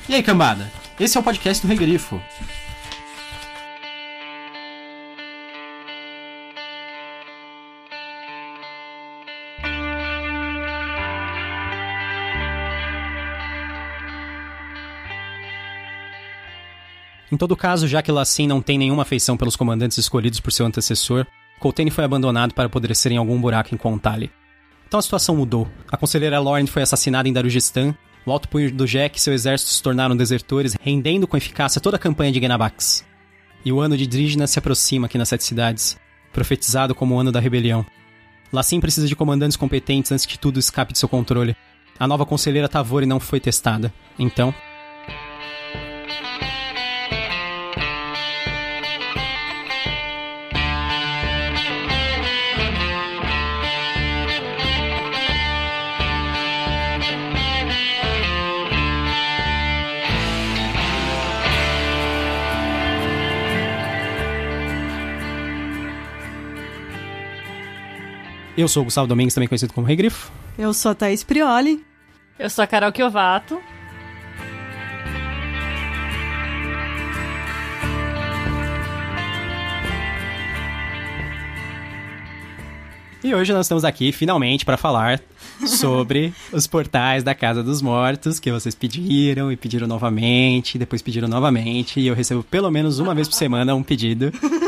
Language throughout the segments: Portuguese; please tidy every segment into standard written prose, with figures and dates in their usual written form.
E aí, cambada? Esse é o podcast do Regrifo. Em todo caso, já que Lacin não tem nenhuma afeição pelos comandantes escolhidos por seu antecessor, Coltane foi abandonado para apodrecer em algum buraco em Kontali. Então a situação mudou. A conselheira Lorne foi assassinada em Darujistan, o alto punho do Jack e seu exército se tornaram desertores, rendendo com eficácia toda a campanha de Genabax. E o ano de Drishna se aproxima aqui nas 7 cidades, profetizado como o ano da rebelião. Lacin precisa de comandantes competentes antes que tudo escape de seu controle. A nova conselheira Tavori não foi testada. Então... Eu sou o Gustavo Domingues, também conhecido como Regrifo. Eu sou a Thaís Prioli. Eu sou a Carol Chiovato. E hoje nós estamos aqui, finalmente, para falar sobre os portais da Casa dos Mortos, que vocês pediram e pediram novamente, depois pediram novamente, e eu recebo pelo menos uma vez por semana um pedido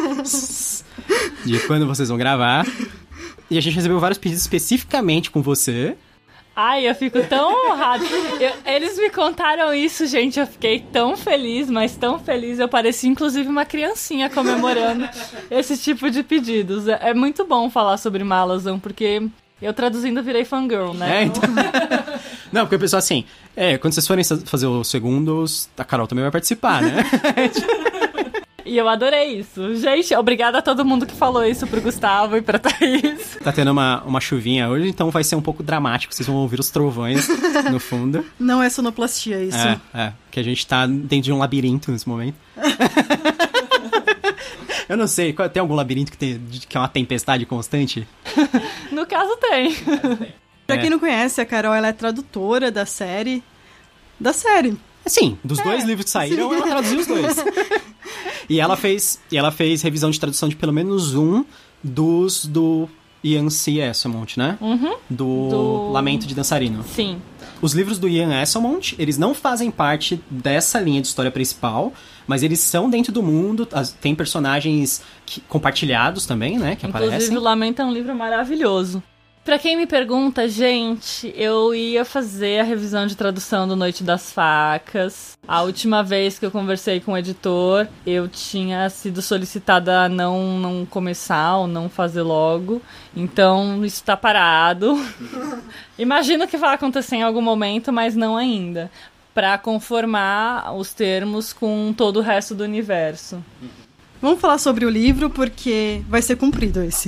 de quando vocês vão gravar. E a gente recebeu vários pedidos especificamente com você. Ai, eu fico tão honrada. Eles me contaram isso, gente. Eu fiquei tão feliz, mas tão feliz. Eu parecia, inclusive, uma criancinha comemorando esse tipo de pedidos. É muito bom falar sobre Malazan, porque eu traduzindo virei fangirl, né? Então... Não, porque eu penso assim, quando vocês forem fazer os segundos, a Carol também vai participar, né? E eu adorei isso. Gente, obrigada a todo mundo que falou isso pro Gustavo e pra Thaís. Tá tendo uma chuvinha hoje, então vai ser um pouco dramático. Vocês vão ouvir os trovões no fundo. Não é sonoplastia isso. Que a gente tá dentro de um labirinto nesse momento. Eu não sei, tem algum labirinto que é uma tempestade constante? No caso tem. Pra quem não conhece, a Carol ela é tradutora da série. Sim, dos dois livros que saíram, ela traduziu os dois. E ela fez revisão de tradução de pelo menos um do Ian C. Esselmont, né? Uhum. Do Lamento de Dançarino. Sim. Os livros do Ian Esselmont, eles não fazem parte dessa linha de história principal, mas eles são dentro do mundo, tem personagens compartilhados também, né? Que inclusive, aparecem. O Lamento é um livro maravilhoso. Pra quem me pergunta, gente, eu ia fazer a revisão de tradução do Noite das Facas. A última vez que eu conversei com o editor, eu tinha sido solicitada a não começar ou não fazer logo. Então, isso tá parado. Imagino que vai acontecer em algum momento, mas não ainda. Pra conformar os termos com todo o resto do universo. Vamos falar sobre o livro, porque vai ser comprido esse.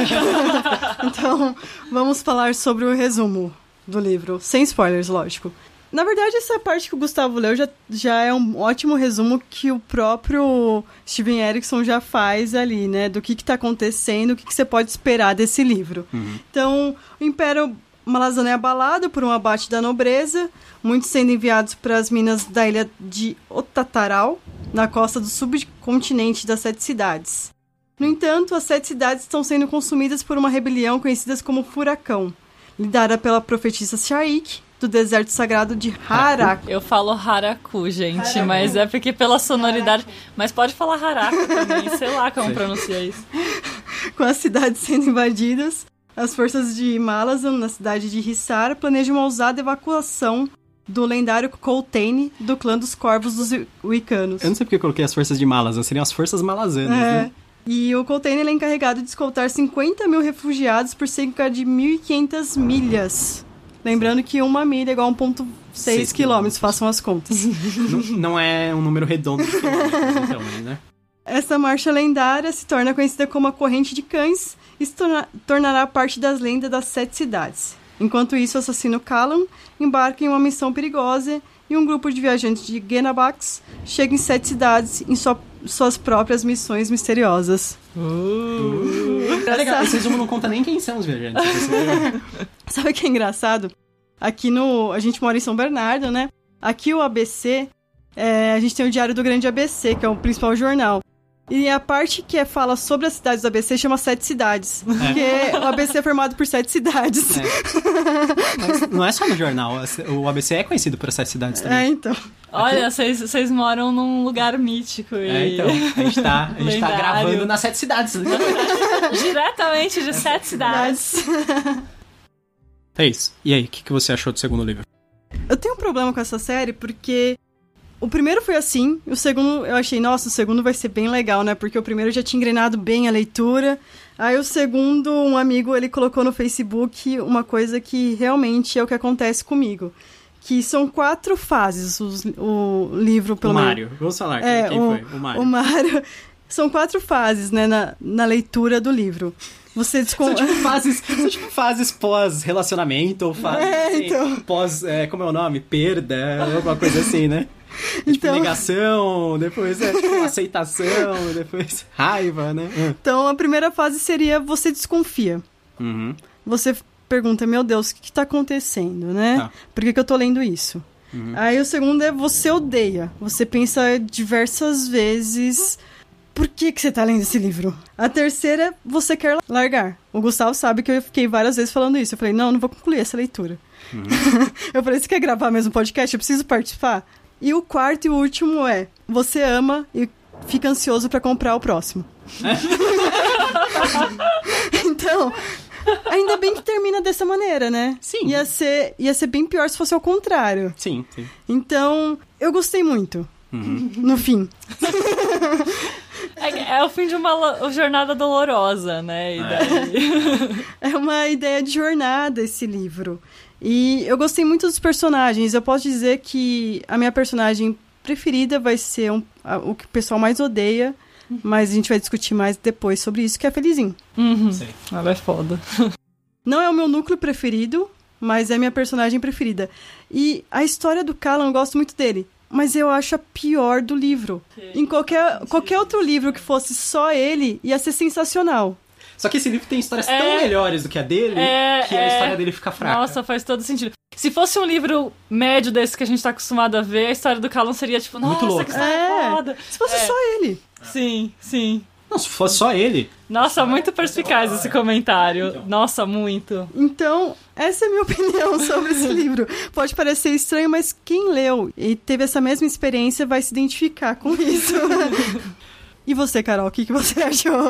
Então, vamos falar sobre o resumo do livro. Sem spoilers, lógico. Na verdade, essa parte que o Gustavo leu já é um ótimo resumo que o próprio Steven Erikson já faz ali, né? Do que tá acontecendo, o que você pode esperar desse livro. Uhum. Então, o Império Malazan é abalado por um abate da nobreza, muitos sendo enviados para as minas da ilha de Otataral, na costa do subcontinente das 7 cidades. No entanto, as 7 cidades estão sendo consumidas por uma rebelião conhecida como Furacão, liderada pela profetisa Shaik, do deserto sagrado de Haraku. Eu falo Haraku, gente, Haraku. Mas é porque pela sonoridade... Haraku. Mas pode falar Haraku também, sei lá como pronuncia isso. Com as cidades sendo invadidas, as forças de Malazan, na cidade de Hissar, planejam uma ousada evacuação do lendário Coltane, do clã dos Corvos dos Wiccanos. Eu não sei porque eu coloquei as forças de Malazan, seriam as forças malazanas, né? E o Coltane é encarregado de escoltar 50 mil refugiados por cerca de 1.500 milhas. Lembrando que uma milha é igual a 1,6 quilômetros, façam as contas. Não é um número redondo de quilômetros, então, né? Essa marcha lendária se torna conhecida como a Corrente de Cães e se tornará parte das lendas das 7 cidades. Enquanto isso, o assassino Kalan embarca em uma missão perigosa e um grupo de viajantes de Genabax chega em 7 cidades em suas próprias missões misteriosas. É legal, esse resumo não conta nem quem são os viajantes. Sabe o que é engraçado? Aqui a gente mora em São Bernardo, né? Aqui o ABC a gente tem o Diário do Grande ABC, que é o principal jornal. E a parte que fala sobre as cidades do ABC chama 7 cidades. Porque o ABC é formado por 7 cidades. Mas não é só no jornal. O ABC é conhecido por 7 cidades também. Então. Olha, vocês moram num lugar mítico. Então. A gente tá gravando nas 7 cidades. Né? Diretamente de 7 cidades. É isso. E aí, o que você achou do segundo livro? Eu tenho um problema com essa série porque o primeiro foi assim, o segundo eu achei, nossa, o segundo vai ser bem legal, né? Porque o primeiro já tinha engrenado bem a leitura. Aí o segundo, um amigo, ele colocou no Facebook uma coisa que realmente é o que acontece comigo. Que são 4 fases, o livro... O Mário, vamos falar quem foi, o Mário. O Mário. São 4 fases, né, na leitura do livro. Você São tipo fases pós-relacionamento, ou fases então. pós, como é o nome? Perda, alguma coisa assim, né? Então... Tipo, negação, depois aceitação, depois raiva, né? Então, a primeira fase seria você desconfia. Uhum. Você pergunta, meu Deus, o que tá acontecendo, né? Por que eu tô lendo isso? Uhum. Aí o segundo é você odeia. Você pensa diversas vezes... Por que você tá lendo esse livro? A terceira, você quer largar. O Gustavo sabe que eu fiquei várias vezes falando isso. Eu falei, não vou concluir essa leitura. Uhum. Eu falei, você quer gravar mesmo podcast? Eu preciso participar. E o quarto e o último é, você ama e fica ansioso pra comprar o próximo. Então, ainda bem que termina dessa maneira, né? Sim. Ia ser bem pior se fosse ao contrário. Sim. Então, eu gostei muito. No fim. É o fim de uma jornada dolorosa, né? E daí... É uma ideia de jornada esse livro. E eu gostei muito dos personagens. Eu posso dizer que a minha personagem preferida vai ser o que o pessoal mais odeia, mas a gente vai discutir mais depois sobre isso, que é a Felizinho. Sim. Ela é foda. Não é o meu núcleo preferido, mas é a minha personagem preferida. E a história do Callan, eu gosto muito dele. Mas eu acho a pior do livro. Em qualquer outro livro que fosse só ele, ia ser sensacional. Só que esse livro tem histórias tão melhores do que a dele, que a história dele fica fraca. Nossa, faz todo sentido. Se fosse um livro médio desse que a gente tá acostumado a ver, a história do Callan seria tipo, nossa, que história foda. Se fosse só ele. Sim. Não, se fosse só ele. Nossa, muito perspicaz esse comentário. Então. Nossa, muito. Então, essa é a minha opinião sobre esse livro. Pode parecer estranho, mas quem leu e teve essa mesma experiência vai se identificar com isso. E você, Carol, o que você achou?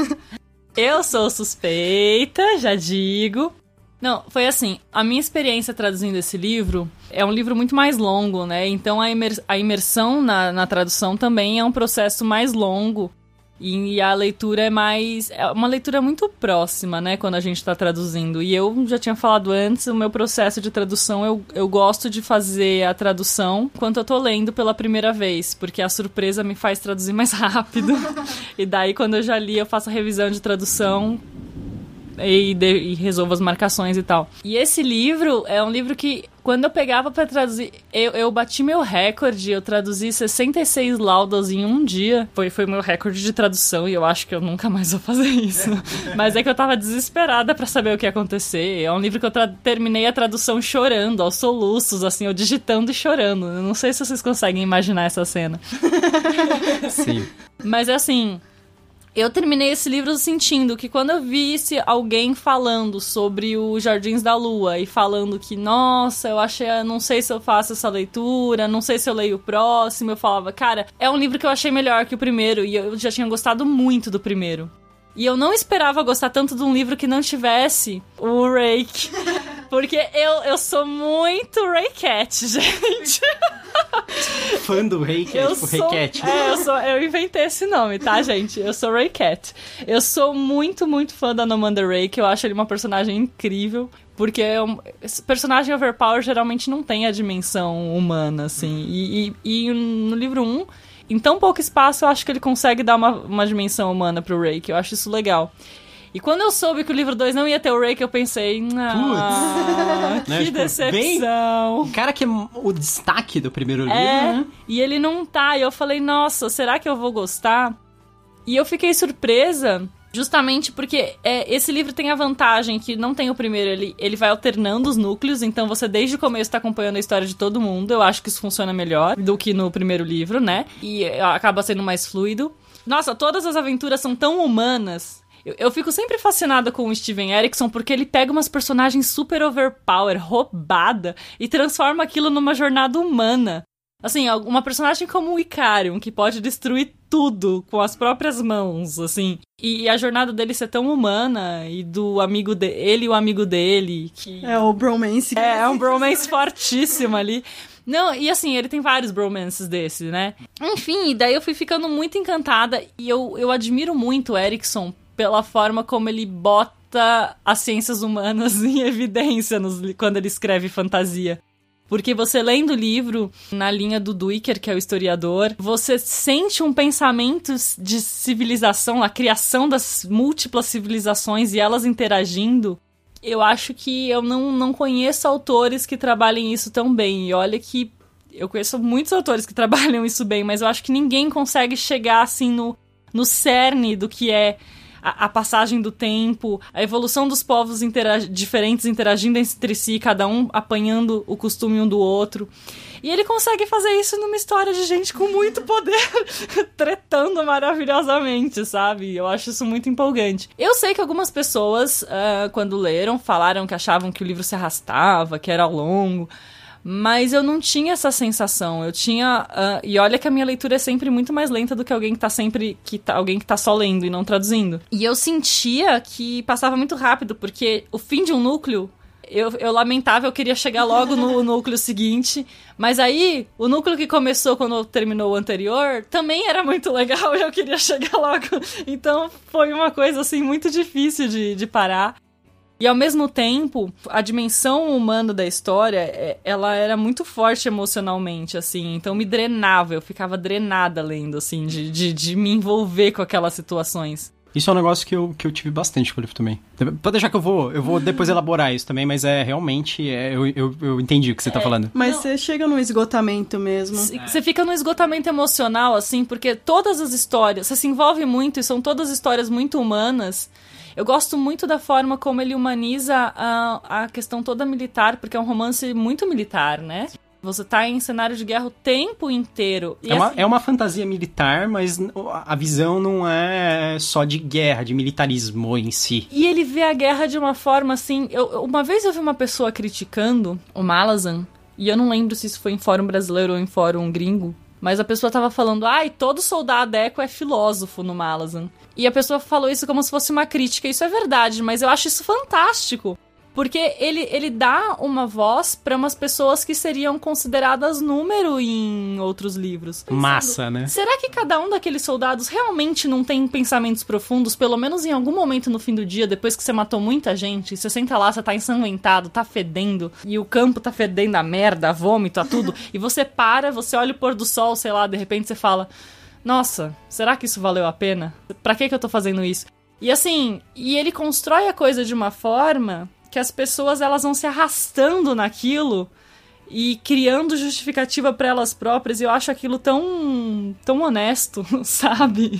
Eu sou suspeita, já digo. Não, foi assim, a minha experiência traduzindo esse livro é um livro muito mais longo, né? Então a imersão na tradução também é um processo mais longo. E a leitura é uma leitura muito próxima, né, quando a gente tá traduzindo. E eu já tinha falado antes, o meu processo de tradução, eu gosto de fazer a tradução enquanto eu tô lendo pela primeira vez, porque a surpresa me faz traduzir mais rápido. E daí, quando eu já li, eu faço a revisão de tradução e resolvo as marcações e tal. E esse livro é um livro que, quando eu pegava pra traduzir, eu bati meu recorde, eu traduzi 66 laudas em um dia. Foi meu recorde de tradução e eu acho que eu nunca mais vou fazer isso. Mas é que eu tava desesperada pra saber o que ia acontecer. É um livro que eu terminei a tradução chorando, aos soluços, assim, eu digitando e chorando. Eu não sei se vocês conseguem imaginar essa cena. Sim. Mas é assim... Eu terminei esse livro sentindo que quando eu visse alguém falando sobre os Jardins da Lua e falando que, nossa, não sei se eu faço essa leitura, não sei se eu leio o próximo, eu falava, cara, é um livro que eu achei melhor que o primeiro e eu já tinha gostado muito do primeiro. E eu não esperava gostar tanto de um livro que não tive o Rake. Porque eu sou muito Raycat, gente. Fã do Raycat, tipo Raycat. Eu inventei esse nome, tá, gente? Eu sou Raycat. Eu sou muito, muito fã da Nomanda Rake. Eu acho ele uma personagem incrível. Porque personagem overpower geralmente não tem a dimensão humana, assim. E no livro 1... Em tão pouco espaço, eu acho que ele consegue dar uma dimensão humana pro Rake. Eu acho isso legal. E quando eu soube que o livro 2 não ia ter o Rake, eu pensei... que decepção. O cara que é o destaque do primeiro livro, né? E ele não tá. E eu falei, nossa, será que eu vou gostar? E eu fiquei surpresa Justamente porque esse livro tem a vantagem que não tem o primeiro, ele vai alternando os núcleos, então você desde o começo tá acompanhando a história de todo mundo. Eu acho que isso funciona melhor do que no primeiro livro, né? E acaba sendo mais fluido. Nossa, todas as aventuras são tão humanas. Eu fico sempre fascinada com o Steven Erikson porque ele pega umas personagens super overpower, roubada, e transforma aquilo numa jornada humana. Assim, uma personagem como o Icarium, que pode destruir tudo com as próprias mãos, assim. E a jornada dele ser tão humana, e do amigo ele e o amigo dele, que... É o bromance. É um bromance fortíssimo ali. Não, e assim, ele tem vários bromances desse, né? Enfim, daí eu fui ficando muito encantada, e eu admiro muito o Erikson pela forma como ele bota as ciências humanas em evidência quando ele escreve fantasia. Porque você lendo o livro, na linha do Duiker, que é o historiador, você sente um pensamento de civilização, a criação das múltiplas civilizações e elas interagindo. Eu acho que eu não conheço autores que trabalhem isso tão bem. E olha que eu conheço muitos autores que trabalham isso bem, mas eu acho que ninguém consegue chegar assim no cerne do que é a passagem do tempo, a evolução dos povos diferentes interagindo entre si, cada um apanhando o costume um do outro. E ele consegue fazer isso numa história de gente com muito poder, tretando maravilhosamente, sabe? Eu acho isso muito empolgante. Eu sei que algumas pessoas, quando leram, falaram que achavam que o livro se arrastava, que era longo, mas eu não tinha essa sensação. Eu tinha... e olha que a minha leitura é sempre muito mais lenta do que alguém que tá alguém que tá só lendo e não traduzindo. E eu sentia que passava muito rápido, porque o fim de um núcleo... Eu lamentava, eu queria chegar logo no núcleo seguinte. Mas aí, o núcleo que começou quando terminou o anterior também era muito legal e eu queria chegar logo. Então, foi uma coisa, assim, muito difícil de parar. E ao mesmo tempo, a dimensão humana da história, ela era muito forte emocionalmente, assim. Então me drenava, eu ficava drenada lendo, assim, de me envolver com aquelas situações. Isso é um negócio que eu tive bastante com o livro também. Pode deixar que eu vou depois elaborar isso também, mas realmente, eu entendi o que você tá falando. Mas você chega no esgotamento mesmo. Você fica no esgotamento emocional, assim, porque todas as histórias, você se envolve muito e são todas histórias muito humanas. Eu gosto muito da forma como ele humaniza a questão toda militar, porque é um romance muito militar, né? Você tá em cenário de guerra o tempo inteiro. E é uma fantasia militar, mas a visão não é só de guerra, de militarismo em si. E ele vê a guerra de uma forma assim... Uma vez eu vi uma pessoa criticando o Malazan, e eu não lembro se isso foi em fórum brasileiro ou em fórum gringo, mas a pessoa tava falando, todo soldado eco é filósofo no Malazan. E a pessoa falou isso como se fosse uma crítica. Isso é verdade, mas eu acho isso fantástico. Porque ele dá uma voz para umas pessoas que seriam consideradas número em outros livros. Pensando, massa, né? Será que cada um daqueles soldados realmente não tem pensamentos profundos? Pelo menos em algum momento no fim do dia, depois que você matou muita gente, você senta lá, você tá ensanguentado, tá fedendo, e o campo tá fedendo a merda, a vômito, a tudo, e você para, você olha o pôr do sol, sei lá, de repente você fala... Nossa, será que isso valeu a pena? Pra que eu tô fazendo isso? E assim, ele constrói a coisa de uma forma que as pessoas elas vão se arrastando naquilo e criando justificativa pra elas próprias. E eu acho aquilo tão honesto, sabe?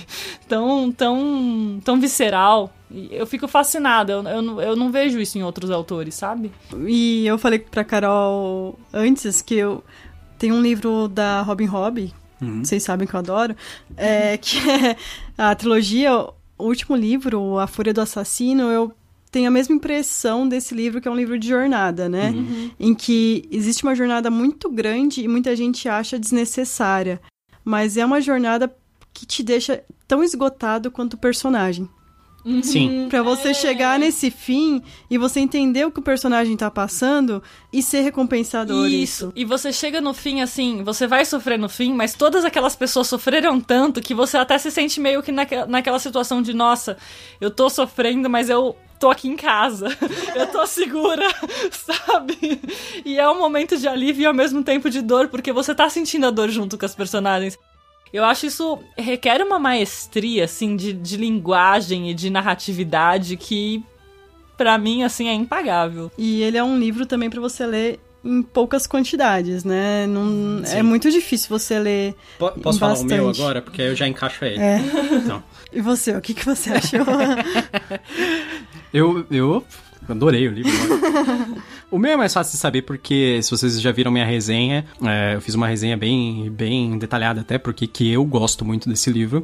Tão visceral. E eu fico fascinada. Eu não vejo isso em outros autores, sabe? E eu falei pra Carol antes que tem um livro da Robin Hobb, vocês sabem que eu adoro, que é a trilogia, o último livro, A Fúria do Assassino. Eu tenho a mesma impressão desse livro, que é um livro de jornada, né? Em que existe uma jornada muito grande e muita gente acha desnecessária, mas é uma jornada que te deixa tão esgotado quanto o personagem. Sim. Pra você chegar nesse fim e você entender o que o personagem tá passando e ser recompensador. Isso. E você chega no fim, assim, você vai sofrer no fim, mas todas aquelas pessoas sofreram tanto que você até se sente meio que naquela situação de, nossa, eu tô sofrendo, mas eu tô aqui em casa, eu tô segura, sabe? E é um momento de alívio e ao mesmo tempo de dor, porque você tá sentindo a dor junto com as personagens. Eu acho isso requer uma maestria, assim, de linguagem e de narratividade que, pra mim, assim, é impagável. E ele é um livro também pra você ler em poucas quantidades, né? Não, é muito difícil você ler Posso falar bastante. o meu agora? Porque aí eu já encaixo ele. Então. E você, o que você achou? Eu adorei o livro. O meu é mais fácil de saber porque, se vocês já viram minha resenha, eu fiz uma resenha bem detalhada até, porque que eu gosto muito desse livro.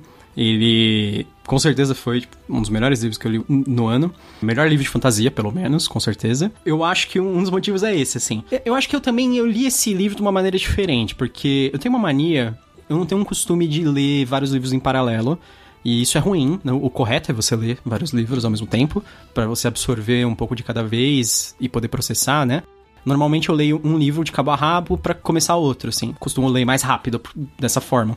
Ele, com certeza, foi um dos melhores livros que eu li no ano. Melhor livro de fantasia, pelo menos, com certeza. Eu acho que um dos motivos é esse, assim. Eu acho que eu li esse livro de uma maneira diferente, porque eu tenho uma mania, eu não tenho um costume de ler vários livros em paralelo. E isso é ruim, né? O correto é você ler vários livros ao mesmo tempo, pra você absorver um pouco de cada vez e poder processar, né? Normalmente eu leio um livro de cabo a rabo pra começar outro, assim. Costumo ler mais rápido dessa forma.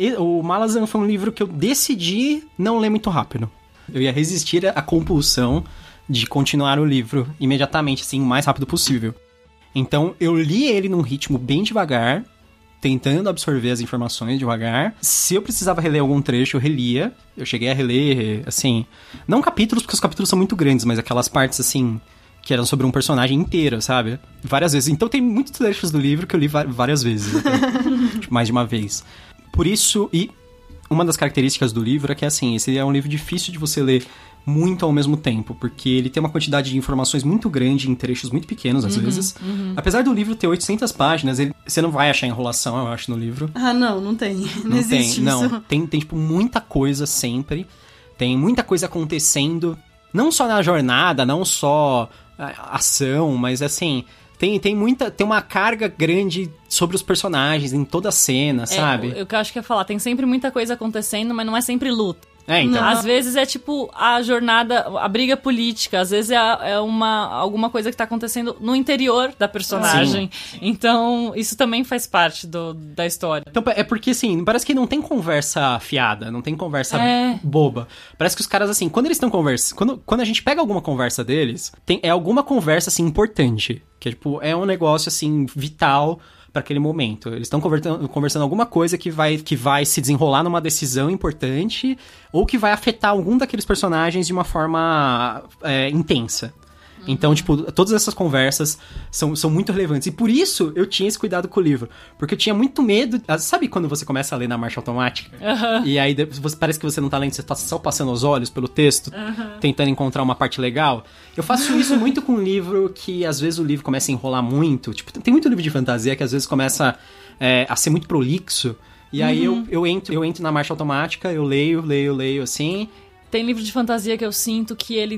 O Malazan foi um livro que eu decidi não ler muito rápido. Eu ia resistir à compulsão de continuar o livro imediatamente, assim, o mais rápido possível. Então eu li ele num ritmo bem devagar, tentando absorver as informações devagar. Se eu precisava reler algum trecho, eu relia. Eu cheguei a reler, assim, não capítulos, porque os capítulos são muito grandes, mas aquelas partes, assim, que eram sobre um personagem inteiro, sabe? Várias vezes. Então tem muitos trechos do livro que eu li várias vezes, tipo, mais de uma vez. Por isso, e uma das características do livro é que, assim, esse é um livro difícil de você ler muito ao mesmo tempo, porque ele tem uma quantidade de informações muito grande em trechos muito pequenos, às vezes. Apesar do livro ter 800 páginas, você não vai achar enrolação, eu acho, no livro. Ah, não tem. Não existe tem, isso. não. Tem, tipo, muita coisa sempre. Tem muita coisa acontecendo, não só na jornada, não só a ação, mas, assim... Tem uma carga grande sobre os personagens em toda a cena, sabe? Eu acho que ia falar, tem sempre muita coisa acontecendo, mas não é sempre luta. Então. Às vezes é tipo a jornada, a briga política, às vezes é alguma coisa que tá acontecendo no interior da personagem. Sim. Então, isso também faz parte da história. Então, é porque, assim, parece que não tem conversa fiada, não tem conversa boba. Parece que os caras, assim, quando eles estão conversando... Quando a gente pega alguma conversa deles, é alguma conversa, assim, importante. Que, tipo, é um negócio, assim, vital para aquele momento. Eles estão conversando alguma coisa que vai se desenrolar numa decisão importante ou que vai afetar algum daqueles personagens de uma forma intensa. Então, tipo, todas essas conversas são muito relevantes. E por isso eu tinha esse cuidado com o livro. Porque eu tinha muito medo... Sabe quando você começa a ler na marcha automática? E aí parece que você não tá lendo, você tá só passando os olhos pelo texto, tentando encontrar uma parte legal. Eu faço isso muito com um livro que, às vezes, o livro começa a enrolar muito. Tipo, tem muito livro de fantasia que, às vezes, começa a ser muito prolixo. E aí eu entro na marcha automática, eu leio, assim... Tem livro de fantasia que eu sinto que ele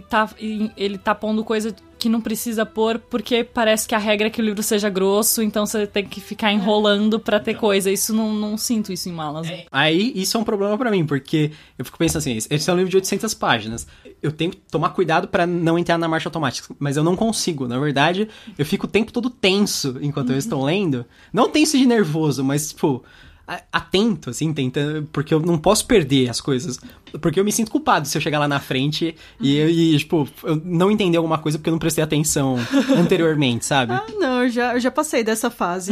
tá pondo coisa que não precisa pôr, porque parece que a regra é que o livro seja grosso, então você tem que ficar enrolando pra ter coisa. Isso não sinto isso em Malazan. Aí, isso é um problema pra mim, porque eu fico pensando assim, esse é um livro de 800 páginas. Eu tenho que tomar cuidado pra não entrar na marcha automática, mas eu não consigo. Na verdade, eu fico o tempo todo tenso enquanto eu estou lendo. Não tenso de nervoso, mas, tipo... atento, assim, tentando... Porque eu não posso perder as coisas. Porque eu me sinto culpado se eu chegar lá na frente e tipo, eu não entender alguma coisa porque eu não prestei atenção anteriormente, sabe? Não, eu já passei dessa fase.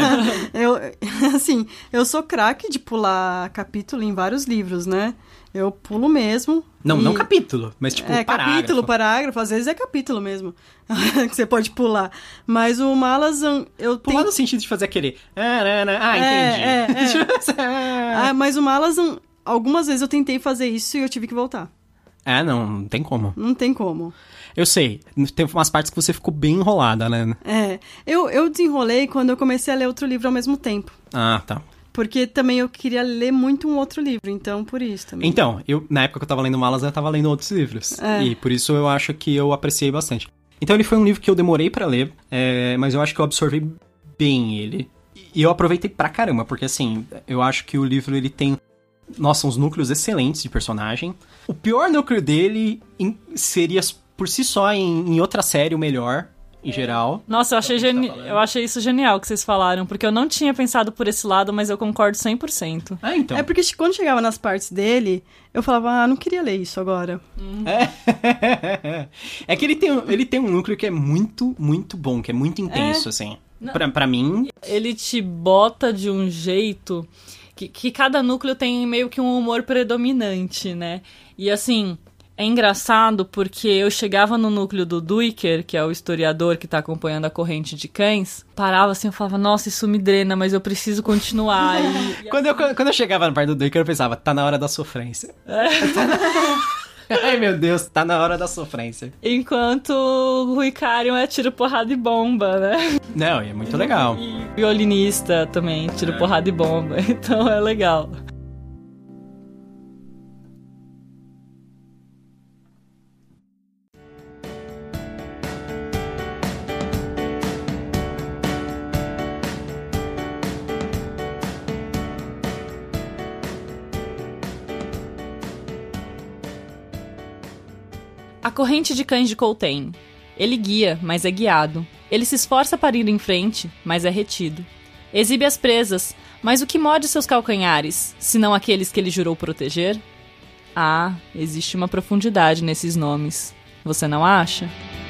Eu sou craque de pular capítulo em vários livros, né? Eu pulo mesmo. Não capítulo, mas tipo parágrafo. Capítulo, parágrafo, às vezes é capítulo mesmo. Que você pode pular. Mas o Malazan, pular no sentido de fazer aquele... entendi. Mas o Malazan, algumas vezes eu tentei fazer isso e eu tive que voltar. Não tem como. Não tem como. Eu sei, tem umas partes que você ficou bem enrolada, né? Eu desenrolei quando eu comecei a ler outro livro ao mesmo tempo. Tá. Porque também eu queria ler muito um outro livro, então por isso também. Então, na época que eu tava lendo Malazan, eu tava lendo outros livros. E por isso eu acho que eu apreciei bastante. Então ele foi um livro que eu demorei pra ler, mas eu acho que eu absorvi bem ele. E eu aproveitei pra caramba, porque assim, eu acho que o livro ele tem, uns núcleos excelentes de personagem. O pior núcleo dele seria, por si só, em outra série, o melhor. Em geral. Nossa, eu achei isso genial que vocês falaram, porque eu não tinha pensado por esse lado, mas eu concordo 100%. Então. É porque quando chegava nas partes dele, eu falava, não queria ler isso agora. É que ele tem um núcleo que é muito, muito bom, que é muito intenso, assim. Pra mim... Ele te bota de um jeito que cada núcleo tem meio que um humor predominante, né? E assim... É engraçado porque eu chegava no núcleo do Duiker, que é o historiador que tá acompanhando a corrente de cães, parava assim, eu falava, nossa, isso me drena, mas eu preciso continuar. Quando eu chegava na parte do Duiker, eu pensava, tá na hora da sofrência. Ai, meu Deus, tá na hora da sofrência. Enquanto o Icarion é tiro, porrada e bomba, né? Não, é muito legal. E violinista também, tiro, porrada e bomba, então é legal. A corrente de cães de Coltaine. Ele guia, mas é guiado. Ele se esforça para ir em frente, mas é retido. Exibe as presas, mas o que morde seus calcanhares, senão aqueles que ele jurou proteger? Ah, existe uma profundidade nesses nomes. Você não acha?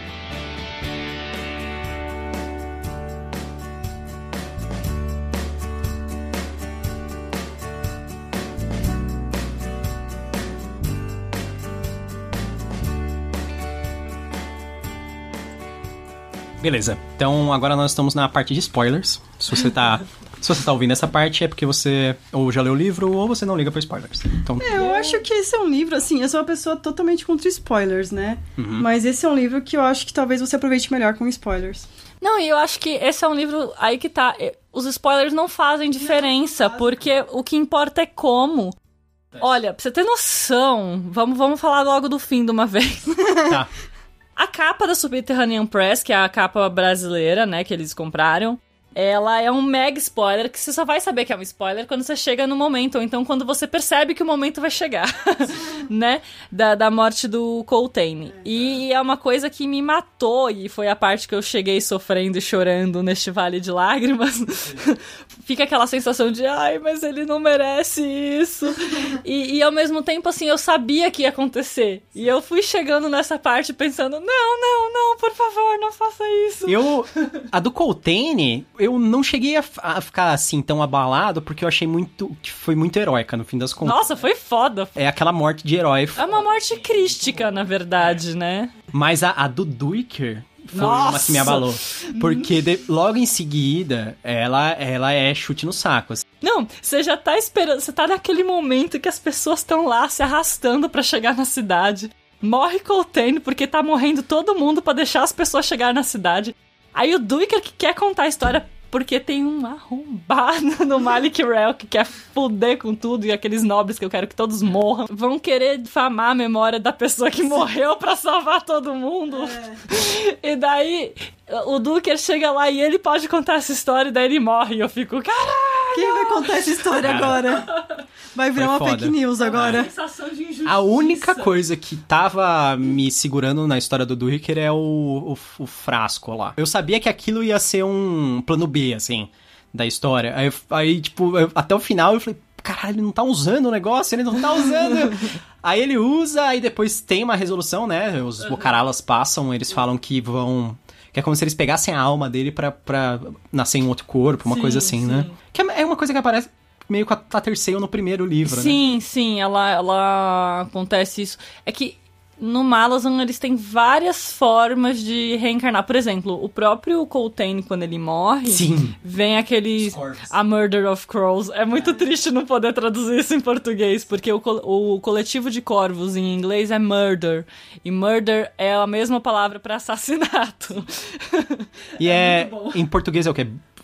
Beleza, então agora nós estamos na parte de spoilers. Se você tá ouvindo essa parte é porque você ou já leu o livro ou você não liga pra spoilers. Então... eu acho que esse é um livro, assim, eu sou uma pessoa totalmente contra spoilers, né? Mas esse é um livro que eu acho que talvez você aproveite melhor com spoilers. Não, e eu acho que esse é um livro aí que tá... Os spoilers não fazem diferença, porque o que importa é como. Olha, pra você ter noção, vamos falar logo do fim de uma vez. Tá. A capa da Subterranean Press, que é a capa brasileira, né, que eles compraram, ela é um mega spoiler, que você só vai saber que é um spoiler quando você chega no momento, ou então quando você percebe que o momento vai chegar, né, da morte do Coltaine. E é uma coisa que me matou, e foi a parte que eu cheguei sofrendo e chorando neste vale de lágrimas. Fica aquela sensação de, ai, mas ele não merece isso. E ao mesmo tempo, assim, eu sabia que ia acontecer. E eu fui chegando nessa parte pensando, não, por favor, não faça isso. A do Coltaine, eu não cheguei a ficar assim tão abalado, porque eu achei que foi muito heróica, no fim das contas. Nossa, foi foda. É aquela morte de herói. É uma morte crística, na verdade, né? Mas a do Duiker... foi uma que me abalou. Porque logo em seguida, ela é chute no saco. Assim. Não, você já tá esperando, você tá naquele momento que as pessoas estão lá se arrastando pra chegar na cidade. Morre Coltaine porque tá morrendo todo mundo pra deixar as pessoas chegarem na cidade. Aí o Duiker que quer contar a história porque tem um arrombado no Malik Rel que quer foder com tudo, e aqueles nobres que eu quero que todos morram vão querer difamar a memória da pessoa que morreu pra salvar todo mundo. E daí o Duiker chega lá e ele pode contar essa história, e daí ele morre, e eu fico, caralho! Quem vai contar essa história agora? Vai virar uma fake news agora. Sensação de injustiça. A única coisa que tava me segurando na história do Duiker é o frasco lá. Eu sabia que aquilo ia ser um plano B, assim, da história. Aí tipo, até o final eu falei, caralho, ele não tá usando o negócio, ele não tá usando. Aí ele usa, aí depois tem uma resolução, né? Os Bocaralas passam, eles falam que vão... Que é como se eles pegassem a alma dele pra nascer em outro corpo, uma coisa assim, né? Que é uma coisa que aparece meio com a terceira no primeiro livro, né? Sim, ela acontece isso. É que no Malazan eles têm várias formas de reencarnar. Por exemplo, o próprio Coltaine, quando ele morre, vem aquele... A Murder of Crows. É muito triste não poder traduzir isso em português, porque o coletivo de corvos em inglês é murder. E murder é a mesma palavra para assassinato. E em português é o quê?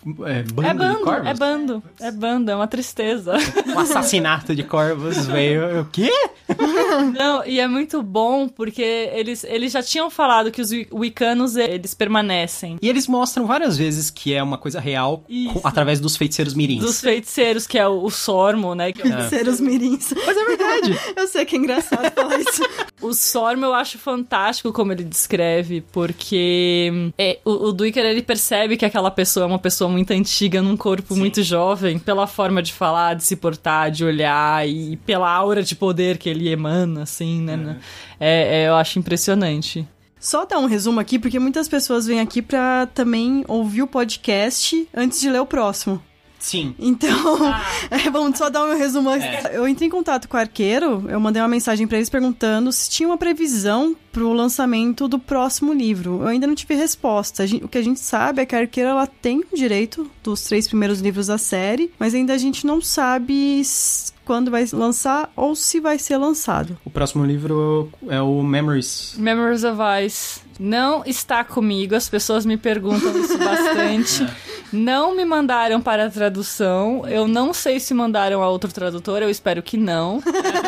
É bando, é uma tristeza. Um assassinato de corvos veio... O quê? Não, e é muito bom porque eles já tinham falado que os Wiccanos, eles permanecem. E eles mostram várias vezes que é uma coisa real através dos feiticeiros mirins. Dos feiticeiros, que é o Sormo, né? Feiticeiros mirins. Mas é verdade. Eu sei que é engraçado falar isso. O Sormo eu acho fantástico como ele descreve, porque o Duiker, ele percebe que aquela pessoa é uma pessoa muito antiga num corpo muito jovem, pela forma de falar, de se portar, de olhar e pela aura de poder que ele emana, assim, né? Eu acho impressionante. Só dar um resumo aqui, porque muitas pessoas vêm aqui pra também ouvir o podcast antes de ler o próximo. Sim. Então, vamos só dar um resumo. Eu entrei em contato com o Arqueiro, eu mandei uma mensagem pra eles perguntando se tinha uma previsão pro lançamento do próximo livro. Eu ainda não tive resposta. O que a gente sabe é que a Arqueiro, ela tem o direito dos 3 primeiros livros da série, mas ainda a gente não sabe quando vai lançar ou se vai ser lançado. O próximo livro é o Memories. Memories of Ice. Não está comigo, as pessoas me perguntam isso bastante. Não me mandaram para a tradução. Eu não sei se mandaram a outro tradutor, eu espero que não.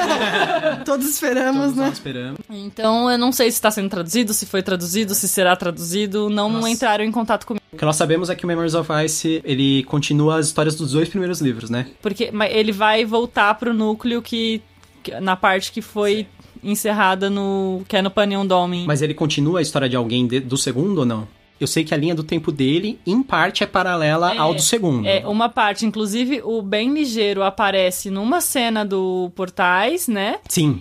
Todos esperamos, né? Esperamos. Então, eu não sei se está sendo traduzido, se foi traduzido, se será traduzido. Não entraram em contato comigo. O que nós sabemos é que o Memories of Ice, ele continua as histórias dos 2 primeiros livros, né? Porque ele vai voltar pro núcleo na parte que foi encerrada que é no Panion Domin. Mas ele continua a história de alguém do segundo ou não? Eu sei que a linha do tempo dele, em parte, é paralela ao do segundo. É, uma parte. Inclusive, o Ben Ligeiro aparece numa cena do Portais, né? Sim.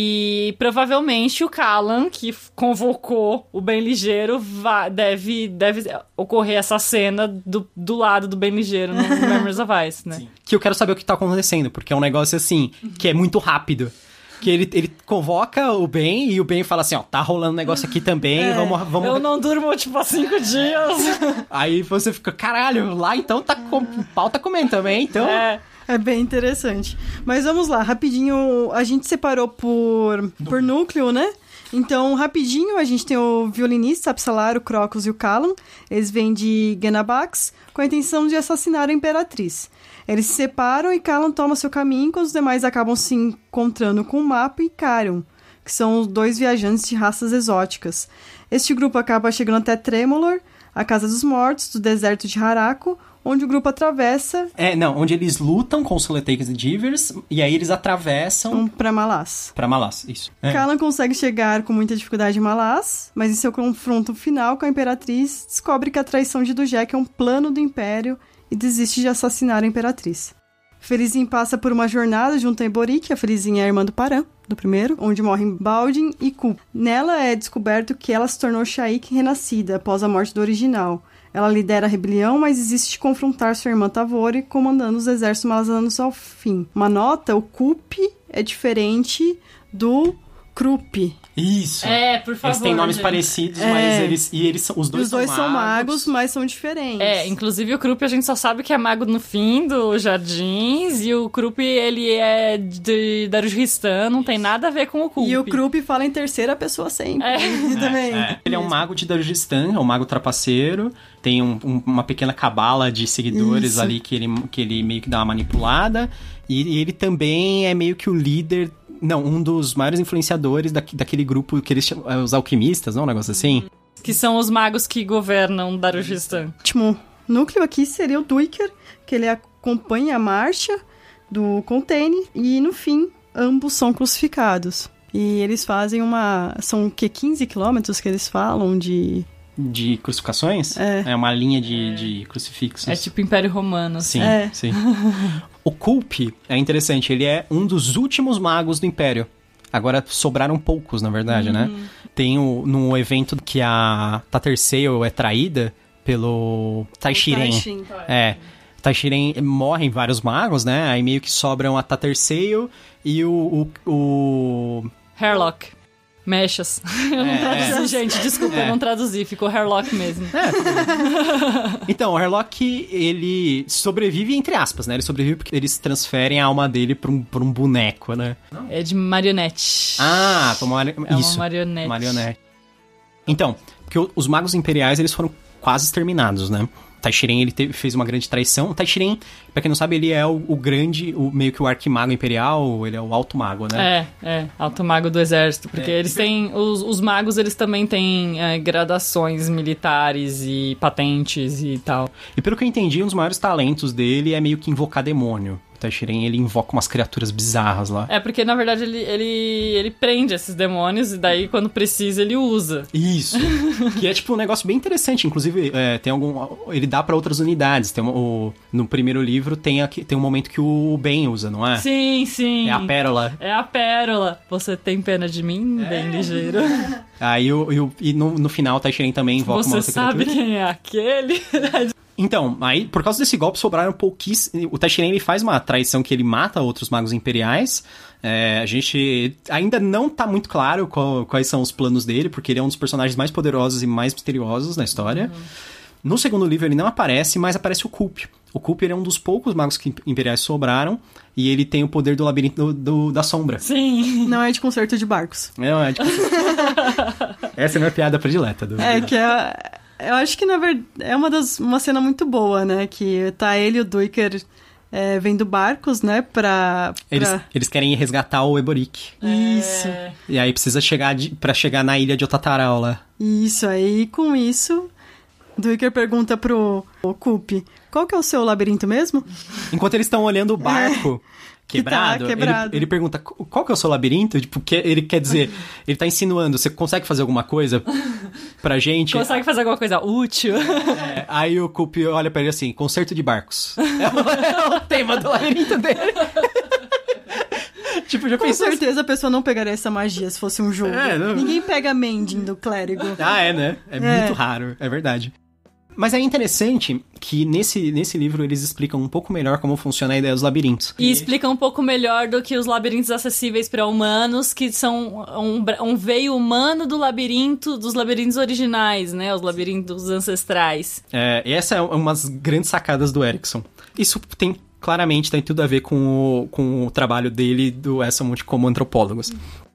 E provavelmente o Callan, que convocou o Ben Ligeiro, deve ocorrer essa cena do lado do Ben Ligeiro no Memories of Ice, né? Sim. Que eu quero saber o que tá acontecendo, porque é um negócio assim, que é muito rápido. Que ele convoca o Ben e o Ben fala assim, ó, tá rolando um negócio aqui também, vamos... Eu não durmo, tipo, há 5 dias. Aí você fica, caralho, lá então o pau tá comendo também, então... É bem interessante. Mas vamos lá, rapidinho, a gente separou por núcleo, né? Então, rapidinho, a gente tem o violinista, Apsalar, o Crocus e o Callan. Eles vêm de Genabax com a intenção de assassinar a Imperatriz. Eles se separam e Callan toma seu caminho, enquanto os demais acabam se encontrando com o Mapa e Carion, que são os 2 viajantes de raças exóticas. Este grupo acaba chegando até Tremolor, a Casa dos Mortos, do deserto de Harako, onde o grupo atravessa... onde eles lutam com os Soletakes e Divers, e aí eles atravessam... Pra Malas. Pra Malas, isso. Callan consegue chegar com muita dificuldade em Malas, mas em seu confronto final com a Imperatriz, descobre que a traição de Dujek é um plano do Império e desiste de assassinar a Imperatriz. Felizinho passa por uma jornada junto a Eborik, a Felizinha é a irmã do Paran, do primeiro, onde morrem Baldin e Kup. Nela é descoberto que ela se tornou Shaik renascida após a morte do original. Ela lidera a rebelião, mas desiste de confrontar sua irmã Tavori, comandando os exércitos malazanos ao fim. Uma nota, o Kup é diferente do Krupp. Isso. Por favor. Eles têm nomes parecidos, mas os dois são magos, mas são diferentes. Inclusive o Krupp a gente só sabe que é mago no fim do Jardins, e o Krupp, ele é de Darujhistan, não tem nada a ver com o Kup. E o Krupp fala em terceira pessoa sempre. Também. Ele é um mago de Darujhistan, é um mago trapaceiro, tem uma pequena cabala de seguidores ali que ele meio que dá uma manipulada, e ele também é meio que o líder... Não, um dos maiores influenciadores daquele grupo que eles chamam, os alquimistas, não? Um negócio assim. Que são os magos que governam Darujhistan. O último núcleo aqui seria o Duiker, que ele acompanha a marcha do Containe, e no fim, ambos são crucificados. E eles fazem são o quê? 15 quilômetros que eles falam de crucificações? É uma linha de crucifixos. É tipo Império Romano. Sim, sim. O Kulp é interessante, ele é um dos últimos magos do Império. Agora sobraram poucos, na verdade, né? Tem no evento que a Tatersail é traída pelo Taishiren. Taishiren morrem vários magos, né? Aí meio que sobram a Tatersail e o Hairlock. Mechas. Gente, desculpa, eu não traduzi, ficou Hairlock mesmo. Então, o Hairlock, ele sobrevive entre aspas, né? Ele sobrevive porque eles transferem a alma dele pra um boneco, né? É de marionete. Isso. Uma marionete. Então, porque os magos imperiais, eles foram quase exterminados, né? Taishiren, ele fez uma grande traição. O Taishiren, pra quem não sabe, ele é meio que o arquimago imperial, ele é o alto mago, né? Alto mago do exército, porque eles têm, os magos, eles também têm gradações militares e patentes e tal. E pelo que eu entendi, um dos maiores talentos dele é meio que invocar demônio. O Taishiren, ele invoca umas criaturas bizarras lá. Porque, na verdade, ele prende esses demônios e daí, quando precisa, ele usa. Isso. Que é, tipo, um negócio bem interessante. Inclusive, ele dá pra outras unidades. No primeiro livro, tem um momento que o Ben usa, não é? Sim, sim. É a pérola. É a pérola. Você tem pena de mim, bem ligeiro. Aí, no final, o Taishiren também invoca uma outra criatura. Você sabe quem é aquele? Então, aí, por causa desse golpe, sobraram pouquíssimos... O Tashirem, ele faz uma traição que ele mata outros magos imperiais. A gente ainda não tá muito claro quais são os planos dele, porque ele é um dos personagens mais poderosos e mais misteriosos da história. No segundo livro, ele não aparece, mas aparece o Culp. O Culp, ele é um dos poucos magos imperiais que sobraram, e ele tem o poder do labirinto da sombra. Sim. Não é de concerto de barcos. Não, é de Essa é a minha piada predileta. Eu acho que, na verdade, é uma cena muito boa, né? Que tá ele e o Duiker vendo barcos, né? Eles querem ir resgatar o Eboric. Isso. E aí precisa pra chegar na ilha de Otatarao lá. Isso, aí com isso, Duiker pergunta pro Culp, qual que é o seu labirinto mesmo? Enquanto eles estão olhando o barco... Quebrado. Ele pergunta, qual que é o seu labirinto? Tipo, ele quer dizer, ele tá insinuando, você consegue fazer alguma coisa pra gente? Consegue fazer alguma coisa útil? Aí o Culp olha pra ele assim, concerto de barcos. É o tema do labirinto dele. Tipo, já Com pensou... certeza a pessoa não pegaria essa magia se fosse um jogo. Ninguém pega Mending do clérigo. Né? É muito raro, é verdade. Mas é interessante que nesse livro eles explicam um pouco melhor como funciona a ideia dos labirintos. E explicam um pouco melhor do que os labirintos acessíveis para humanos, que são um veio humano dos labirintos originais, né? Os labirintos ancestrais. E essa é umas grandes sacadas do Erikson. Isso claramente tem tudo a ver com o trabalho dele do Essomut como antropólogos.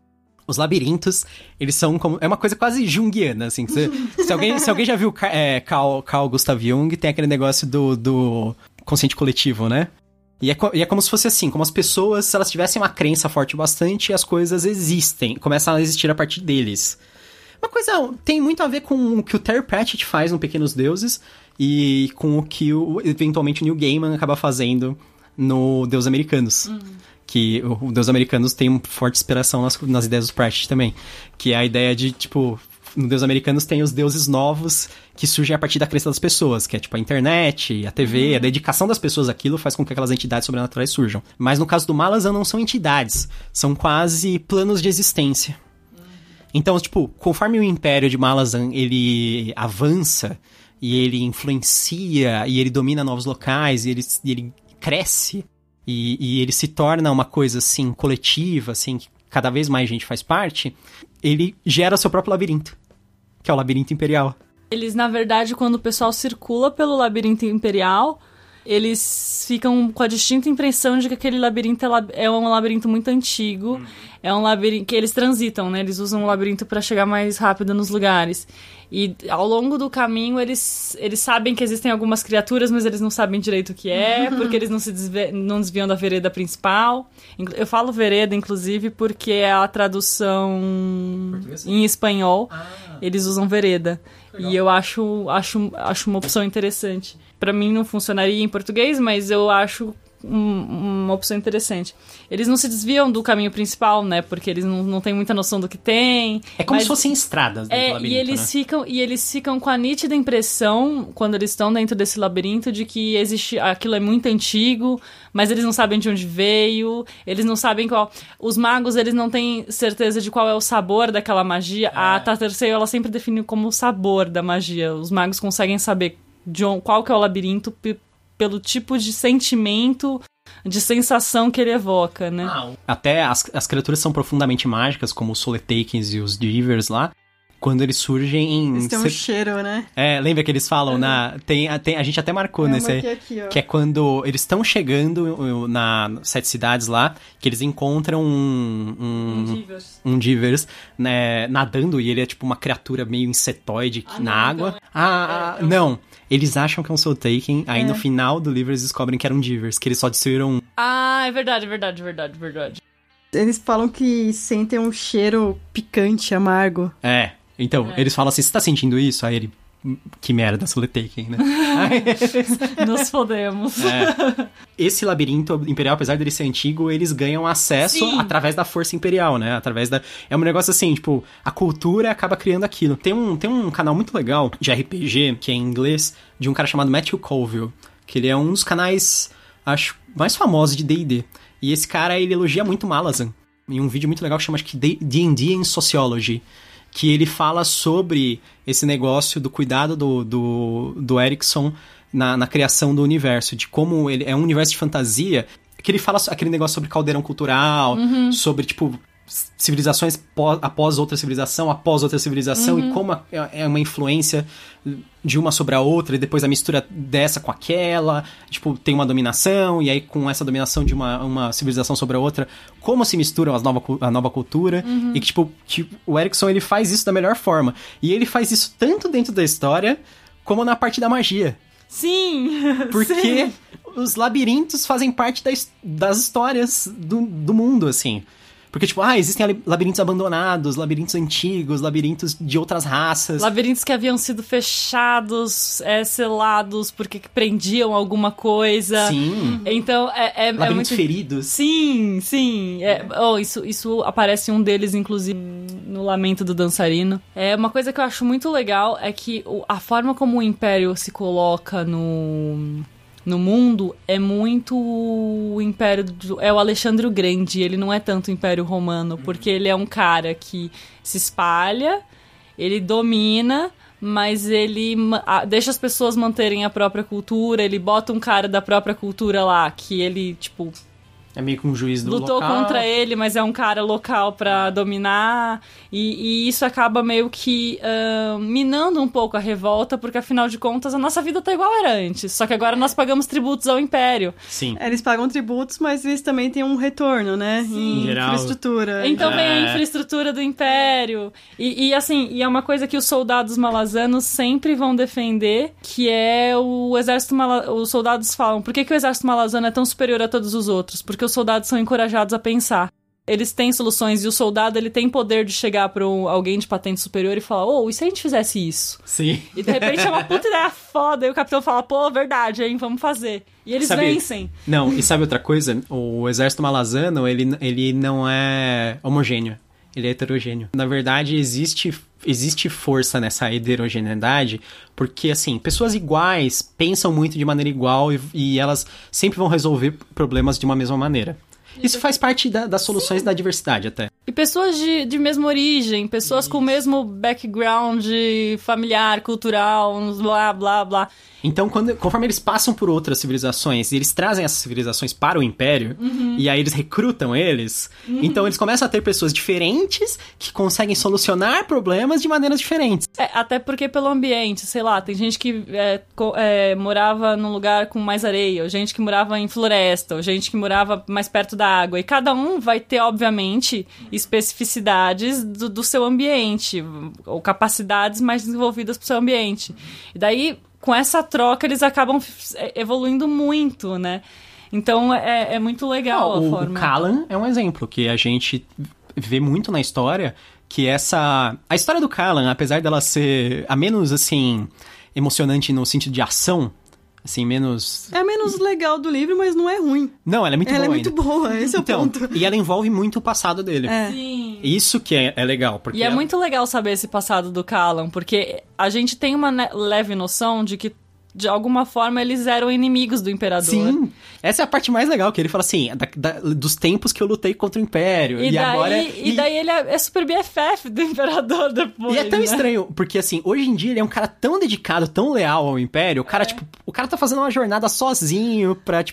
Os labirintos, eles são como... É uma coisa quase junguiana, assim. Se alguém já viu Carl Gustav Jung, tem aquele negócio do consciente coletivo, né? E é como se fosse assim, como as pessoas, se elas tivessem uma crença forte bastante, as coisas existem, começam a existir a partir deles. Uma coisa tem muito a ver com o que o Terry Pratchett faz no Pequenos Deuses e com o que eventualmente o Neil Gaiman acaba fazendo no Deus Americanos. Que o Deus Americanos tem uma forte inspiração nas ideias dos Pratchett também. Que é a ideia de, tipo... No Deus Americanos tem os deuses novos que surgem a partir da crença das pessoas. Que é, tipo, a internet, a TV, a dedicação das pessoas àquilo faz com que aquelas entidades sobrenaturais surjam. Mas no caso do Malazan não são entidades. São quase planos de existência. Então, tipo, conforme o Império de Malazan, ele avança... E ele influencia, e ele domina novos locais, e ele cresce... E ele se torna uma coisa, assim, coletiva, assim, que cada vez mais gente faz parte, ele gera o seu próprio labirinto, que é o labirinto imperial. Eles, na verdade, quando o pessoal circula pelo labirinto imperial, eles ficam com a distinta impressão de que aquele labirinto é um labirinto muito antigo, é um labirinto que eles transitam, né? Eles usam o labirinto para chegar mais rápido nos lugares. E ao longo do caminho, eles sabem que existem algumas criaturas, mas eles não sabem direito o que é, porque eles não desviam da vereda principal. Eu falo vereda, inclusive, porque é a tradução em espanhol. Eles usam vereda. Legal. E eu acho uma opção interessante. Pra mim não funcionaria em português, mas eu acho uma opção interessante. Eles não se desviam do caminho principal, né? Porque eles não têm muita noção do que tem. É como se fossem estradas dentro do labirinto, e eles ficam com a nítida impressão, quando eles estão dentro desse labirinto, de que aquilo é muito antigo, mas eles não sabem de onde veio, eles não sabem qual... Os magos, eles não têm certeza de qual é o sabor daquela magia. A Taterceio, ela sempre define como o sabor da magia. Os magos conseguem saber qual que é o labirinto pelo tipo de sentimento, de sensação que ele evoca, né? Até as criaturas são profundamente mágicas, como os Soletakens e os Divers lá, quando eles surgem em... Eles têm um cheiro, né? Lembra que eles falam a gente até marcou nesse aí, aqui, que é quando eles estão chegando nas 7 cidades lá, que eles encontram um Divers, né, nadando, e ele é tipo uma criatura meio insetoide na água. Não. Eles acham que é um Soultaken, aí no final do livro eles descobrem que era um Divers, que eles só destruíram... É verdade. Eles falam que sentem um cheiro picante, amargo. Então, eles falam assim, você tá sentindo isso? Aí ele, que merda, Soultaken, né? Nos fodemos. Esse labirinto imperial, apesar dele ser antigo, eles ganham acesso através da força imperial, né? É um negócio assim, tipo, a cultura acaba criando aquilo. Tem um canal muito legal de RPG, que é em inglês, de um cara chamado Matthew Colville, que ele é um dos canais, acho, mais famosos de D&D. E esse cara, ele elogia muito Malazan, em um vídeo muito legal que chama, acho que D&D in Sociology, que ele fala sobre esse negócio do cuidado do Erikson na criação do universo, de como ele é um universo de fantasia, que ele fala aquele negócio sobre caldeirão cultural, sobre, tipo, civilizações após outra civilização, e como é uma influência de uma sobre a outra, e depois a mistura dessa com aquela, tipo, tem uma dominação, e aí com essa dominação de uma civilização sobre a outra, como se misturam a nova cultura, e que, tipo, o Erikson, ele faz isso da melhor forma. E ele faz isso tanto dentro da história, como na parte da magia. Sim! Porque sim. Os labirintos fazem parte das histórias do mundo, assim. Porque, tipo, existem labirintos abandonados, labirintos antigos, labirintos de outras raças. Labirintos que haviam sido fechados, selados, porque prendiam alguma coisa. Sim. Então, labirintos muito... feridos. Sim. Isso aparece um deles, inclusive, no Lamento do Dançarino. Uma coisa que eu acho muito legal é que a forma como o Império se coloca no mundo é muito o Império é o Alexandre o Grande, ele não é tanto o Império Romano, porque ele é um cara que se espalha, ele domina, mas ele deixa as pessoas manterem a própria cultura, ele bota um cara da própria cultura lá, que ele, tipo... É meio que um juiz do lutou local. Contra ele, mas é um cara local pra dominar. E isso acaba meio que minando um pouco a revolta, porque afinal de contas a nossa vida tá igual era antes. Só que agora nós pagamos tributos ao Império. Sim. Eles pagam tributos, mas eles também têm um retorno, né? Sim. Em infraestrutura. Então vem a infraestrutura do Império. E é uma coisa que os soldados malazanos sempre vão defender, que é o exército os soldados falam, por que o exército malazano é tão superior a todos os outros? Porque os soldados são encorajados a pensar. Eles têm soluções e o soldado, ele tem poder de chegar pra alguém de patente superior e falar, e se a gente fizesse isso? Sim. E de repente é uma puta ideia foda, e o capitão fala, verdade, hein, vamos fazer. E eles vencem. Não, e sabe outra coisa? O exército malazano, ele não é homogêneo. Ele é heterogêneo. Na verdade, existe força nessa heterogeneidade, porque, assim, pessoas iguais pensam muito de maneira igual e elas sempre vão resolver problemas de uma mesma maneira. Isso faz parte das soluções da diversidade, até. E pessoas de mesma origem, pessoas com o mesmo background familiar, cultural, blá, blá, blá. Então, conforme eles passam por outras civilizações e eles trazem essas civilizações para o Império, e aí eles recrutam eles, então eles começam a ter pessoas diferentes que conseguem solucionar problemas de maneiras diferentes. Até porque pelo ambiente, sei lá, tem gente que morava num lugar com mais areia, ou gente que morava em floresta, ou gente que morava mais perto da água, e cada um vai ter, obviamente, especificidades do seu ambiente, ou capacidades mais desenvolvidas pro seu ambiente. E daí, com essa troca, eles acabam evoluindo muito, né? Então, é muito legal a forma. O Callan é um exemplo que a gente vê muito na história, que a história do Callan, apesar dela ser a menos, assim, emocionante no sentido de ação, assim, menos... É menos legal do livro, mas não é ruim. Não, ela é muito boa. Ela é muito boa, esse é o ponto. E ela envolve muito o passado dele. Sim. Isso que é legal. Porque e é muito legal saber esse passado do Callan, porque a gente tem uma leve noção de que, de alguma forma, eles eram inimigos do Imperador. Sim. Essa é a parte mais legal, que ele fala assim, dos tempos que eu lutei contra o Império. E daí ele é super BFF do Imperador depois, E é tão estranho, porque assim, hoje em dia ele é um cara tão dedicado, tão leal ao Império, o cara tá fazendo uma jornada sozinho pra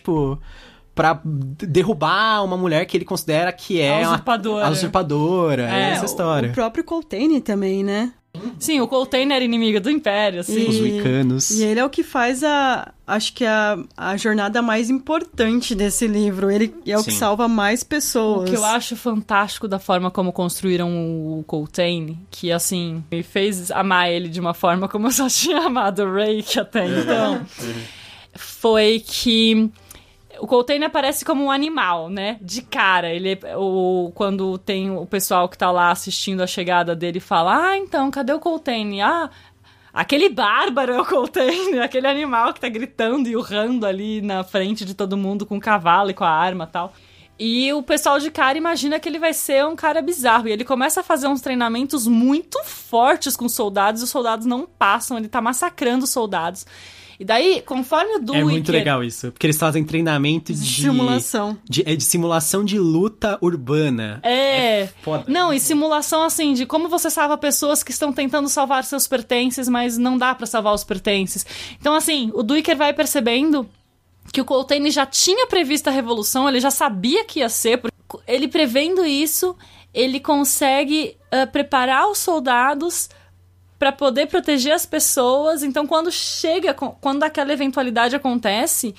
derrubar uma mulher que ele considera que é a usurpadora. Essa história. O próprio Coltane também, né? Sim, o Coltane era inimigo do Império, assim. Os Wiccanos. E ele é o que faz acho que a jornada mais importante desse livro. Ele é o que salva mais pessoas. O que eu acho fantástico da forma como construíram o Coltane, que, assim, me fez amar ele de uma forma como eu só tinha amado o Rake até então, foi que... O Coltane aparece como um animal, né? De cara. Quando tem o pessoal que tá lá assistindo a chegada dele fala, então, cadê o Coltane? Aquele bárbaro é o Coltane, aquele animal que tá gritando e urrando ali na frente de todo mundo com o cavalo e com a arma e tal. E o pessoal de cara imagina que ele vai ser um cara bizarro. E ele começa a fazer uns treinamentos muito fortes com os soldados, e os soldados não passam, ele tá massacrando os soldados. E daí, conforme o Duiker... É muito legal isso, porque eles fazem treinamento de simulação. De simulação de luta urbana. Foda. Não, e simulação, assim, de como você salva pessoas que estão tentando salvar seus pertences, mas não dá pra salvar os pertences. Então, assim, o Duiker vai percebendo que o Coltrane já tinha previsto a revolução, ele já sabia que ia ser, porque ele prevendo isso, ele consegue preparar os soldados para poder proteger as pessoas. Então, quando aquela eventualidade acontece,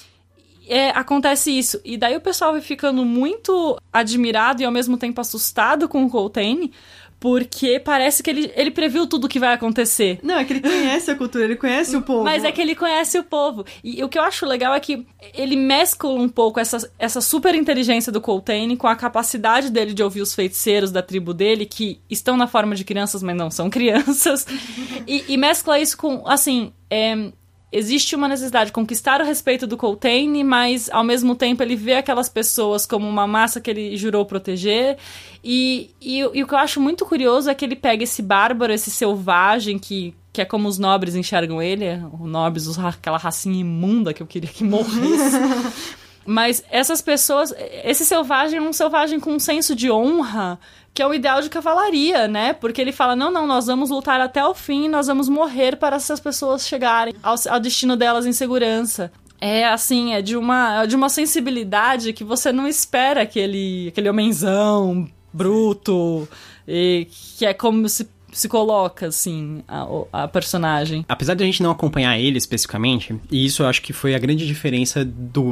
acontece isso. E daí o pessoal vai ficando muito admirado e ao mesmo tempo assustado com o Coltrane, porque parece que ele previu tudo o que vai acontecer. Não, é que ele conhece a cultura, ele conhece o povo. Mas é que ele conhece o povo. E o que eu acho legal é que ele mescla um pouco essa super inteligência do Coltrane com a capacidade dele de ouvir os feiticeiros da tribo dele, que estão na forma de crianças, mas não são crianças. E mescla isso com, assim... existe uma necessidade de conquistar o respeito do Coltrane, mas, ao mesmo tempo, ele vê aquelas pessoas como uma massa que ele jurou proteger. E o que eu acho muito curioso é que ele pega esse bárbaro, esse selvagem, que é como os nobres enxergam ele. Os nobres, aquela racinha imunda que eu queria que morresse. Mas essas pessoas... Esse selvagem é um selvagem com um senso de honra, que é o ideal de cavalaria, né? Porque ele fala, não, nós vamos lutar até o fim, nós vamos morrer para essas pessoas chegarem ao destino delas em segurança. É assim, é de uma sensibilidade que você não espera aquele homenzão bruto, que é como se coloca, assim, a personagem. Apesar de a gente não acompanhar ele especificamente, e isso eu acho que foi a grande diferença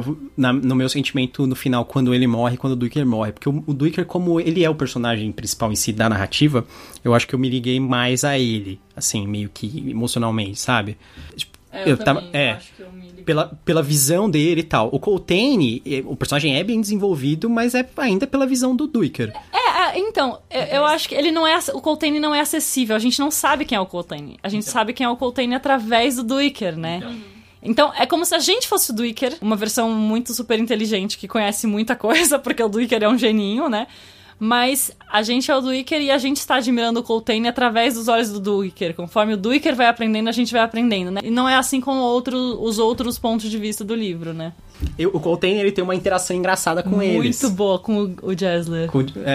no meu sentimento no final, quando ele morre e quando o Duiker morre. Porque o Duiker, como ele é o personagem principal em si da narrativa, eu acho que eu me liguei mais a ele, assim, meio que emocionalmente, sabe? Tipo, eu acho que eu me liguei. Pela visão dele e tal. O Coltrane, o personagem é bem desenvolvido, mas é ainda pela visão do Duiker. Então, eu acho que o Coltrane não é acessível. A gente não sabe quem é o Coltrane. A gente sabe quem é o Coltrane através do Duiker, né? Então, é como se a gente fosse o Duiker, uma versão muito super inteligente que conhece muita coisa, porque o Duiker é um geninho, né? Mas a gente é o Duiker e a gente está admirando o Coltrane através dos olhos do Duiker. Conforme o Duiker vai aprendendo, a gente vai aprendendo, né? E não é assim com os outros pontos de vista do livro, né? O Coltrane, ele tem uma interação engraçada com eles. Muito boa com o Gessler.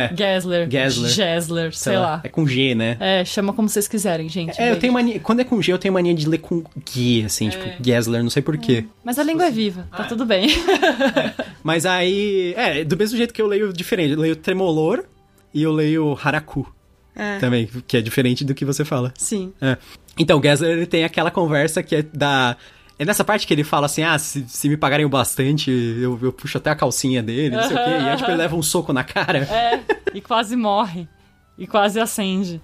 Gessler, sei lá. É com G, né? Chama como vocês quiserem, gente. Eu tenho mania... Quando é com G, eu tenho mania de ler com G, assim, tipo, Gessler, não sei porquê. Mas a língua é viva, tá tudo bem. Mas aí... do mesmo jeito que eu leio diferente. Eu leio Tremolor e eu leio Haraku. Também, que é diferente do que você fala. Sim. Então, o Gessler, ele tem aquela conversa que é da... É nessa parte que ele fala assim, se me pagarem o bastante, eu puxo até a calcinha dele, não sei o quê. E aí, tipo, ele leva um soco na cara. E quase morre. E quase acende.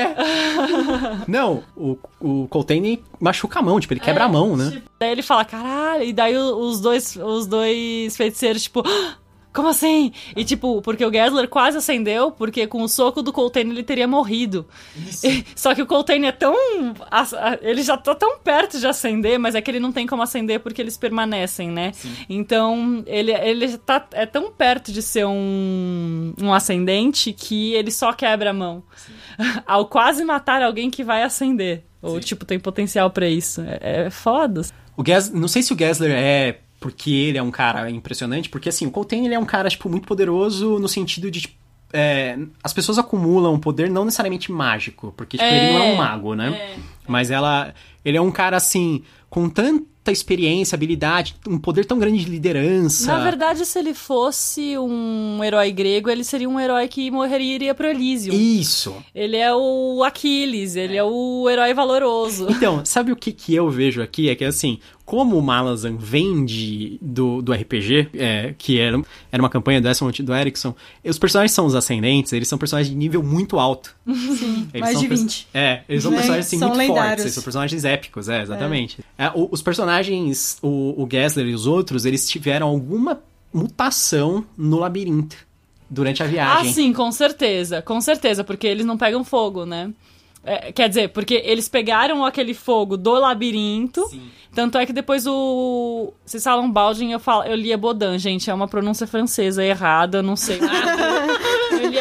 Não, o Coltrane machuca a mão, tipo, ele quebra a mão, né? Tipo, daí ele fala, caralho, e daí os dois feiticeiros, tipo... Como assim? E tipo, porque o Gessler quase acendeu, porque com o soco do Coltrane ele teria morrido. Só que o Coltrane é tão... Ele já tá tão perto de acender, mas é que ele não tem como acender porque eles permanecem, né? Sim. Então, ele é tão perto de ser um ascendente que ele só quebra a mão. Ao quase matar alguém que vai acender. Ou, tipo, tem potencial pra isso. É foda. Não sei se o Gessler é... porque ele é um cara impressionante, porque assim, o Coltrane, ele é um cara, tipo, muito poderoso no sentido de, tipo, as pessoas acumulam poder não necessariamente mágico, porque, tipo, ele não é um mago, né? Mas ele é um cara, assim, com tanta experiência, habilidade, um poder tão grande de liderança. Na verdade, se ele fosse um herói grego, ele seria um herói que morreria e iria pro Elísio. Isso! Ele é o Aquiles, ele é o herói valoroso. Então, sabe o que eu vejo aqui? É que, assim, como o Malazan vem do RPG, que era uma campanha do Esmond do Erickson, os personagens são os ascendentes, eles são personagens de nível muito alto. Sim, mais de 20. Eles são personagens assim, muito lendários. fortes, eles são personagens épicos, exatamente. Os personagens, o Gessler e os outros, eles tiveram alguma mutação no labirinto durante a viagem. Sim, com certeza, porque eles não pegam fogo, né? Quer dizer, porque eles pegaram aquele fogo do labirinto. Sim. Tanto é que depois vocês falam Baldwin, eu lia Baudin, gente. É uma pronúncia francesa errada, não sei nada. Eu lia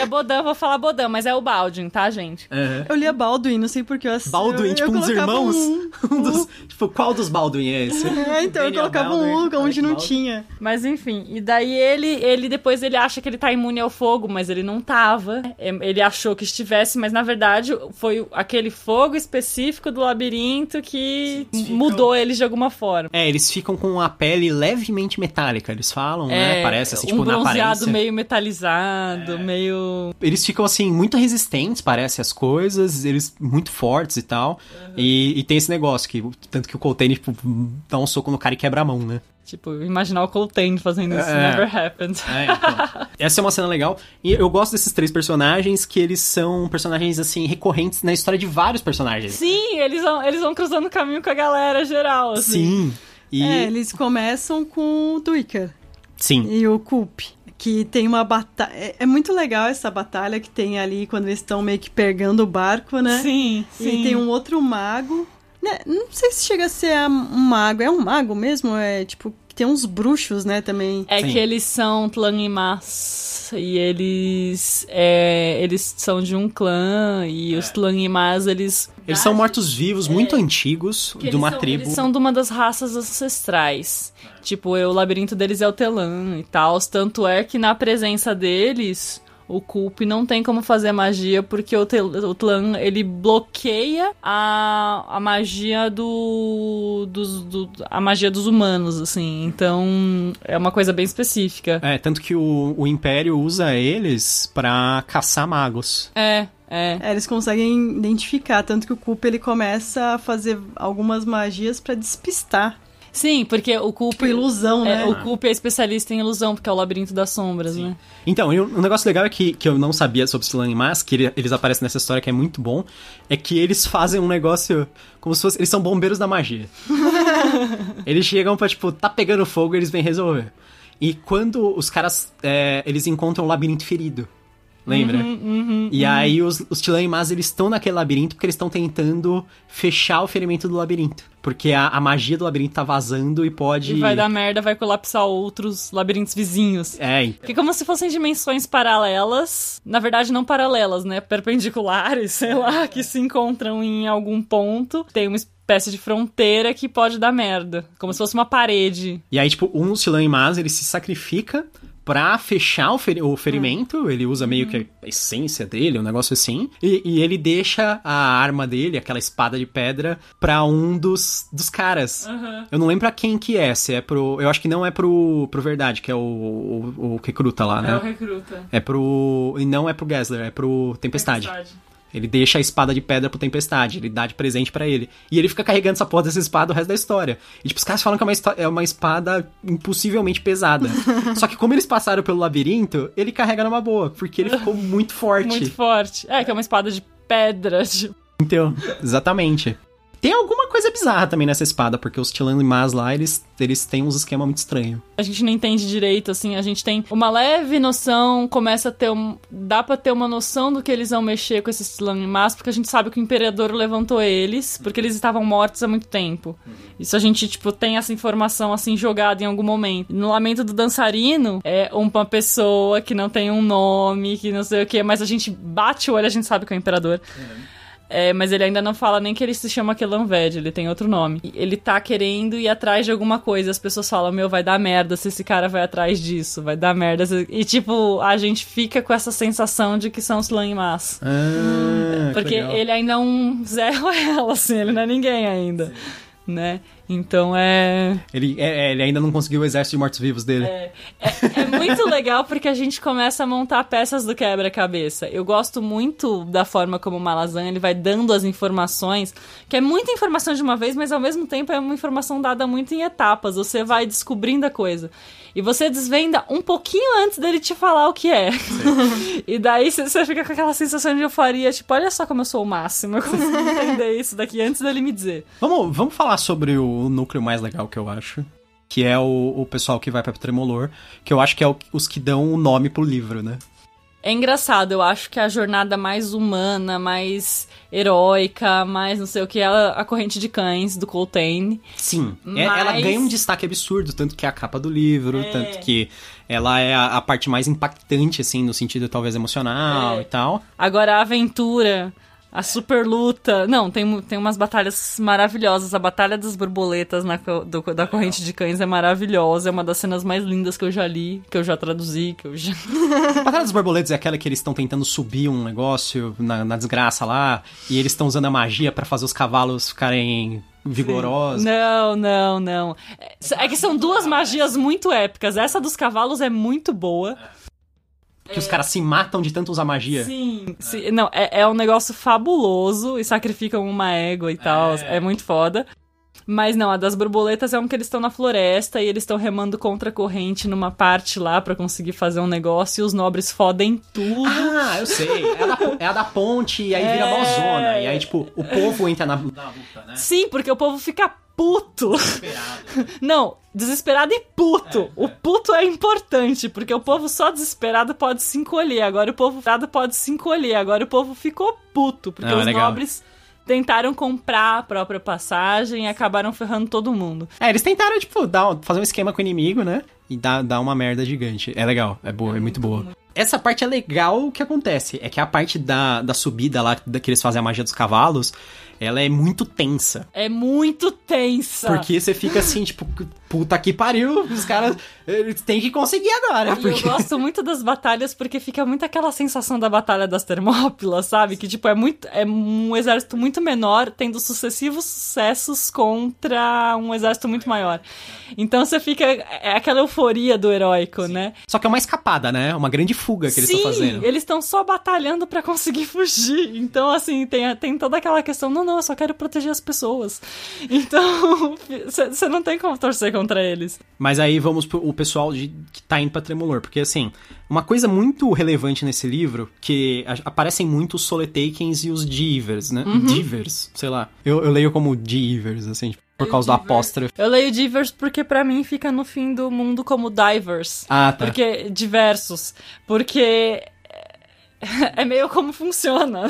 leia Bodan, vou falar Bodan, mas é o Baldwin, tá, gente? Eu lia Baldwin, não sei porque eu Baldwin, tipo, uns irmãos? Tipo, qual dos Baldwin é esse? Então, eu colocava um U onde não tinha. Mas enfim, e daí ele depois ele acha que ele tá imune ao fogo, mas ele não tava. Ele achou que estivesse, mas na verdade foi aquele fogo específico do labirinto que mudou eles de alguma forma. Eles ficam com a pele levemente metálica, eles falam, né? Parece assim, tipo, na aparência. Um bronzeado meio metalizado, meio... Eles ficam, assim, muito resistentes, parece, às coisas, eles muito fortes e tal. E tem esse negócio, tanto que o Coltrane, tipo, dá um soco no cara e quebra a mão, né? Tipo, imaginar o Coltrane fazendo isso, never happened. Então. Essa é uma cena legal. E eu gosto desses 3 personagens, que eles são personagens, assim, recorrentes na história de vários personagens. Sim, eles vão cruzando o caminho com a galera geral, assim. Sim. Eles começam com o Dwicker. Sim. E o Coop. Que tem uma batalha... É muito legal essa batalha que tem ali quando eles estão meio que pegando o barco, né? Sim. E tem um outro mago... Não sei se chega a ser um mago. É um mago mesmo? É tipo... Tem uns bruxos, né, também. Sim. Que eles são Tlangmas. E eles são de um clã. E os Tlangmas, eles são mortos-vivos muito antigos, de uma tribo. Eles são de uma das raças ancestrais. Tipo, o labirinto deles é o Telan e tal. Tanto é que na presença deles... O Coop não tem como fazer magia porque o Tlan, ele bloqueia a magia a magia dos humanos, assim. Então, é uma coisa bem específica. Tanto que o Império usa eles pra caçar magos. Eles conseguem identificar, tanto que o Coop, ele começa a fazer algumas magias pra despistar. Sim, porque o Coop... Tipo, ilusão, né? O Coop é especialista em ilusão, porque é o labirinto das sombras, né? Então, um negócio legal é que eu não sabia sobre os Tlangmas, que eles aparecem nessa história que é muito bom, é que eles fazem um negócio como se fosse... Eles são bombeiros da magia. Eles chegam pra, tipo, tá pegando fogo e eles vêm resolver. E quando os caras, eles encontram um labirinto ferido. Lembra? E aí os Tlangmas, eles estão naquele labirinto porque eles estão tentando fechar o ferimento do labirinto. Porque a magia do labirinto tá vazando e pode... E vai dar merda, vai colapsar outros labirintos vizinhos. Que é como se fossem dimensões paralelas. Na verdade, não paralelas, né? Perpendiculares, sei lá, que se encontram em algum ponto. Tem uma espécie de fronteira que pode dar merda. Como se fosse uma parede. E aí, tipo, um dos Tlangmas, ele se sacrifica pra fechar o ferimento. Ele usa meio que a essência dele, um negócio assim. E ele deixa a arma dele, aquela espada de pedra, pra um dos caras. Eu não lembro pra quem que é. Se é pro... Eu acho que não é pro Verdade, que é o recruta lá, né? É o recruta. E não é pro Gessler, é pro Tempestade. Ele deixa a espada de pedra pro Tempestade, ele dá de presente pra ele. E ele fica carregando essa porra dessa espada o resto da história. E tipo, os caras falam que é uma espada impossivelmente pesada. Só que como eles passaram pelo labirinto, ele carrega numa boa, porque ele ficou muito forte. Muito forte. Que é uma espada de pedra. Então, exatamente. Tem alguma coisa bizarra também nessa espada, porque os Tlangmas lá, eles têm uns esquemas muito estranhos. A gente não entende direito, assim, a gente tem uma leve noção, começa a ter dá pra ter uma noção do que eles vão mexer com esses Tlangmas, porque a gente sabe que o Imperador levantou eles, porque eles estavam mortos há muito tempo. Isso a gente, tipo, tem essa informação, assim, jogada em algum momento. No Lamento do Dançarino, é uma pessoa que não tem um nome, que não sei o quê, mas a gente bate o olho, a gente sabe que é o Imperador. Mas ele ainda não fala nem que ele se chama Kelanved, ele tem outro nome. Ele tá querendo ir atrás de alguma coisa. As pessoas falam, vai dar merda se esse cara vai atrás disso, vai dar merda. E tipo, a gente fica com essa sensação de que são os Tlangmas. Porque ele ainda é um Zé Ruela, assim, ele não é ninguém ainda. Né? Então Ele ainda não conseguiu o exército de mortos-vivos dele. É muito legal porque a gente começa a montar peças do quebra-cabeça. Eu gosto muito da forma como o Malazan ele vai dando as informações, que é muita informação de uma vez, mas ao mesmo tempo é uma informação dada muito em etapas. Você vai descobrindo a coisa. E você desvenda um pouquinho antes dele te falar o que é. E daí você fica com aquela sensação de euforia, tipo, olha só como eu sou o máximo. Eu consigo entender isso daqui antes dele me dizer. Vamos falar sobre o núcleo mais legal que eu acho. Que é o pessoal que vai pra Tremolor. Que eu acho que é os que dão o nome pro livro, né? É engraçado, eu acho que a jornada mais humana, mais heróica, mais não sei o que, é a Corrente de Cães, do Coltrane. Sim, ela ganha um destaque absurdo, tanto que é a capa do livro, tanto que ela é a parte mais impactante, assim, no sentido talvez emocional e tal. Agora a aventura... A super luta... Não, tem umas batalhas maravilhosas. A Batalha das Borboletas da Corrente de Cães é maravilhosa. É uma das cenas mais lindas que eu já li, que eu já traduzi, que eu já... A Batalha das Borboletas é aquela que eles estão tentando subir um negócio na desgraça lá, e eles estão usando a magia pra fazer os cavalos ficarem vigorosos. Não. É que são duas magias muito épicas. Essa dos cavalos é muito boa. Que os caras se matam de tanto usar magia. Sim. Não, é um negócio fabuloso e sacrificam uma égua e tal. É muito foda. Mas não, a das borboletas é um que eles estão na floresta e eles estão remando contra a corrente numa parte lá pra conseguir fazer um negócio e os nobres fodem tudo. Ah, eu sei. É a da ponte e aí vira mozona. E aí, tipo, o povo entra na luta, né? Sim, porque o povo fica puto. Desesperado. Não, desesperado e puto. O puto é importante, porque o povo só desesperado pode se encolher. Agora o povo pode se encolher. Agora o povo ficou puto, porque os nobres tentaram comprar a própria passagem e acabaram ferrando todo mundo. Eles tentaram, tipo, fazer um esquema com o inimigo, né? E dar uma merda gigante. É legal, é boa, é muito boa. Essa parte é legal, o que acontece é que a parte da subida lá, que eles fazem a magia dos cavalos, ela é muito tensa. É muito tensa. Porque você fica assim, tipo, puta que pariu, os caras eles têm que conseguir agora. Eu gosto muito das batalhas porque fica muito aquela sensação da Batalha das Termópilas, sabe? Que, tipo, é um exército muito menor tendo sucessivos sucessos contra um exército muito maior. Então você fica... É aquela euforia do heróico, né? Só que é uma escapada, né? Uma grande fuga que eles estão fazendo. Sim, eles estão só batalhando pra conseguir fugir. Então, assim, tem toda aquela questão, não, eu só quero proteger as pessoas. Então, você não tem como torcer contra eles. Mas aí vamos pro pessoal que tá indo pra Tremolor, porque, assim, uma coisa muito relevante nesse livro, que aparecem muito os Soletakens e os Divers, né? Divers, sei lá. Eu leio como Divers, assim, tipo, por causa do apóstrofe. Eu leio Divers porque pra mim fica no fim do mundo como Divers. Ah, tá. Porque diversos. Porque é meio como funciona.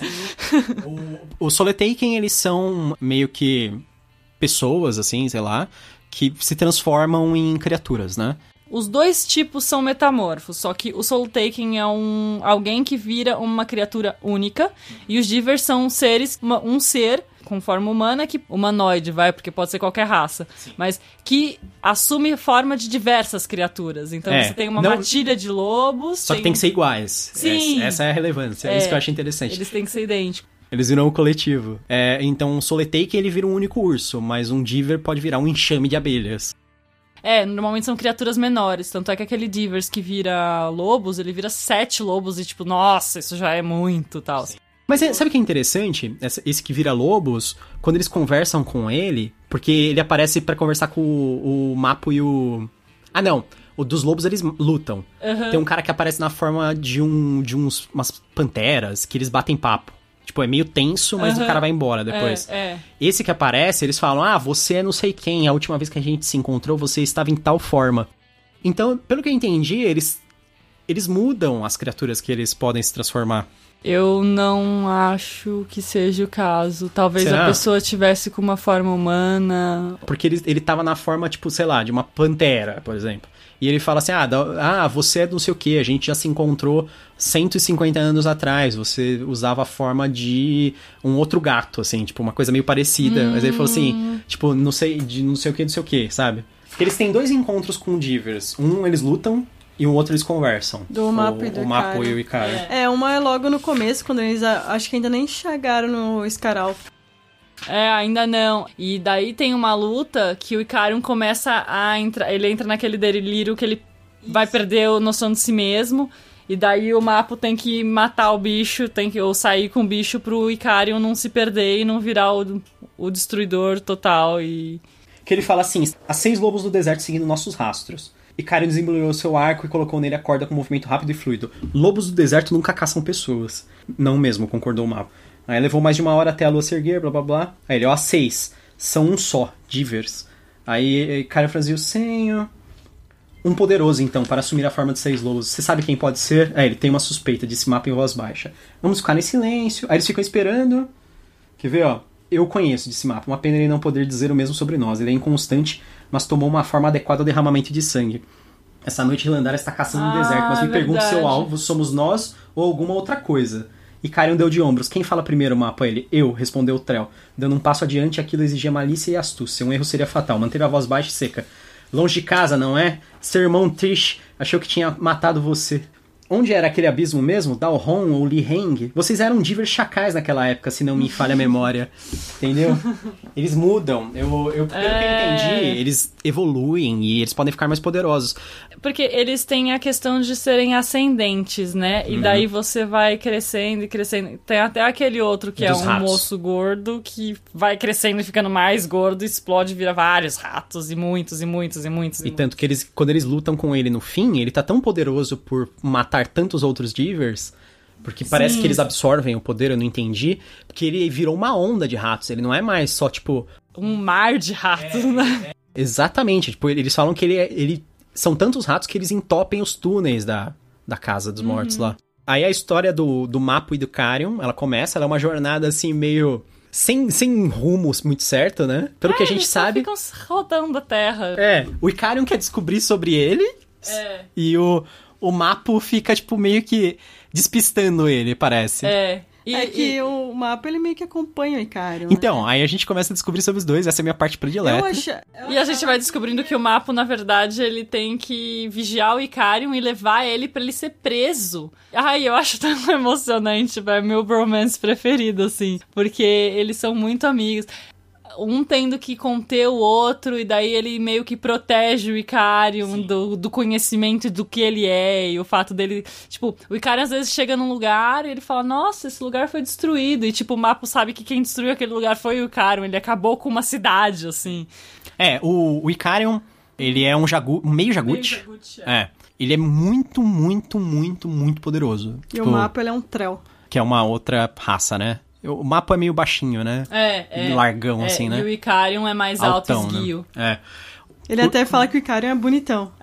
Os Soletaken, eles são meio que pessoas, assim, sei lá, que se transformam em criaturas, né? Os dois tipos são metamorfos, só que o Soultaken é alguém que vira uma criatura única, e os Divers são seres, um ser com forma humana, humanoide, porque pode ser qualquer raça, mas que assume forma de diversas criaturas. Então você tem uma matilha de lobos... Só que tem que ser iguais. Sim. Essa é a relevância, é isso que eu acho interessante. Eles têm que ser idênticos. Eles viram o coletivo. Então, um Soletaken, ele vira um único urso, mas um Diver pode virar um enxame de abelhas. Normalmente são criaturas menores. Tanto é que aquele Divers que vira lobos, ele vira 7 lobos e tipo, nossa, isso já é muito, tal. Sim. Mas sabe o que é interessante? Esse que vira lobos, quando eles conversam com ele, porque ele aparece pra conversar com o Mapo e o... Ah, não. O dos lobos, eles lutam. Tem um cara que aparece na forma de umas panteras, que eles batem papo. Tipo, é meio tenso, mas o cara vai embora depois. Esse que aparece, eles falam, você é não sei quem, a última vez que a gente se encontrou, você estava em tal forma. Então, pelo que eu entendi, eles mudam as criaturas que eles podem se transformar. Eu não acho que seja o caso. Talvez a pessoa tivesse com uma forma humana. Porque ele tava na forma, tipo, sei lá, de uma pantera, por exemplo. E ele fala assim, você é não sei o que, a gente já se encontrou 150 anos atrás, você usava a forma de um outro gato, assim, tipo, uma coisa meio parecida. Mas ele falou assim, tipo, não sei o que, sabe? Porque eles têm 2 encontros com Divers. Um, eles lutam, e o outro eles conversam. Do Mapo e do Icaro. O Mapo e o Icaro. Uma é logo no começo, quando eles acho que ainda nem chegaram no Scaral. Ainda não. E daí tem uma luta que o Icarium começa a entrar... Ele entra naquele delírio que ele vai perder a noção de si mesmo. E daí o Mapo tem que matar o bicho, ou sair com o bicho pro Icarium não se perder e não virar o destruidor total. Que ele fala assim, há 6 lobos do deserto seguindo nossos rastros. Icarium desembrulhou seu arco e colocou nele a corda com movimento rápido e fluido. Lobos do deserto nunca caçam pessoas. Não mesmo, concordou o Mapo. Aí levou mais de 1 hora até a lua se erguer, blá blá blá. Aí ele, 6. São um só, Divers. Aí Icarium franziu o senho. um poderoso, então, para assumir a forma de 6 lobos. Você sabe quem pode ser? Ele tem uma suspeita, disse Mapa em voz baixa. Vamos ficar em silêncio. Aí eles ficam esperando. Quer ver, ó? Eu conheço, disse Mapa. Uma pena ele não poder dizer o mesmo sobre nós. Ele é inconstante, mas tomou uma forma adequada ao derramamento de sangue. Essa noite Rilandara está caçando no deserto, mas me pergunto se seu alvo somos nós ou alguma outra coisa. E Carion deu de ombros. Quem fala primeiro, Mapa? Ele. Eu, respondeu Trell. Dando um passo adiante, aquilo exigia malícia e astúcia. Um erro seria fatal. Manteve a voz baixa e seca. Longe de casa, não é? Seu irmão Trish achou que tinha matado você. Onde era aquele abismo mesmo? Dalhon ou Liheng? Vocês eram divers chacais naquela época, se não me falha a memória. Entendeu? Eles mudam. Pelo que eu entendi, eles evoluem e eles podem ficar mais poderosos. Porque eles têm a questão de serem ascendentes, né? E daí você vai crescendo e crescendo. Tem até aquele outro que é um ratos. moço gordo que vai crescendo e ficando mais gordo, explode e vira vários ratos e muitos e muitos e muitos. E tanto que quando eles lutam com ele no fim, ele tá tão poderoso por matar tantos outros divers, porque parece que eles absorvem o poder, eu não entendi, porque ele virou uma onda de ratos, ele não é mais só, tipo... um mar de ratos, né? Exatamente, tipo, eles falam que ele são tantos ratos que eles entopem os túneis da Casa dos Mortos lá. Aí a história do Mappo e do Carion, ela é uma jornada assim, meio... Sem rumo muito certo, né? Pelo que a gente sabe... Eles ficam rodando a terra. O Icarion quer descobrir sobre ele, e o Mappo fica, tipo, meio que despistando ele, parece. Que o Mappo, ele meio que acompanha o Icarion, Então, né? aí a gente começa a descobrir sobre os dois, essa é a minha parte predileta. E a gente vai descobrindo que o Mappo, na verdade, ele tem que vigiar o Icarion e levar ele pra ele ser preso. Ai, eu acho tão emocionante, é meu bromance preferido, assim. Porque eles são muito amigos. Um tendo que conter o outro, e daí ele meio que protege o Icarion do conhecimento do que ele é, e o fato dele... Tipo, o Icarion às vezes chega num lugar e ele fala, nossa, esse lugar foi destruído. E tipo, o Mappo sabe que quem destruiu aquele lugar foi o Icarion, ele acabou com uma cidade, assim. O Icarion, ele é um meio jaguti. Ele é muito, muito, muito, muito poderoso. E o Mappo, ele é um Trell. Que é uma outra raça, né? O Mappo é meio baixinho, né? Largão, assim, né? E o Icarion é mais alto, esguio. Né? Ele até fala que o Icarion é bonitão.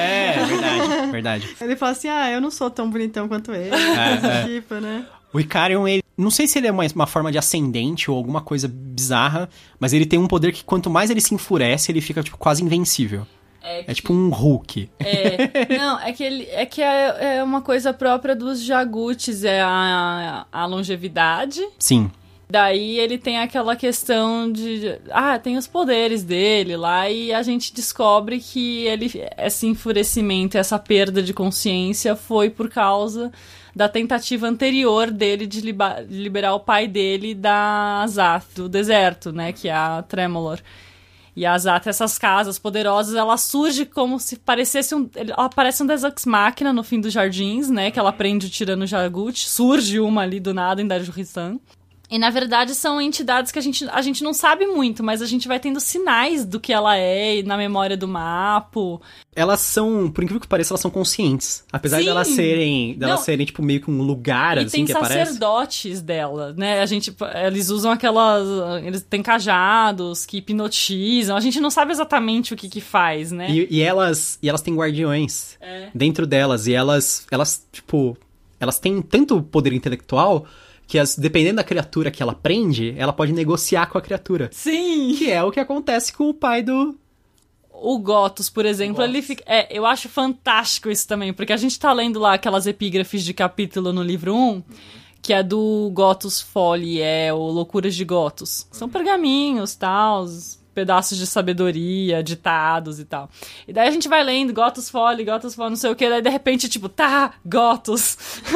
Verdade. Ele fala assim, eu não sou tão bonitão quanto ele. Tipo, né? O Icarion, ele... Não sei se ele é uma forma de ascendente ou alguma coisa bizarra, mas ele tem um poder que quanto mais ele se enfurece, ele fica, tipo, quase invencível. É tipo um Hulk. Não, é que é uma coisa própria dos jagutis, é a longevidade. Sim. Daí ele tem aquela questão de... tem os poderes dele lá, e a gente descobre que esse enfurecimento, essa perda de consciência foi por causa da tentativa anterior dele de liberar o pai dele da Azath, do deserto, né, que é a Tremolor. E a Azath, essas casas poderosas, ela surge como se parecesse ela parece um Deus Ex Machina no fim dos Jardins, né? Que ela prende o tirano Jagut. Surge uma ali do nada em Darjuristan. E, na verdade, são entidades que a gente não sabe muito, mas a gente vai tendo sinais do que ela é e na memória do Mappo. Elas são, por incrível que pareça, elas são conscientes. Apesar de elas serem, tipo, meio que um lugar, assim, que aparece. E tem sacerdotes dela, né? Eles usam eles têm cajados que hipnotizam. A gente não sabe exatamente o que faz, né? E elas têm guardiões dentro delas. E elas, tipo, elas têm tanto poder intelectual... que dependendo da criatura que ela prende, ela pode negociar com a criatura. Sim! Que é o que acontece com o pai do... O Gothos, por exemplo, ele fica... eu acho fantástico isso também, porque a gente tá lendo lá aquelas epígrafes de capítulo no livro 1, que é do Gothos Folly, o Loucuras de Gothos. São pergaminhos, tal, pedaços de sabedoria, ditados e tal. E daí a gente vai lendo Gothos Folly, não sei o que, daí de repente, tipo, Gothos.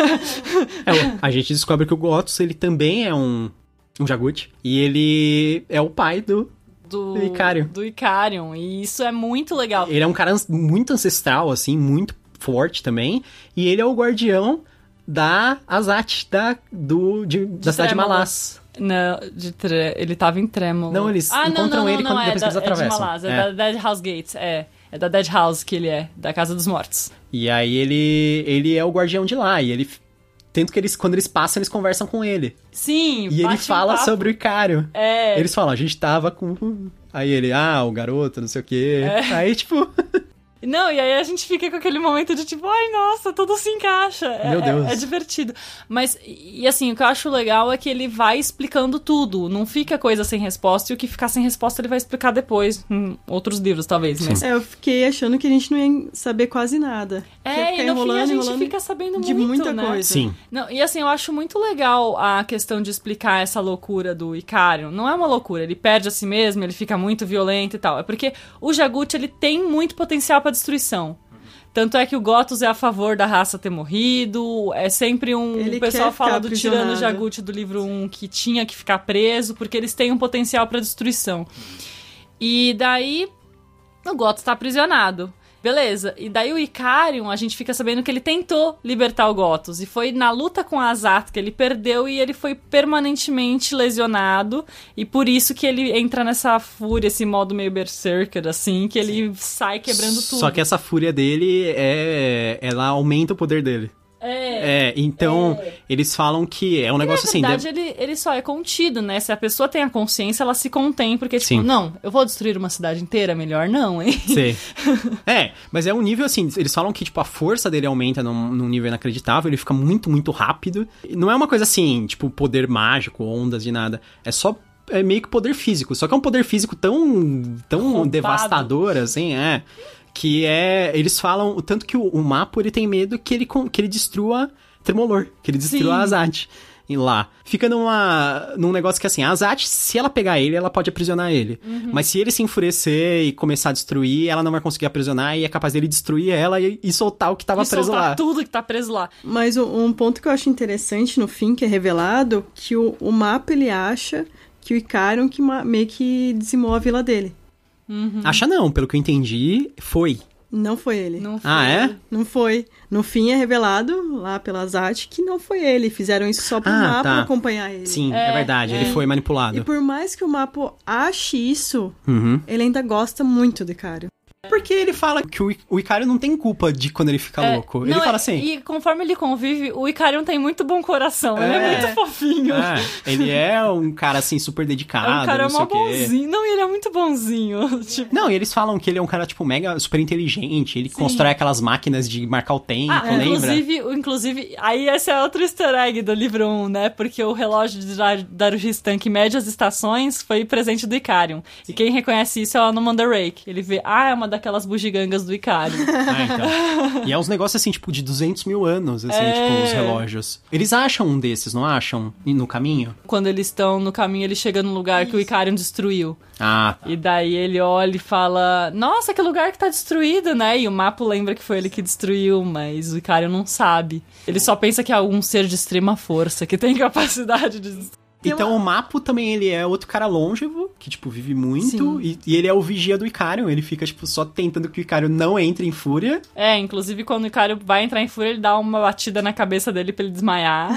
A gente descobre que o Gothos, ele também é um jaguti, e ele é o pai do Icarion. Do Icarion, e isso é muito legal. Ele é um cara muito ancestral, assim, muito forte também, e ele é o guardião da Azath, da cidade de Malaz. Não, ele tava em Tremolo. Não, eles encontram ele quando depois eles atravessam. É de Malaz, da Dead House Gates, é da Dead House que ele é, da Casa dos Mortos. E aí ele é o guardião de lá, e ele... Tanto que quando eles passam, eles conversam com ele. Sim, e ele fala sobre o Icarion. Eles falam, a gente tava com... Aí ele, o garoto, não sei o quê. Aí, tipo... Não, e aí a gente fica com aquele momento de tipo, ai, nossa, tudo se encaixa. Meu Deus. É divertido. Mas, e assim, o que eu acho legal é que ele vai explicando tudo. Não fica coisa sem resposta, e o que ficar sem resposta ele vai explicar depois. Em outros livros, talvez. Mas... eu fiquei achando que a gente não ia saber quase nada. E no fim a gente fica sabendo de muito, muita né? coisa. Sim. Não, e assim, eu acho muito legal a questão de explicar essa loucura do Icarion. Não é uma loucura, ele perde a si mesmo, ele fica muito violento e tal. É porque o Jagut, ele tem muito potencial pra destruição. Tanto é que o Gothos é a favor da raça ter morrido, é sempre o pessoal fala do tirano Jagut do livro 1 que tinha que ficar preso, porque eles têm um potencial pra destruição. E daí, o Gothos tá aprisionado. Beleza, e daí o Icarion, a gente fica sabendo que ele tentou libertar o Gothos, e foi na luta com a Azat que ele perdeu e ele foi permanentemente lesionado, e por isso que ele entra nessa fúria, esse modo meio berserker, assim, que ele sai quebrando tudo. Só que essa fúria dele, ela aumenta o poder dele. Então, eles falam que é um negócio assim... Na verdade, ele só é contido, né? Se a pessoa tem a consciência, ela se contém, porque, tipo, não, eu vou destruir uma cidade inteira? Melhor não, hein? Sim. Mas é um nível assim, eles falam que, tipo, a força dele aumenta num nível inacreditável, ele fica muito, muito rápido. Não é uma coisa assim, tipo, poder mágico, ondas de nada. É meio que poder físico, só que é um poder físico tão devastador, assim, que eles falam o tanto que o Mappo, ele tem medo que ele destrua Tremolor, que ele destrua a Azat lá. Fica num negócio que assim, a Azat, se ela pegar ele, ela pode aprisionar ele. Mas se ele se enfurecer e começar a destruir, ela não vai conseguir aprisionar e é capaz dele destruir ela e soltar o que tava preso lá. Soltar tudo que tá preso lá. Mas um ponto que eu acho interessante no fim, que é revelado, que o Mappo, ele acha que o Icarion que meio que dizimou a vila dele. Acha não, pelo que eu entendi, foi. Não foi ele. Não foi. Não foi. No fim é revelado, lá pela Azat, que não foi ele. Fizeram isso só pro Mappo acompanhar ele. Sim, é verdade. Ele foi manipulado. E por mais que o Mappo ache isso, ele ainda gosta muito do Icarion. Porque ele fala que o Icarion não tem culpa de quando ele fica louco. Ele fala assim... E conforme ele convive, o Icarion tem muito bom coração. Ele é muito fofinho. Ele é um cara, assim, super dedicado. É um cara mó bonzinho. Não, ele é muito bonzinho. Tipo... Não, e eles falam que ele é um cara, tipo, mega super inteligente. Ele constrói aquelas máquinas de marcar o tempo, lembra? Inclusive, aí esse é outro easter egg do livro 1, né? Porque o relógio de Darujhistan, que mede as estações, foi presente do Icarion. E quem reconhece isso é o Anomander Rake. Ele vê, é uma daquelas bugigangas do Icarion. Então. E é uns negócios assim, tipo, de 200 mil anos, assim, tipo, os relógios. Eles acham um desses, não acham? No caminho? Quando eles estão no caminho, ele chega no lugar que o Icarion destruiu. E daí ele olha e fala, nossa, que lugar que tá destruído, né? E o Mappo lembra que foi ele que destruiu, mas o Icarion não sabe. Ele só pensa que é algum ser de extrema força, que tem capacidade de destruir. Então o Mappo também, ele é outro cara longevo, que, tipo, vive muito, e ele é o vigia do Icarion, ele fica, tipo, só tentando que o Icarion não entre em fúria. Inclusive quando o Icarion vai entrar em fúria, ele dá uma batida na cabeça dele pra ele desmaiar.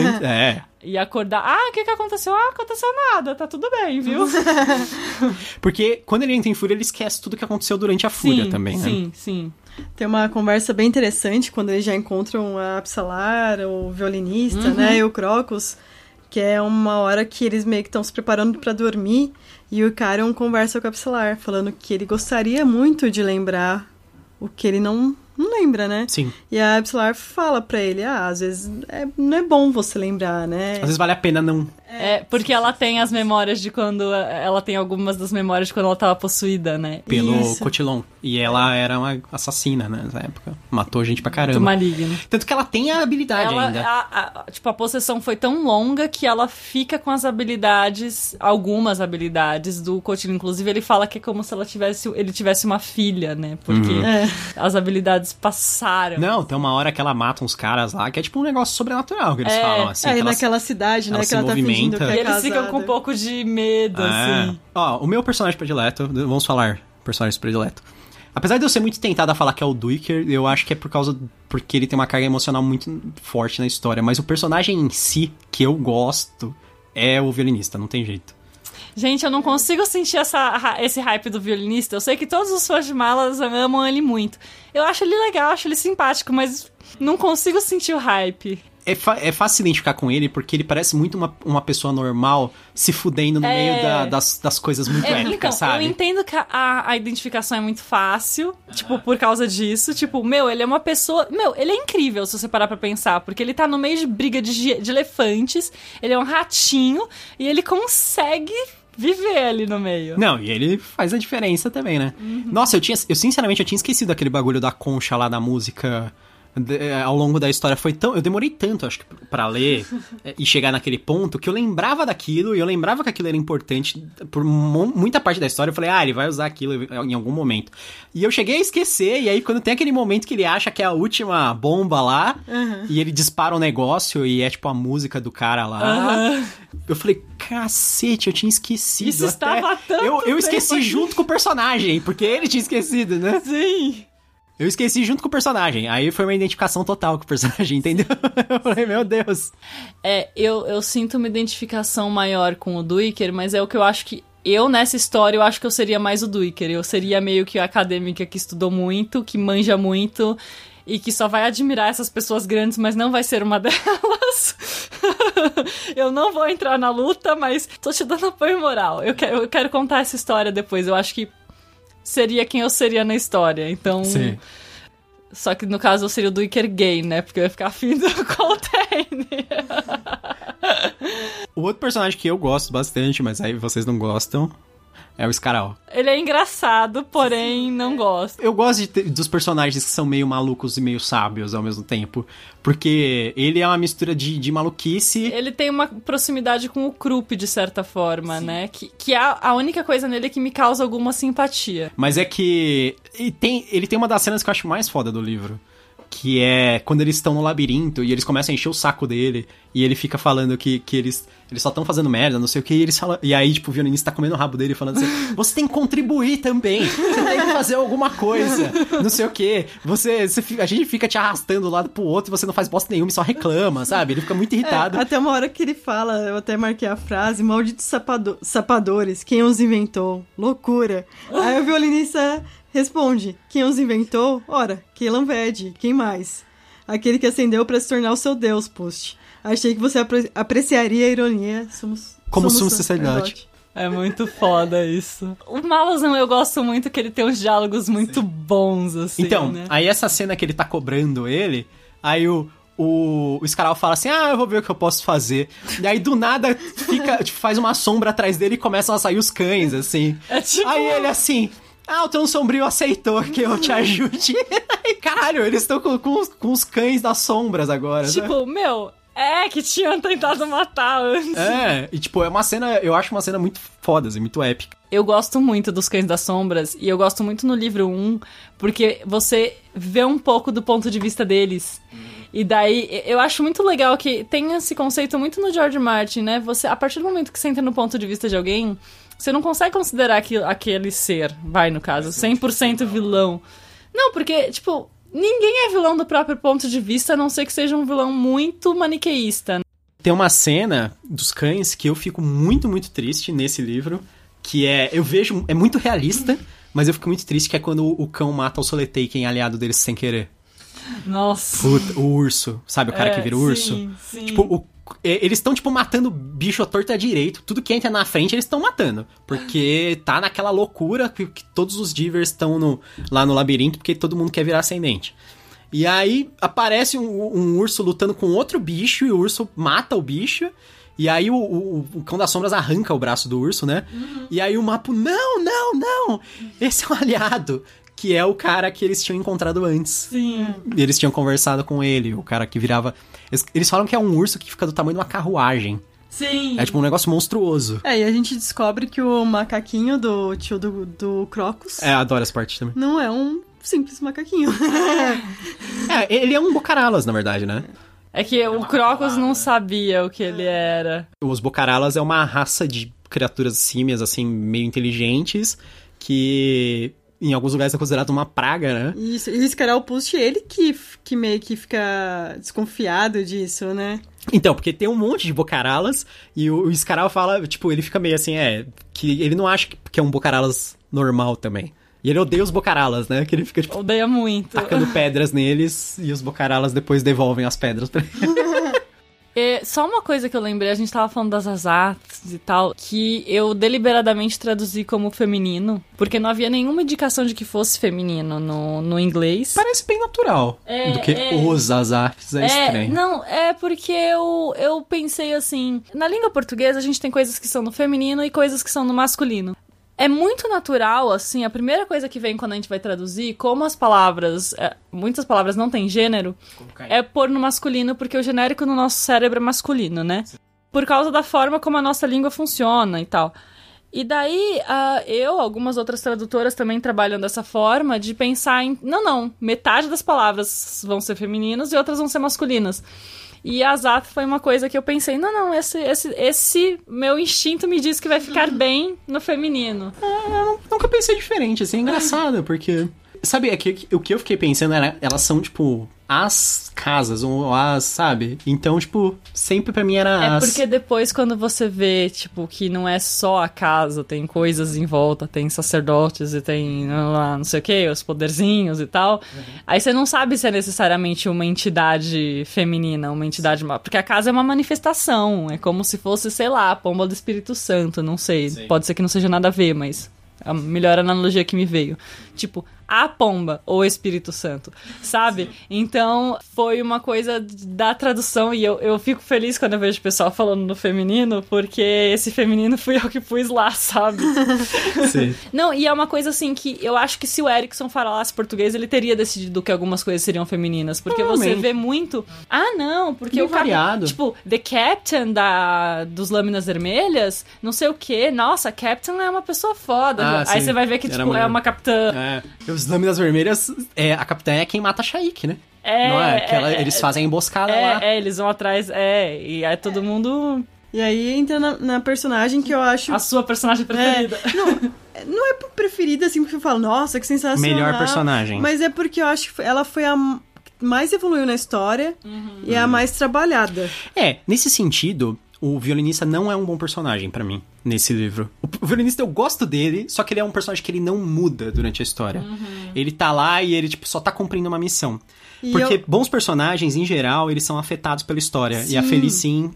E acordar, o que aconteceu? Aconteceu nada, tá tudo bem, viu? Porque quando ele entra em fúria, ele esquece tudo que aconteceu durante a fúria também, né? Sim. Tem uma conversa bem interessante quando eles já encontram a Apsalar, o violinista, né, e o Crocus, que é uma hora que eles meio que estão se preparando pra dormir, e o Icarion conversa com a Apsalar, falando que ele gostaria muito de lembrar o que ele não lembra, né? Sim. E a Apsalar fala pra ele, às vezes não é bom você lembrar, né? Às vezes vale a pena não. Porque ela tem as memórias de quando... Ela tem algumas das memórias de quando ela tava possuída, né? Pelo Cotilon. E ela era uma assassina, né? Nessa época. Matou gente pra caramba. Muito maligna. Tanto que ela tem a habilidade ainda. A possessão foi tão longa que ela fica com as habilidades... Algumas habilidades do Cotilon. Inclusive, ele fala que é como se ele tivesse uma filha, né? Porque as habilidades passaram. Não, tem uma hora que ela mata uns caras lá, que é tipo um negócio sobrenatural que eles falam, assim. Naquela cidade, né? Que ela tá fingindo que é e eles ficam com um pouco de medo, assim. O meu personagem predileto, vamos falar personagem predileto. Apesar de eu ser muito tentado a falar que é o Duiker, eu acho que é porque ele tem uma carga emocional muito forte na história. Mas o personagem em si, que eu gosto, é o violinista, não tem jeito. Gente, eu não consigo sentir esse hype do violinista. Eu sei que todos os fãs de Malas amam ele muito. Eu acho ele legal, acho ele simpático, mas não consigo sentir o hype. é fácil se identificar com ele, porque ele parece muito uma pessoa normal se fudendo no meio das coisas muito épicas, então, sabe? Eu entendo que a identificação é muito fácil, tipo, por causa disso. Tipo, ele é uma pessoa... ele é incrível, se você parar pra pensar, porque ele tá no meio de briga de elefantes, ele é um ratinho, e ele consegue viver ali no meio. Não, e ele faz a diferença também, né? Nossa, eu sinceramente tinha esquecido aquele bagulho da concha lá da música... Ao longo da história eu demorei tanto, acho que, pra ler e chegar naquele ponto, que eu lembrava daquilo, e eu lembrava que aquilo era importante por muita parte da história. Eu falei, ele vai usar aquilo em algum momento. E eu cheguei a esquecer, e aí quando tem aquele momento que ele acha que é a última bomba lá, e ele dispara um negócio, e é tipo a música do cara lá, eu falei, cacete, eu tinha esquecido. Isso estava tanto eu esqueci junto com o personagem, porque ele tinha esquecido, né? Sim. Eu esqueci junto com o personagem. Aí foi uma identificação total com o personagem, entendeu? Eu falei, meu Deus. Eu sinto uma identificação maior com o Duiker, mas é o que eu acho que... nessa história, eu acho que eu seria mais o Duiker. Eu seria meio que a acadêmica que estudou muito, que manja muito, e que só vai admirar essas pessoas grandes, mas não vai ser uma delas. Eu não vou entrar na luta, mas tô te dando apoio moral. Eu quero contar essa história depois. Eu acho que seria quem eu seria na história, então... Sim. Só que no caso eu seria o Duiker gay, né? Porque eu ia ficar afim do Coltrane. O outro personagem que eu gosto bastante, mas aí vocês não gostam, é o Scaral. Ele é engraçado, porém não gosto. Eu gosto dos personagens que são meio malucos e meio sábios ao mesmo tempo, porque ele é uma mistura de maluquice. Ele tem uma proximidade com o Krupp, de certa forma, né? Que é a única coisa nele que me causa alguma simpatia. Mas é que ele tem uma das cenas que eu acho mais foda do livro, que é quando eles estão no labirinto e eles começam a encher o saco dele, e ele fica falando que eles só estão fazendo merda, não sei o que, e eles falam, e aí, tipo, o violinista tá comendo o rabo dele falando assim, você tem que contribuir também, você tem que fazer alguma coisa, não sei o que, a gente fica te arrastando do lado pro outro e você não faz bosta nenhuma e só reclama, sabe? Ele fica muito irritado. Até uma hora que ele fala, eu até marquei a frase, malditos sapadores, quem os inventou? Loucura. Aí o violinista responde, quem os inventou? Ora, Keylan Ved, quem mais? Aquele que ascendeu pra se tornar o seu deus, Post. Achei que você apreciaria a ironia. Somos sacerdote. É muito foda isso. O Malazan eu gosto muito que ele tem uns diálogos muito bons, assim, então, né? Aí essa cena que ele tá cobrando ele, aí o Scaral fala assim, eu vou ver o que eu posso fazer. E aí do nada faz uma sombra atrás dele e começam a sair os cães, assim. É tipo... Aí ele assim... o Tom Sombrio aceitou que eu te ajude. Caralho, eles estão com os cães das sombras agora. Tipo, né? Que tinham tentado matar antes. E tipo, eu acho uma cena muito foda, assim, muito épica. Eu gosto muito dos Cães das Sombras, e eu gosto muito no livro 1, porque você vê um pouco do ponto de vista deles. E daí, eu acho muito legal que tem esse conceito muito no George Martin, né? Você, a partir do momento que você entra no ponto de vista de alguém, você não consegue considerar aquele ser, no caso, 100% vilão. Não, porque, tipo, ninguém é vilão do próprio ponto de vista, a não ser que seja um vilão muito maniqueísta. Tem uma cena dos cães que eu fico muito, muito triste nesse livro, que eu vejo, é muito realista, mas eu fico muito triste, que é quando o cão mata o Soletaken, aliado deles, sem querer. Nossa. Puta, o urso, sabe o cara que vira urso? Sim. Tipo, eles estão, tipo, matando bicho à torta direito. Tudo que entra na frente, eles estão matando. Porque tá naquela loucura que todos os divers estão lá no labirinto, porque todo mundo quer virar ascendente. E aí, aparece um urso lutando com outro bicho, e o urso mata o bicho. E aí, o Cão das Sombras arranca o braço do urso, né? E aí, o Mapo, não! Esse é um aliado. Que é o cara que eles tinham encontrado antes. Sim. Eles tinham conversado com ele, o cara que virava... Eles falam que é um urso que fica do tamanho de uma carruagem. Sim. É tipo um negócio monstruoso. E a gente descobre que o macaquinho do tio do Crocus... Adoro essa parte também. Não é um simples macaquinho. Ele é um Bocaralas, na verdade, né? É que o Crocus não sabia o que ele era. Os Bocaralas é uma raça de criaturas símias, assim, meio inteligentes, que... em alguns lugares é considerado uma praga, né? Isso, e o Scaral Post, ele que meio que fica desconfiado disso, né? Então, porque tem um monte de Bocaralas, e o Scaral fala, tipo, ele fica meio assim, que ele não acha que é um Bocaralas normal também. E ele odeia os Bocaralas, né? Que ele fica, tipo... Odeia muito. Tacando pedras neles, e os Bocaralas depois devolvem as pedras pra ele. Só uma coisa que eu lembrei, a gente tava falando das Azats e tal, que eu deliberadamente traduzi como feminino, porque não havia nenhuma indicação de que fosse feminino no inglês. Parece bem natural. Do que os Azats é estranho. Não, é porque eu pensei assim, na língua portuguesa a gente tem coisas que são no feminino e coisas que são no masculino. É muito natural, assim, a primeira coisa que vem quando a gente vai traduzir, como as palavras, muitas palavras não têm gênero, é pôr no masculino, porque o genérico no nosso cérebro é masculino, né? Sim. Por causa da forma como a nossa língua funciona e tal. E daí, algumas outras tradutoras também trabalham dessa forma, de pensar em, não, metade das palavras vão ser femininas e outras vão ser masculinas. E a Azat foi uma coisa que eu pensei, não, esse meu instinto me diz que vai ficar bem no feminino. Eu nunca pensei diferente, assim, é engraçado, porque... Sabe, o que eu fiquei pensando era, elas são, tipo, as casas, ou as, sabe? Então, tipo, sempre pra mim era as... É porque depois, quando você vê, tipo, que não é só a casa, tem coisas em volta, tem sacerdotes e tem, não sei o que, os poderzinhos e tal, aí você não sabe se é necessariamente uma entidade feminina, uma entidade... Porque a casa é uma manifestação, é como se fosse, sei lá, a pomba do Espírito Santo, não sei, sim. Pode ser que não seja nada a ver, mas... A melhor analogia que me veio. Tipo, a pomba ou o Espírito Santo, sabe? Sim. Então, foi uma coisa da tradução e eu fico feliz quando eu vejo o pessoal falando no feminino, porque esse feminino fui eu que pus lá, sabe? Sim. Não, e é uma coisa assim que eu acho que se o Erickson falasse português, ele teria decidido que algumas coisas seriam femininas, porque você vê muito... não, porque o variado. Tipo, The Captain dos Lâminas Vermelhas, não sei o quê, nossa, a Captain é uma pessoa foda. Aí você vai ver que, tipo, é uma capitã... Os Lâminas Vermelhas, a capitã é quem mata a Shaik, né? Não é? Que eles fazem a emboscada lá. Eles vão atrás, e aí todo mundo... E aí entra na personagem que eu acho... A sua personagem preferida. Não é preferida, assim, porque eu falo, nossa, que sensacional. Melhor personagem. Mas é porque eu acho que ela foi a mais evoluiu na história e é a mais trabalhada. Nesse sentido... O violinista não é um bom personagem pra mim, nesse livro. O violinista, eu gosto dele, só que ele é um personagem que ele não muda durante a história. Ele tá lá e ele, tipo, só tá cumprindo uma missão. Porque bons personagens, em geral, eles são afetados pela história. Sim. E a Felicin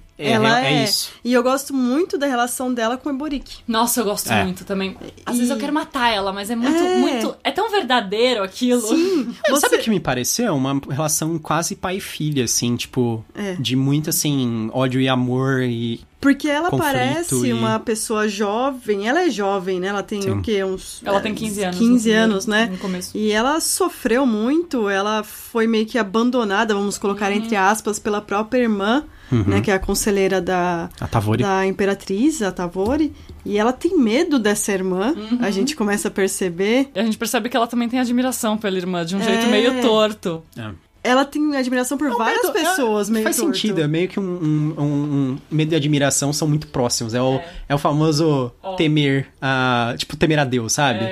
é isso. E eu gosto muito da relação dela com o Eboric. Nossa, eu gosto muito também. Às vezes eu quero matar ela, mas é muito... É tão verdadeiro aquilo. Sim. Sabe o que me pareceu? Uma relação quase pai e filha, assim, tipo... De muito, assim, ódio e amor e... Porque ela parece uma pessoa jovem. Ela é jovem, né? Ela tem o quê? Ela tem 15 anos. 15 anos, né? No começo. E ela sofreu muito. Ela foi meio que abandonada, vamos colocar entre aspas, pela própria irmã, né? Que é a conselheira da Imperatriz, a Tavori. E ela tem medo dessa irmã. A gente começa a perceber. E a gente percebe que ela também tem admiração pela irmã, de um jeito meio torto. Ela tem admiração por várias pessoas, meio faz torto. sentido, é meio que um medo e admiração são muito próximos. É o famoso temer a Deus, sabe?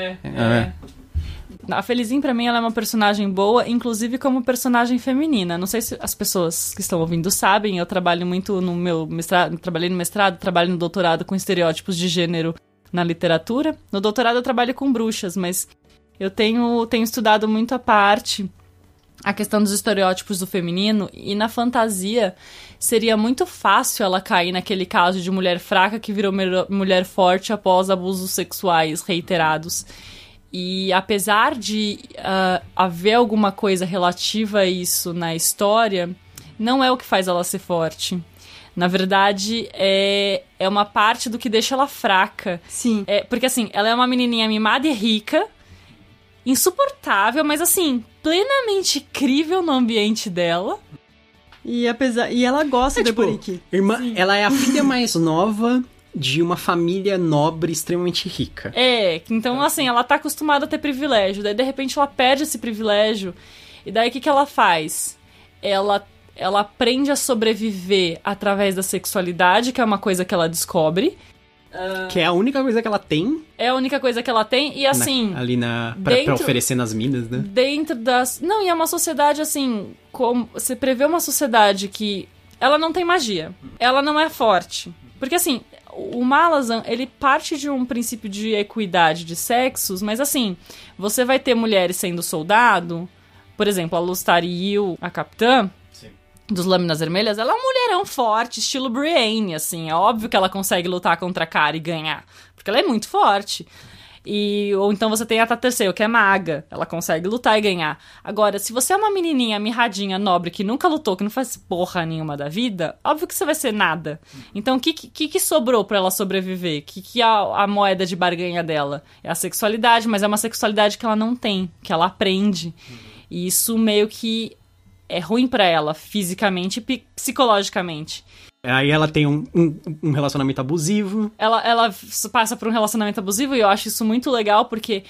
A Felicin, pra mim, ela é uma personagem boa, inclusive como personagem feminina. Não sei se as pessoas que estão ouvindo sabem, eu trabalho muito no meu mestrado, trabalhei no mestrado, trabalho no doutorado com estereótipos de gênero na literatura. No doutorado eu trabalho com bruxas, mas eu tenho estudado muito a questão dos estereótipos do feminino, e na fantasia seria muito fácil ela cair naquele caso de mulher fraca que virou mulher forte após abusos sexuais reiterados. E apesar de haver alguma coisa relativa a isso na história, não é o que faz ela ser forte. Na verdade, é uma parte do que deixa ela fraca. Sim. Porque assim, ela é uma menininha mimada e rica, insuportável, mas assim, plenamente incrível no ambiente dela. E ela gosta de Eboric. Ela é a filha mais nova de uma família nobre extremamente rica. Então assim, ela tá acostumada a ter privilégio, daí de repente ela perde esse privilégio, e daí o que ela faz? Ela aprende a sobreviver através da sexualidade, que é uma coisa que ela descobre. Que é a única coisa que ela tem. É a única coisa que ela tem, e assim... pra oferecer nas minas, né? Dentro das... Não, e é uma sociedade assim... Você prevê uma sociedade que... Ela não tem magia. Ela não é forte. Porque assim, o Malazan, ele parte de um princípio de equidade de sexos, mas assim, você vai ter mulheres sendo soldado... Por exemplo, a Lustari Yu, a capitã... dos Lâminas Vermelhas, ela é um mulherão forte, estilo Brienne, assim. É óbvio que ela consegue lutar contra a Cara e ganhar, porque ela é muito forte. Ou então você tem a Taterceio, que é maga. Ela consegue lutar e ganhar. Agora, se você é uma menininha mirradinha, nobre, que nunca lutou, que não faz porra nenhuma da vida, óbvio que você vai ser nada. Então, o que sobrou pra ela sobreviver? O que é a moeda de barganha dela? É a sexualidade, mas é uma sexualidade que ela não tem, que ela aprende. E isso meio que é ruim pra ela, fisicamente e psicologicamente. Aí ela tem um relacionamento abusivo. Ela passa por um relacionamento abusivo e eu acho isso muito legal porque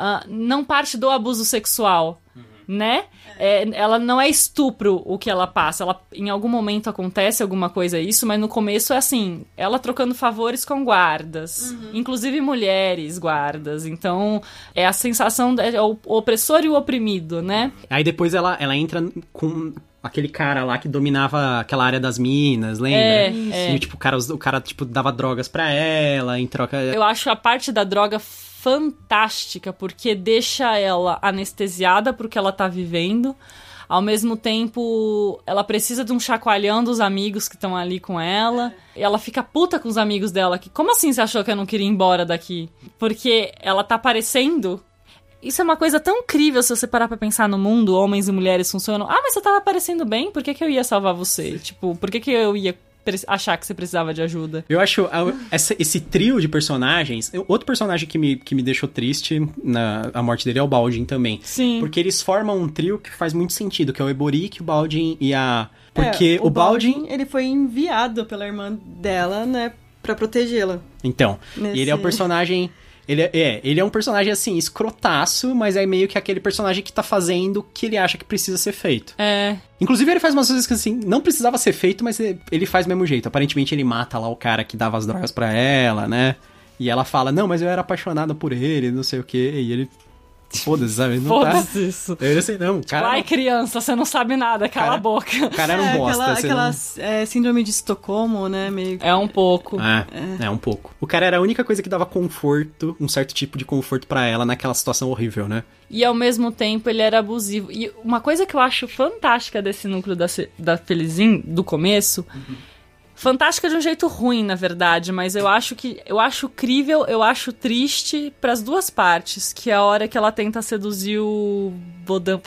não parte do abuso sexual, né? Ela não é estupro o que ela passa. Em algum momento acontece alguma coisa isso, mas no começo é assim, ela trocando favores com guardas. Inclusive mulheres guardas. Então, é a sensação, o opressor e o oprimido, né? Aí depois ela entra com aquele cara lá que dominava aquela área das minas, lembra? E tipo, o cara tipo, dava drogas pra ela em troca... Eu acho a parte da droga fantástica, porque deixa ela anestesiada pro que ela tá vivendo. Ao mesmo tempo, ela precisa de um chacoalhão dos amigos que estão ali com ela. E ela fica puta com os amigos dela. Como assim você achou que eu não queria ir embora daqui? Porque ela tá parecendo... Isso é uma coisa tão incrível se você parar pra pensar no mundo, homens e mulheres funcionam. Ah, mas você tava parecendo bem, por que eu ia salvar você? Tipo, por que eu ia achar que você precisava de ajuda? Eu acho esse trio de personagens... Outro personagem que me deixou triste a morte dele é o Baldwin também. Sim. Porque eles formam um trio que faz muito sentido, que é o Eboric, o Baldwin e a... Porque o Baldwin, ele foi enviado pela irmã dela, né, pra protegê-la. Então, e ele é o personagem... Ele é um personagem, assim, escrotaço, mas é meio que aquele personagem que tá fazendo o que ele acha que precisa ser feito. Inclusive, ele faz umas coisas que, assim, não precisava ser feito, mas ele faz do mesmo jeito. Aparentemente, ele mata lá o cara que dava as drogas pra ela, né? E ela fala, não, mas eu era apaixonada por ele, não sei o quê. E ele... Foda-se, sabe? Não Foda-se isso. Eu assim, não, cara... Ai, criança, você não sabe nada, cala a boca. O cara era um bosta. Aquela síndrome de Estocolmo, né? Meio... É um pouco. É um pouco. O cara era a única coisa que dava conforto, um certo tipo de conforto pra ela naquela situação horrível, né? E ao mesmo tempo ele era abusivo. E uma coisa que eu acho fantástica desse núcleo da Felizinho, do começo... Fantástica de um jeito ruim, na verdade, mas eu acho crível, eu acho triste pras duas partes, que é a hora que ela tenta seduzir o Bodan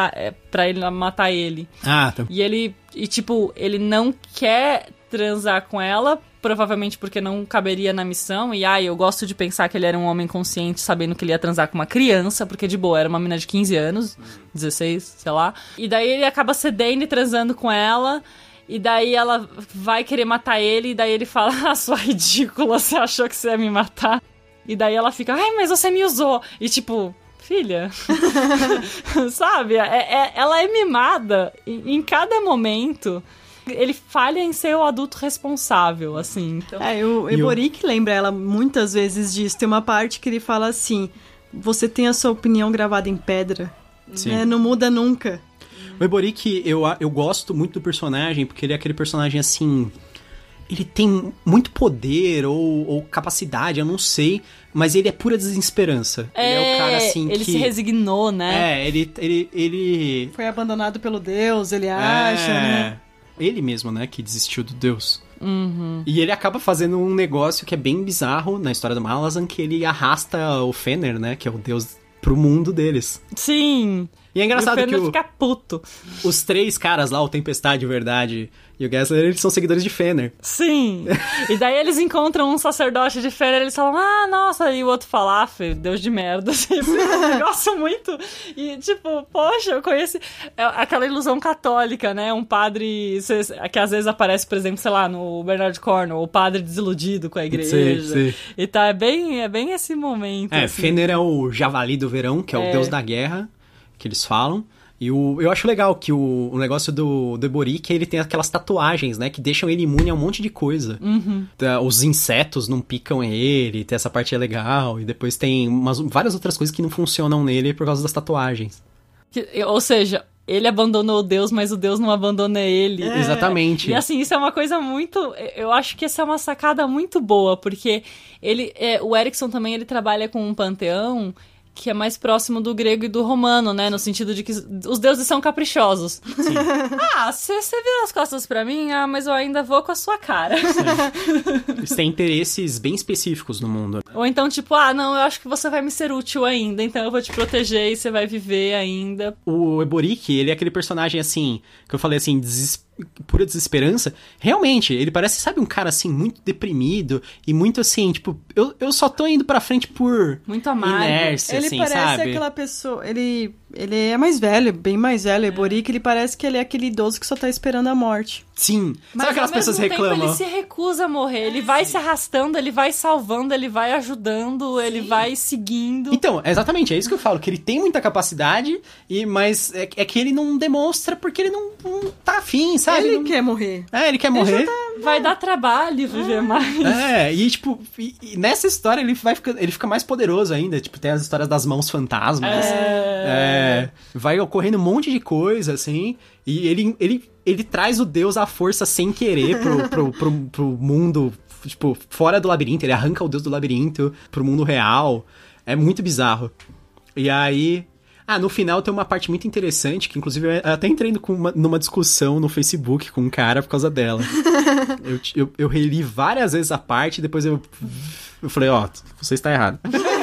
pra ele matar ele. Tá. E tipo, ele não quer transar com ela, provavelmente porque não caberia na missão, e eu gosto de pensar que ele era um homem consciente, sabendo que ele ia transar com uma criança, porque de boa, era uma menina de 15 anos, 16, sei lá. E daí ele acaba cedendo e transando com ela. E daí ela vai querer matar ele, e daí ele fala, sua ridícula, você achou que você ia me matar? E daí ela fica, mas você me usou. E tipo, filha, sabe? Ela é mimada em cada momento. Ele falha em ser o adulto responsável, assim. Então... o Eboric lembra ela muitas vezes disso. Tem uma parte que ele fala assim, você tem a sua opinião gravada em pedra, né? Não muda nunca. O Eboric, eu gosto muito do personagem, porque ele é aquele personagem, assim... Ele tem muito poder ou capacidade, eu não sei, mas ele é pura desesperança. Ele é o cara, assim, ele se resignou, né? Ele... Foi abandonado pelo Deus, ele acha, né? Ele mesmo, né, que desistiu do Deus. E ele acaba fazendo um negócio que é bem bizarro na história do Malazan, que ele arrasta o Fëanor, né, que é o Deus, pro mundo deles. Sim! E é engraçado que o fica puto. Os três caras lá, o Tempestade, o Verdade e o Gessler, eles são seguidores de Fëanor. Sim. E daí eles encontram um sacerdote de Fëanor e eles falam, nossa, e o outro fala, Deus de merda. Esse negócio muito... E tipo, poxa, eu conheci... aquela ilusão católica, né? Um padre que às vezes aparece, por exemplo, sei lá, no Bernard Cornwell, o padre desiludido com a igreja. Sim. E tá, é bem esse momento. Assim. Fëanor é o javali do verão, que é o deus da guerra, que eles falam. E eu acho legal que o negócio do Eboric, ele tem aquelas tatuagens, né? Que deixam ele imune a um monte de coisa. Os insetos não picam ele, tem essa parte é legal. E depois tem várias outras coisas que não funcionam nele por causa das tatuagens. Ou seja, ele abandonou o Deus, mas o Deus não abandona ele. Exatamente. E assim, isso é uma coisa muito... Eu acho que essa é uma sacada muito boa, porque o Erikson também, ele trabalha com um panteão... que é mais próximo do grego e do romano, né? No sentido de que os deuses são caprichosos. Sim. Você vira as costas pra mim, mas eu ainda vou com a sua cara. Eles têm interesses bem específicos no mundo. Ou então, tipo, não, eu acho que você vai me ser útil ainda, então eu vou te proteger e você vai viver ainda. O Eboriki, ele é aquele personagem, assim, que eu falei, assim, pura desesperança. Realmente, ele parece, sabe, um cara, assim, muito deprimido e muito, assim, tipo, eu só tô indo pra frente por muito amargo. Inércia, ele assim, parece sabe? aquela pessoa... Ele é mais velho, bem mais velho, Eboriki. Ele parece que ele é aquele idoso que só tá esperando a morte. Sim. Mas sabe aquelas pessoas tempo, reclamam? Ele se recusa a morrer. Ele vai se arrastando, ele vai salvando, ele vai ajudando, ele vai seguindo. Então, exatamente, é isso que eu falo, que ele tem muita capacidade, mas é que ele não demonstra porque ele não tá afim, sabe? Ele quer morrer. Ele quer morrer. Vai dar trabalho viver mais. E tipo, e nessa história ele fica mais poderoso ainda. Tipo, tem as histórias das mãos fantasmas. Vai ocorrendo um monte de coisa, assim. E ele traz o deus à força sem querer pro mundo, tipo, fora do labirinto. Ele arranca o deus do labirinto pro mundo real. É muito bizarro. E aí... no final tem uma parte muito interessante, que inclusive eu até entrei numa discussão no Facebook com um cara por causa dela. eu reli várias vezes a parte e depois eu falei, você está errado.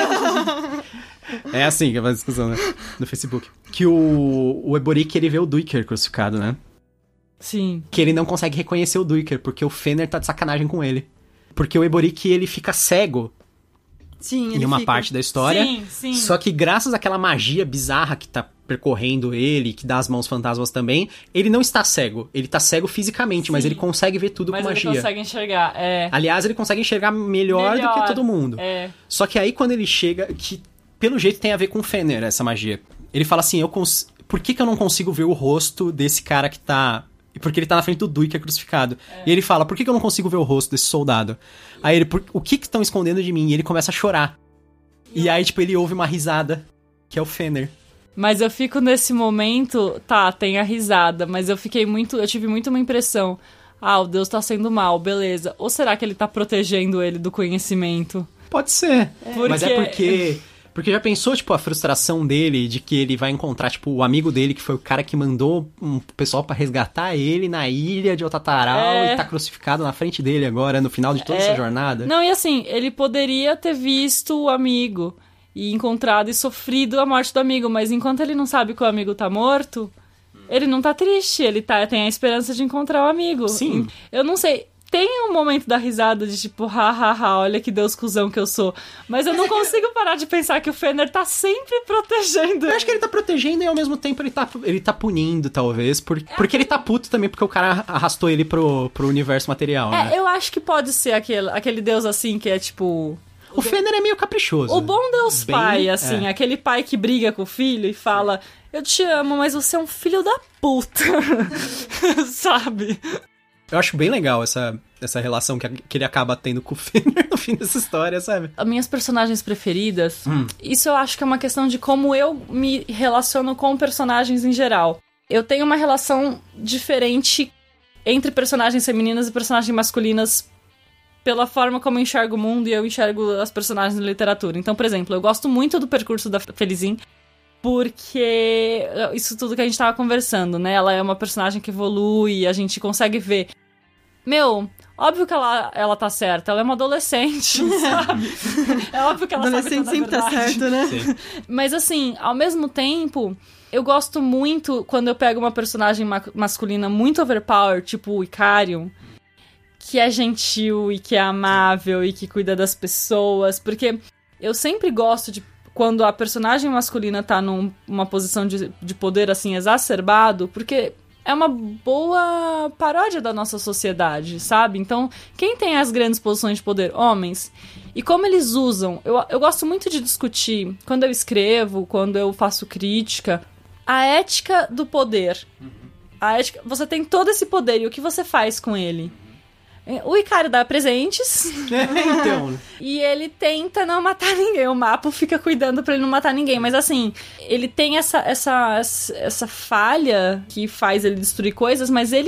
É assim que é uma discussão, né? No Facebook. Que o Eboriki, ele vê o Duiker crucificado, né? Sim. Que ele não consegue reconhecer o Duiker, porque o Fëanor tá de sacanagem com ele. Porque o Eboriki, ele fica cego. Sim, em uma parte da história. Sim. Só que graças àquela magia bizarra que tá percorrendo ele, que dá as mãos fantasmas também, ele não está cego. Ele tá cego fisicamente, mas ele consegue ver tudo com magia. Mas ele consegue enxergar, Aliás, ele consegue enxergar melhor do que todo mundo. Só que aí quando ele chega, que pelo jeito tem a ver com o Fëanor, essa magia. Ele fala assim, por que eu não consigo ver o rosto desse cara que tá... Porque ele tá na frente do Duiker crucificado. E ele fala, por que eu não consigo ver o rosto desse soldado? Aí ele, o que estão escondendo de mim? E ele começa a chorar. E aí, tipo, ele ouve uma risada, que é o Fëanor. Mas eu fico nesse momento, tem a risada, mas eu tive muito uma impressão. O Deus tá sendo mal, beleza. Ou será que ele tá protegendo ele do conhecimento? Pode ser. Mas é porque... Porque já pensou, tipo, a frustração dele de que ele vai encontrar, tipo, o amigo dele, que foi o cara que mandou um pessoal pra resgatar ele na ilha de Otataral e tá crucificado na frente dele agora, no final de toda essa jornada? Não, e assim, ele poderia ter visto o amigo e encontrado e sofrido a morte do amigo, mas enquanto ele não sabe que o amigo tá morto, ele não tá triste, ele tem a esperança de encontrar o amigo. Sim. Eu não sei... Tem um momento da risada de tipo, olha que Deus cuzão que eu sou. Mas eu não consigo parar de pensar que o Fëanor tá sempre protegendo. Eu acho que ele tá protegendo e ao mesmo tempo ele tá punindo, talvez. Porque ele tá puto também, porque o cara arrastou ele pro universo material, né? Eu acho que pode ser aquele Deus assim que é tipo... O Fëanor é meio caprichoso. O bom Deus pai, assim, aquele pai que briga com o filho e fala, eu te amo, mas você é um filho da puta. Sabe? Eu acho bem legal essa relação que ele acaba tendo com o Fëanor no fim dessa história, sabe? As minhas personagens preferidas, isso eu acho que é uma questão de como eu me relaciono com personagens em geral. Eu tenho uma relação diferente entre personagens femininas e personagens masculinas pela forma como eu enxergo o mundo e eu enxergo as personagens na literatura. Então, por exemplo, eu gosto muito do percurso da Felizin, porque isso tudo que a gente tava conversando, né? Ela é uma personagem que evolui, a gente consegue ver. Óbvio que ela tá certa, ela é uma adolescente, sabe? É óbvio que ela adolescente sabe toda a sempre verdade. tá certo, né? Sim. Mas assim, ao mesmo tempo, eu gosto muito quando eu pego uma personagem masculina muito overpower, tipo o Icarion, que é gentil e que é amável e que cuida das pessoas, porque eu sempre gosto de quando a personagem masculina tá numa posição de poder, assim, exacerbado, porque é uma boa paródia da nossa sociedade, sabe? Então, quem tem as grandes posições de poder? Homens. E como eles usam... Eu gosto muito de discutir, quando eu escrevo, quando eu faço crítica, a ética do poder. A ética... Você tem todo esse poder, e o que você faz com ele? O Icaro dá presentes. Então. E ele tenta não matar ninguém. O Mappo fica cuidando pra ele não matar ninguém. Mas assim, ele tem essa falha que faz ele destruir coisas, mas ele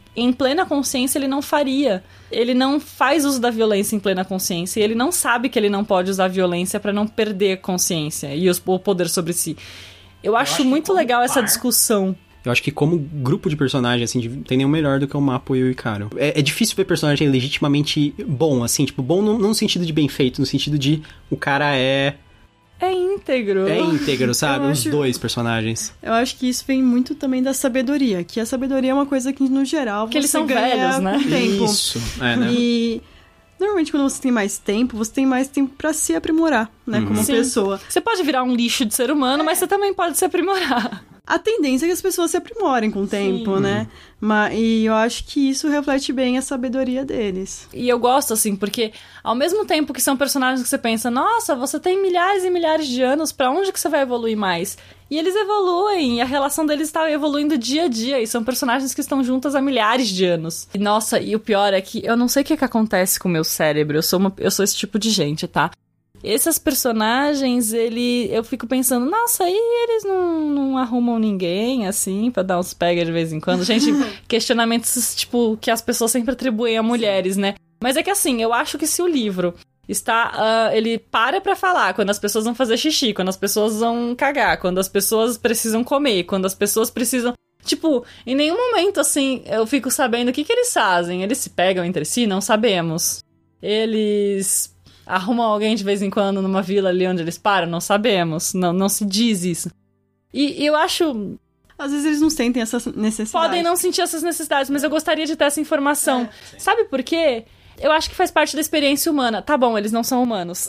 em plena consciência ele não faria. Ele não faz uso da violência em plena consciência e ele não sabe que ele não pode usar a violência pra não perder a consciência e o poder sobre si. Eu acho muito legal essa discussão. Eu acho que como grupo de personagem, assim, não tem nenhum melhor do que o Mappo e o Icaro. É difícil ver personagem legitimamente bom, assim, tipo, bom não no sentido de bem feito, no sentido de o cara é íntegro. É íntegro, sabe? Os dois personagens. Eu acho que isso vem muito também da sabedoria, que a sabedoria é uma coisa que, no geral, que eles são velhos, né? Com tempo. Isso, né? E normalmente quando você tem mais tempo, você tem mais tempo pra se aprimorar, né? Como pessoa. Você pode virar um lixo de ser humano, mas você também pode se aprimorar. A tendência é que as pessoas se aprimorem com o tempo, né? E eu acho que isso reflete bem a sabedoria deles. E eu gosto, assim, porque ao mesmo tempo que são personagens que você pensa, nossa, você tem milhares e milhares de anos, pra onde que você vai evoluir mais? E eles evoluem, e a relação deles está evoluindo dia a dia, e são personagens que estão juntas há milhares de anos. E, nossa, e o pior é que eu não sei o que acontece com o meu cérebro, eu sou esse tipo de gente, tá? Esses personagens, eu fico pensando, nossa, e eles não arrumam ninguém, assim, pra dar uns pega de vez em quando? Gente, questionamentos, tipo, que as pessoas sempre atribuem a mulheres, né? Mas é que, assim, eu acho que se o livro ele para pra falar quando as pessoas vão fazer xixi, quando as pessoas vão cagar, quando as pessoas precisam comer, quando as pessoas precisam... Tipo, em nenhum momento, assim, eu fico sabendo o que eles fazem. Eles se pegam entre si? Não sabemos. Eles... arrumam alguém de vez em quando numa vila ali onde eles param? Não sabemos. Não se diz isso. E eu acho... Às vezes eles não sentem essas necessidades. Podem não sentir essas necessidades, mas eu gostaria de ter essa informação. Sabe por quê? Eu acho que faz parte da experiência humana. Tá bom, eles não são humanos.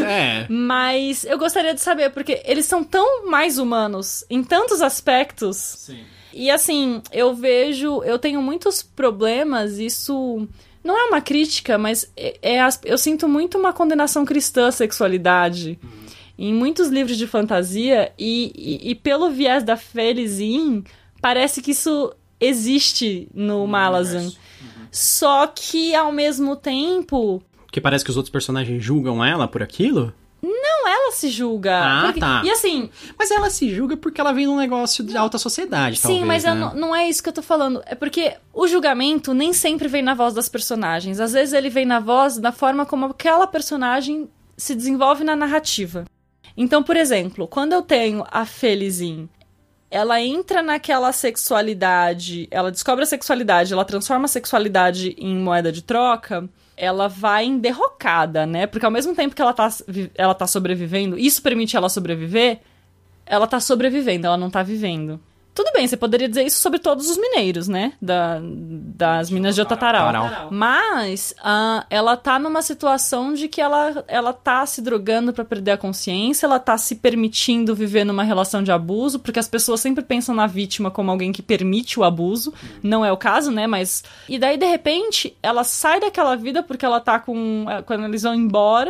Mas eu gostaria de saber, porque eles são tão mais humanos em tantos aspectos. Sim. E assim, eu tenho muitos problemas, isso... Não é uma crítica, mas eu sinto muito uma condenação cristã à sexualidade. Em muitos livros de fantasia, e pelo viés da Felizin, parece que isso existe no Malazan. Só que, ao mesmo tempo... Porque parece que os outros personagens julgam ela por aquilo? Não, ela se julga. Tá. E assim... Mas ela se julga porque ela vem num negócio de alta sociedade, sim, talvez, mas né? não é isso que eu tô falando. É porque o julgamento nem sempre vem na voz das personagens. Às vezes ele vem na voz da forma como aquela personagem se desenvolve na narrativa. Então, por exemplo, quando eu tenho a Felizin, ela entra naquela sexualidade, ela descobre a sexualidade, ela transforma a sexualidade em moeda de troca... ela vai em derrocada, né? Porque ao mesmo tempo que ela tá sobrevivendo, isso permite ela sobreviver, ela tá sobrevivendo, ela não tá vivendo. Tudo bem, você poderia dizer isso sobre todos os mineiros, né? Das minas de Otataral. Mas ela tá numa situação de que ela tá se drogando pra perder a consciência, ela tá se permitindo viver numa relação de abuso, porque as pessoas sempre pensam na vítima como alguém que permite o abuso. Não é o caso, né? Mas... E daí, de repente, ela sai daquela vida porque ela tá quando eles vão embora,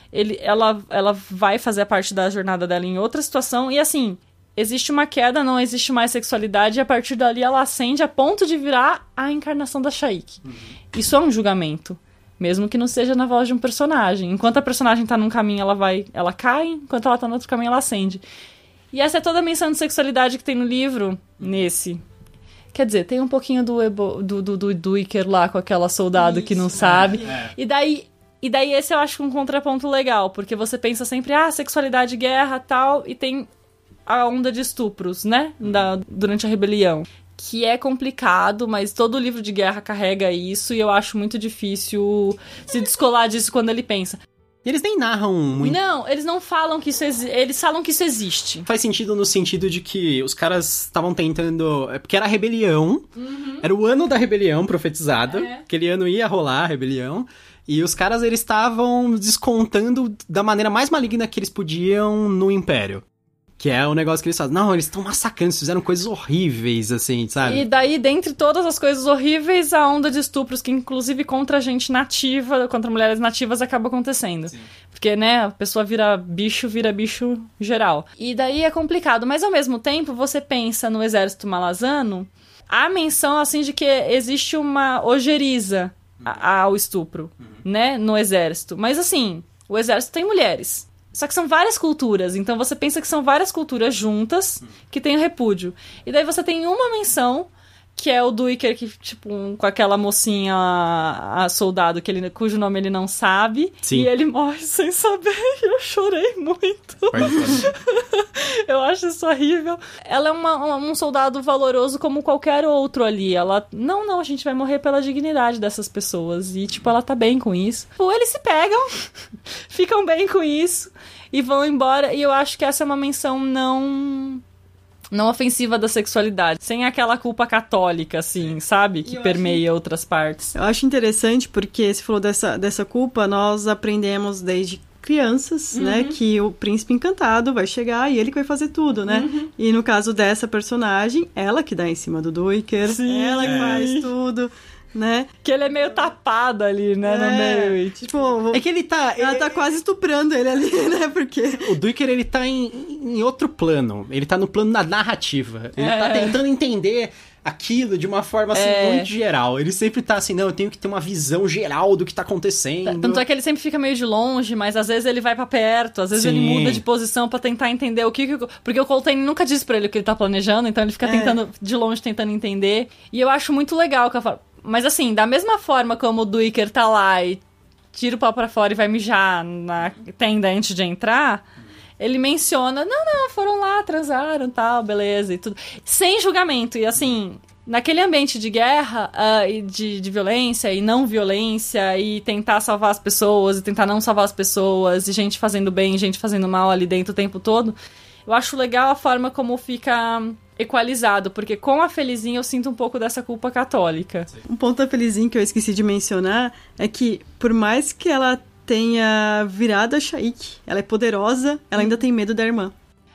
ela vai fazer a parte da jornada dela em outra situação, e assim... existe uma queda, não existe mais sexualidade, e a partir dali ela ascende a ponto de virar a encarnação da Shaik. Isso é um julgamento. Mesmo que não seja na voz de um personagem. Enquanto a personagem tá num caminho, ela cai, enquanto ela tá no outro caminho, ela ascende. E essa é toda a menção de sexualidade que tem no livro, nesse. Quer dizer, tem um pouquinho do Iker lá, com aquela soldado que não sabe. E daí esse eu acho um contraponto legal, porque você pensa sempre, sexualidade, guerra, tal, e tem... a onda de estupros, né? Durante a rebelião. Que é complicado, mas todo livro de guerra carrega isso, e eu acho muito difícil se descolar disso quando ele pensa. E eles nem narram muito. Não, eles não falam que isso existe. Eles falam que isso existe. Faz sentido no sentido de que os caras estavam tentando... Porque era a rebelião. Era o ano da rebelião profetizada. Aquele ano ia rolar a rebelião. E os caras, eles estavam descontando da maneira mais maligna que eles podiam no Império. Que é o negócio que eles fazem. Não, eles estão massacrando, eles fizeram coisas horríveis, assim, sabe? E daí, dentre todas as coisas horríveis, a onda de estupros, que inclusive contra gente nativa, contra mulheres nativas, acaba acontecendo. Sim. Porque, né, a pessoa vira bicho geral. E daí é complicado. Mas, ao mesmo tempo, você pensa no exército malazano, a menção, assim, de que existe uma ojeriza ao estupro, né, no exército. Mas, assim, o exército tem mulheres. Só que são várias culturas, então você pensa que são várias culturas juntas que tem o repúdio. E daí você tem uma menção que é o Duiker, que, tipo, com aquela mocinha, a soldado, cujo nome ele não sabe. Sim. E ele morre sem saber. E eu chorei muito. Eu acho isso horrível. Ela é um soldado valoroso como qualquer outro ali. Ela, não, a gente vai morrer pela dignidade dessas pessoas. E, tipo, ela tá bem com isso. Ou eles se pegam, ficam bem com isso e vão embora. E eu acho que essa é uma menção não ofensiva da sexualidade, sem aquela culpa católica, assim, sabe? Que permeia outras partes. Eu acho interessante porque você falou dessa culpa, nós aprendemos desde crianças, né? Que o príncipe encantado vai chegar e ele que vai fazer tudo, né? E no caso dessa personagem, ela que dá em cima do Duiker, ela que faz tudo, né? Que ele é meio tapado ali, né? No meio. Tipo, é que ele tá... Ela tá quase estuprando ele ali, né? Porque... O Duiker, ele tá em outro plano. Ele tá no plano da narrativa. Ele tá tentando entender aquilo de uma forma, assim, muito geral. Ele sempre tá assim, não, eu tenho que ter uma visão geral do que tá acontecendo. Tanto é que ele sempre fica meio de longe, mas às vezes ele vai pra perto, às vezes ele muda de posição pra tentar entender o que... Porque o Coltrane nunca diz pra ele o que ele tá planejando, então ele fica tentando, de longe, tentando entender. E eu acho muito legal que eu falo... Mas assim, da mesma forma como o Duiker tá lá e tira o pau pra fora e vai mijar na tenda antes de entrar, ele menciona, não, foram lá, transaram, tal, beleza, e tudo. Sem julgamento, e assim, naquele ambiente de guerra, e de violência e não violência, e tentar salvar as pessoas, e tentar não salvar as pessoas, e gente fazendo bem, gente fazendo mal ali dentro o tempo todo, eu acho legal a forma como fica... equalizado, porque com a Felizinha eu sinto um pouco dessa culpa católica. Um ponto da Felizinha que eu esqueci de mencionar é que, por mais que ela tenha virado a Shaik, ela é poderosa, ela ainda tem medo da irmã.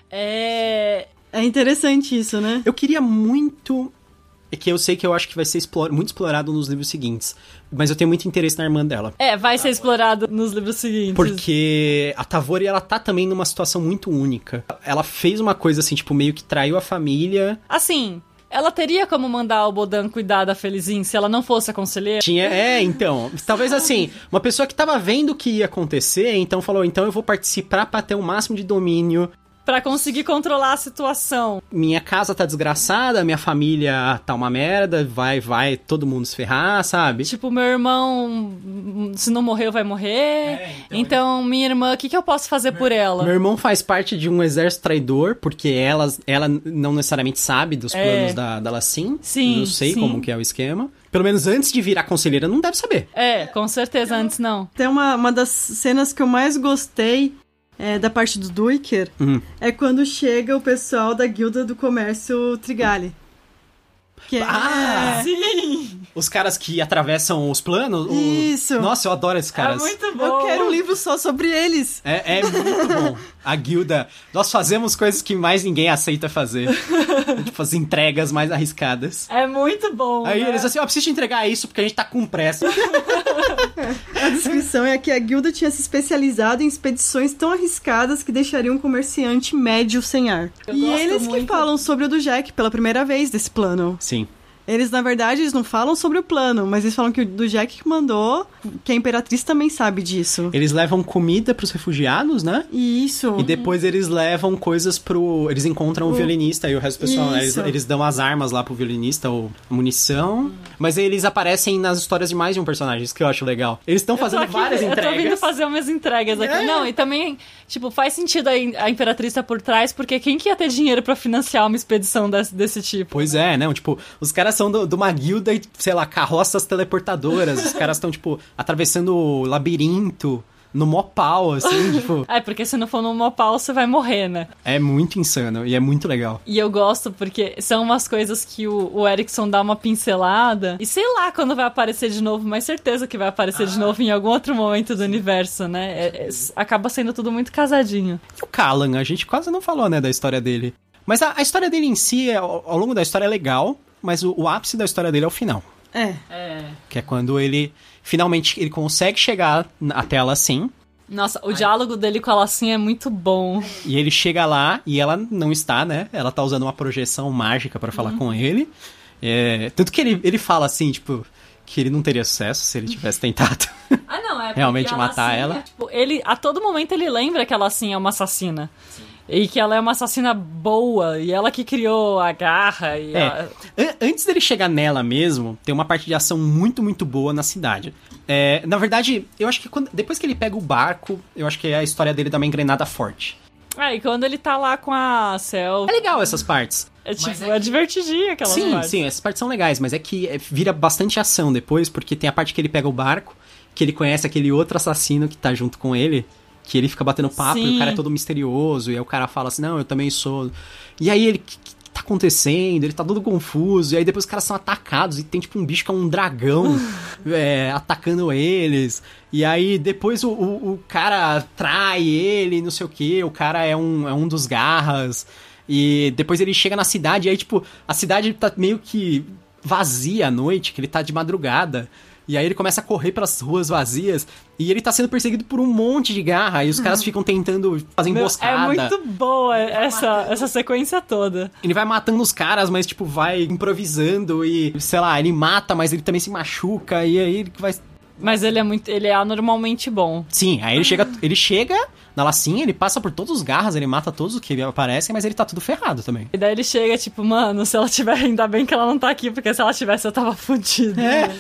É interessante isso, né? Eu queria muito... É que eu sei que eu acho que vai ser muito explorado nos livros seguintes. Mas eu tenho muito interesse na irmã dela. Vai ser explorado nos livros seguintes. Porque a Tavori, ela tá também numa situação muito única. Ela fez uma coisa assim, tipo, meio que traiu a família. Assim, ela teria como mandar o Bodan cuidar da Felizinha se ela não fosse a conselheira? Então. Talvez assim, uma pessoa que tava vendo o que ia acontecer, então falou, então eu vou participar pra ter o máximo de domínio. Pra conseguir controlar a situação. Minha casa tá desgraçada, minha família tá uma merda, vai todo mundo se ferrar, sabe? Tipo, meu irmão, se não morreu, vai morrer. Então minha irmã, o que eu posso fazer por ela? Meu irmão faz parte de um exército traidor, porque ela não necessariamente sabe dos planos da Lassim. Sim, não sei como que é o esquema. Pelo menos antes de virar conselheira, não deve saber. Com certeza, antes não. Tem uma das cenas que eu mais gostei... da parte do Duiker, é quando chega o pessoal da Guilda do Comércio Trigali. Sim! Os caras que atravessam os planos? Isso! Nossa, eu adoro esses caras. É muito bom! Eu quero um livro só sobre eles! É muito bom. A guilda... Nós fazemos coisas que mais ninguém aceita fazer. Tipo, as entregas mais arriscadas. É muito bom, Aí né? eles assim, preciso te entregar isso porque a gente tá com pressa. A descrição é que a guilda tinha se especializado em expedições tão arriscadas que deixariam um comerciante médio sem ar. E eles que falam sobre o do Jack pela primeira vez desse plano. Sim. Eles, na verdade, eles não falam sobre o plano, mas eles falam que o do Jack que mandou, que a Imperatriz também sabe disso. Eles levam comida pros refugiados, né? Isso. E depois eles levam coisas Eles encontram o violinista e o resto do pessoal, né? Eles dão as armas lá pro violinista, ou munição. Mas eles aparecem nas histórias de mais de um personagem, isso que eu acho legal. Eles estão fazendo várias entregas. Eu tô vindo fazer umas entregas aqui. Não, e também, tipo, faz sentido a Imperatriz estar por trás, porque quem que ia ter dinheiro pra financiar uma expedição desse tipo? Pois é, não, tipo, os caras são de uma guilda e, sei lá, carroças teleportadoras. Os caras estão, tipo, atravessando o labirinto no mó pau, assim, tipo... Porque se não for no mó pau, você vai morrer, né? É muito insano e é muito legal. E eu gosto porque são umas coisas que o Erikson dá uma pincelada e sei lá quando vai aparecer de novo, mas certeza que vai aparecer de novo em algum outro momento do universo, né? Acaba sendo tudo muito casadinho. E o Callan, a gente quase não falou, né, da história dele. Mas a história dele em si, ao longo da história, é legal, mas o ápice da história dele é o final. Que é quando ele finalmente consegue chegar até ela assim. Nossa, o diálogo dele com a Lassim é muito bom. E ele chega lá e ela não está, né? Ela tá usando uma projeção mágica pra falar com ele. Tanto que ele fala assim, tipo, que ele não teria sucesso se ele tivesse tentado Não, realmente matar ela. Tipo, a todo momento ele lembra que a Lassim é uma assassina. Sim. E que ela é uma assassina boa, e ela que criou a garra. E Antes dele chegar nela mesmo, tem uma parte de ação muito, muito boa na cidade. Na verdade, eu acho que depois que ele pega o barco, eu acho que a história dele dá uma engrenada forte. E quando ele tá lá com a Cel... É legal essas partes. É divertidinho aquelas partes. Sim, essas partes são legais, mas é que vira bastante ação depois, porque tem a parte que ele pega o barco, que ele conhece aquele outro assassino que tá junto com ele, que ele fica batendo papo, e o cara é todo misterioso, e aí o cara fala assim, não, eu também sou... E aí ele... O que tá acontecendo? Ele tá todo confuso, e aí depois os caras são atacados, e tem tipo um bicho que é um dragão atacando eles, e aí depois o cara trai ele, não sei o que, o cara é um dos garras, e depois ele chega na cidade, e aí tipo, a cidade tá meio que vazia à noite, que ele tá de madrugada, e aí ele começa a correr pelas ruas vazias, e ele tá sendo perseguido por um monte de garra, e os caras ficam tentando fazer emboscada. É muito boa essa sequência toda. Ele vai matando os caras, mas tipo, vai improvisando e, sei lá, ele mata, mas ele também se machuca, e aí ele vai... Mas ele é anormalmente bom. Sim, aí ele chega na lacinha, ele passa por todos os garras, ele mata todos os que aparecem, mas ele tá tudo ferrado também. E daí ele chega, tipo, mano, se ela tiver, ainda bem que ela não tá aqui, porque se ela tivesse eu tava fudido.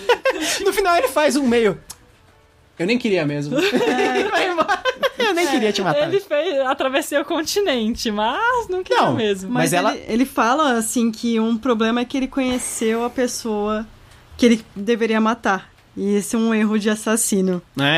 No final ele faz um meio... Eu nem queria mesmo. Ele vai embora. Eu nem queria te matar. Atravessei o continente, mas não queria mesmo. Mas ele fala, assim, que um problema é que ele conheceu a pessoa que ele deveria matar. E esse é um erro de assassino.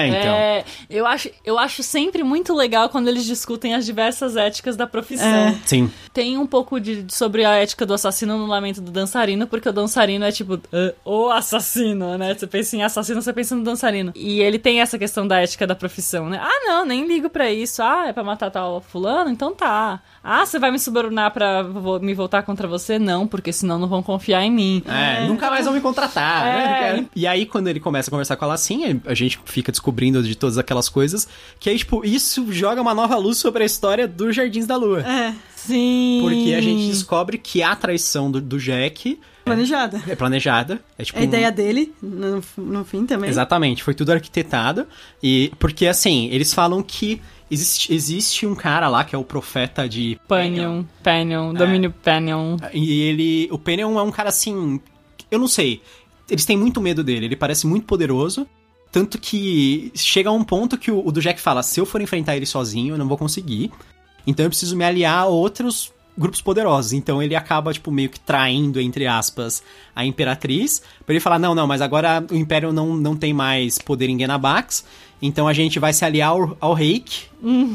Então. Eu acho sempre muito legal quando eles discutem as diversas éticas da profissão. Sim. Tem um pouco sobre a ética do assassino no Lamento do Dançarino, porque o dançarino é tipo, o assassino, né? Você pensa em assassino, você pensa no dançarino. E ele tem essa questão da ética da profissão, né? Não, nem ligo pra isso. É pra matar tal fulano? Então tá. Você vai me subornar pra me voltar contra você? Não, porque senão não vão confiar em mim. Nunca mais vão me contratar. Né? E aí, quando ele começa a conversar com ela assim, a gente fica descobrindo de todas aquelas coisas, que aí, tipo, isso joga uma nova luz sobre a história dos Jardins da Lua. Sim. Porque a gente descobre que a traição do Jack... Planejada. É planejada. É tipo a ideia dele, no fim também. Exatamente, foi tudo arquitetado. E porque, assim, eles falam que existe um cara lá que é o profeta de... Panion, Domínio Panion. E o Panion é um cara, assim... Eu não sei... Eles têm muito medo dele, ele parece muito poderoso, tanto que chega a um ponto que o do Jack fala, se eu for enfrentar ele sozinho, eu não vou conseguir, então eu preciso me aliar a outros grupos poderosos, então ele acaba, tipo, meio que traindo, entre aspas, a Imperatriz, pra ele falar, não, mas agora o Império não tem mais poder em Genabax, então a gente vai se aliar ao Reik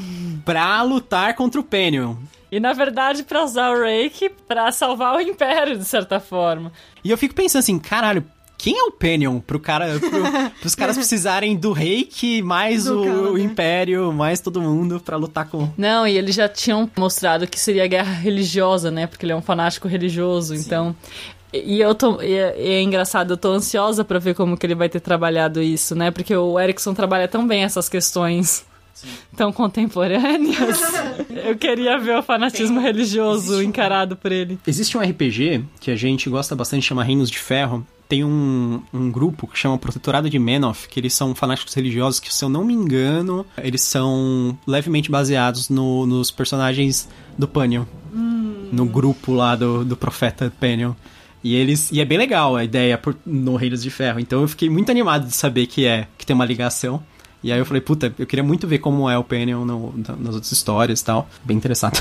pra lutar contra o Panion. E, na verdade, pra usar o Reik pra salvar o Império, de certa forma. E eu fico pensando assim, caralho, quem é o Panion pros caras precisarem do Reik, mais o Império, mais todo mundo pra lutar com... Não, e eles já tinham mostrado que seria guerra religiosa, né? Porque ele é um fanático religioso, Sim. Então... E é engraçado, eu tô ansiosa pra ver como que ele vai ter trabalhado isso, né? Porque o Erikson trabalha tão bem essas questões... Sim. Tão contemporâneas. Eu queria ver o fanatismo religioso encarado por ele. Existe um RPG que a gente gosta bastante, chama Reinos de Ferro. Tem um grupo que chama Protetorado de Menoth, que eles são fanáticos religiosos, que, se eu não me engano, eles são levemente baseados nos personagens do Panion. No grupo lá do profeta Panion. E é bem legal a ideia no Reinos de Ferro. Então eu fiquei muito animado de saber que tem uma ligação. E aí eu falei, puta, eu queria muito ver como é o Panion nas outras histórias e tal. Bem interessado.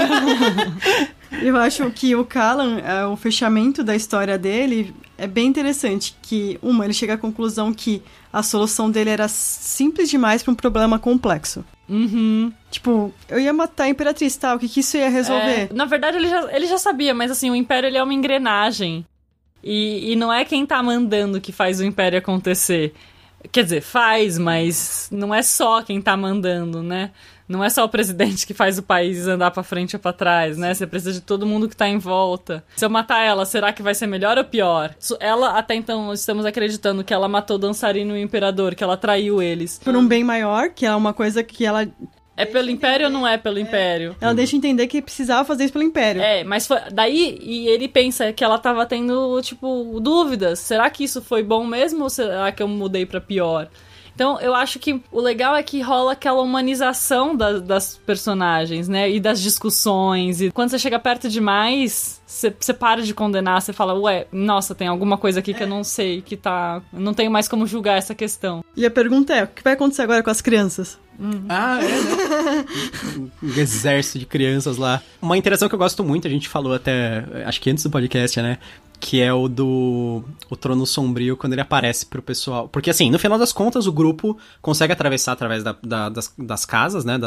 Eu acho que o Callan, o fechamento da história dele é bem interessante. Que, ele chega à conclusão que a solução dele era simples demais para um problema complexo. Uhum. Tipo, eu ia matar a Imperatriz, tá? O que isso ia resolver? Na verdade, ele já sabia, mas assim, o Império ele é uma engrenagem. E não é quem tá mandando que faz o Império acontecer. Quer dizer, faz, mas não é só quem tá mandando, né? Não é só o presidente que faz o país andar pra frente ou pra trás, né? Você precisa de todo mundo que tá em volta. Se eu matar ela, será que vai ser melhor ou pior? Ela, até então, nós estamos acreditando que ela matou o dançarino e o imperador, que ela traiu eles. Por um bem maior, que é uma coisa que ela... É pelo Império ou não é pelo Império? Ela deixa entender que precisava fazer isso pelo Império. Mas foi... Daí, e ele pensa que ela tava tendo, tipo, dúvidas. Será que isso foi bom mesmo ou será que eu mudei pra pior? Então, eu acho que o legal é que rola aquela humanização das personagens, né? E das discussões. E quando você chega perto demais, você para de condenar, você fala, ué, nossa, tem alguma coisa aqui que eu não sei, que tá... não tenho mais como julgar essa questão. E a pergunta é, o que vai acontecer agora com as crianças? Ah, é, né? Um exército de crianças lá. Uma interação que eu gosto muito, a gente falou até, acho que antes do podcast, né? Que é o do Trono Sombrio, quando ele aparece pro pessoal. Porque, assim, no final das contas, o grupo consegue atravessar através das casas, né?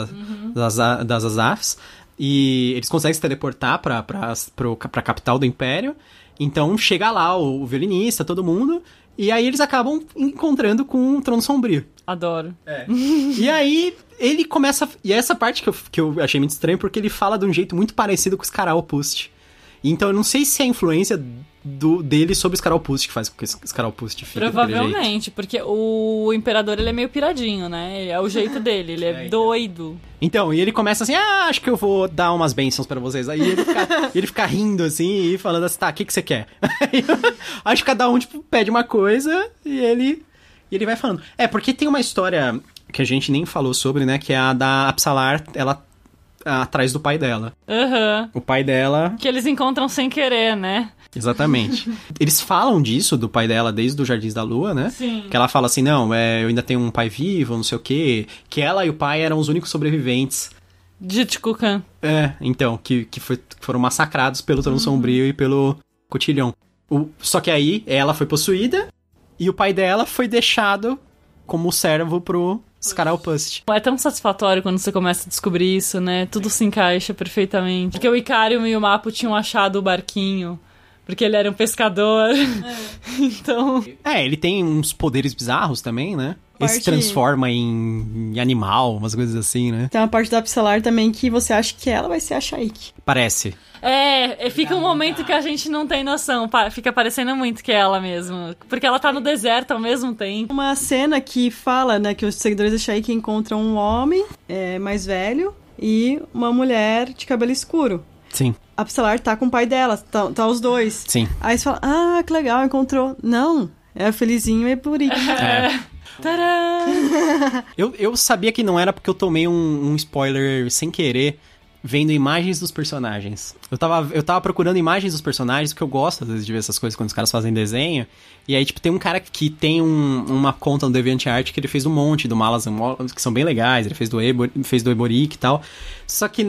Das Azafs. E eles conseguem se teleportar pra capital do Império. Então, chega lá o violinista, todo mundo. E aí eles acabam encontrando com o Trono Sombrio. Adoro. É. E aí ele começa... E essa parte que eu achei muito estranho, porque ele fala de um jeito muito parecido com o Scaralpust. Então eu não sei se é a influência dele sobre o Scaralpust que faz com que o Scaralpust fique provavelmente, porque o Imperador, ele é meio piradinho, né? É o jeito dele, ele é doido. Então, e ele começa assim, acho que eu vou dar umas bênçãos pra vocês. Aí ele fica rindo assim e falando assim, tá, o que você quer? Acho que cada um, tipo, pede uma coisa e ele vai falando. É, porque tem uma história que a gente nem falou sobre, né? Que é a da Apsalar, ela atrás do pai dela. Uhum. O pai dela... Que eles encontram sem querer, né? Exatamente. Eles falam disso, do pai dela, desde os Jardins da Lua, né? Sim. Que ela fala assim, não, eu ainda tenho um pai vivo, não sei o quê. Que ela e o pai eram os únicos sobreviventes. De Tikukan. É, então, que foram massacrados pelo Trono Sombrio e pelo Cotilhão. Só que aí, ela foi possuída e o pai dela foi deixado como servo pro Scaralpust. É tão satisfatório quando você começa a descobrir isso, né? Tudo se encaixa perfeitamente. Porque o Ikarium e o Mappo tinham achado o barquinho, porque ele era um pescador. Então... ele tem uns poderes bizarros também, né? Ele se transforma em animal, umas coisas assim, né? Tem uma parte da Apsalar também que você acha que ela vai ser a Shaik. Parece. Fica um momento que a gente não tem noção. Fica parecendo muito que é ela mesmo. Porque ela tá no deserto ao mesmo tempo. Uma cena que fala, né, que os seguidores da Shaik encontram um homem mais velho e uma mulher de cabelo escuro. Sim. A Apsalar tá com o pai dela, tá os dois. Sim. Aí você fala, que legal, encontrou. Não, é o Felizinho e Burique. Tadã! Eu sabia que não era porque eu tomei um spoiler sem querer, vendo imagens dos personagens. Eu tava procurando imagens dos personagens, porque eu gosto às vezes de ver essas coisas quando os caras fazem desenho. E aí, tipo, tem um cara que tem uma conta no DeviantArt que ele fez um monte do Malazan, que são bem legais. Ele fez do Eboric e tal. Só que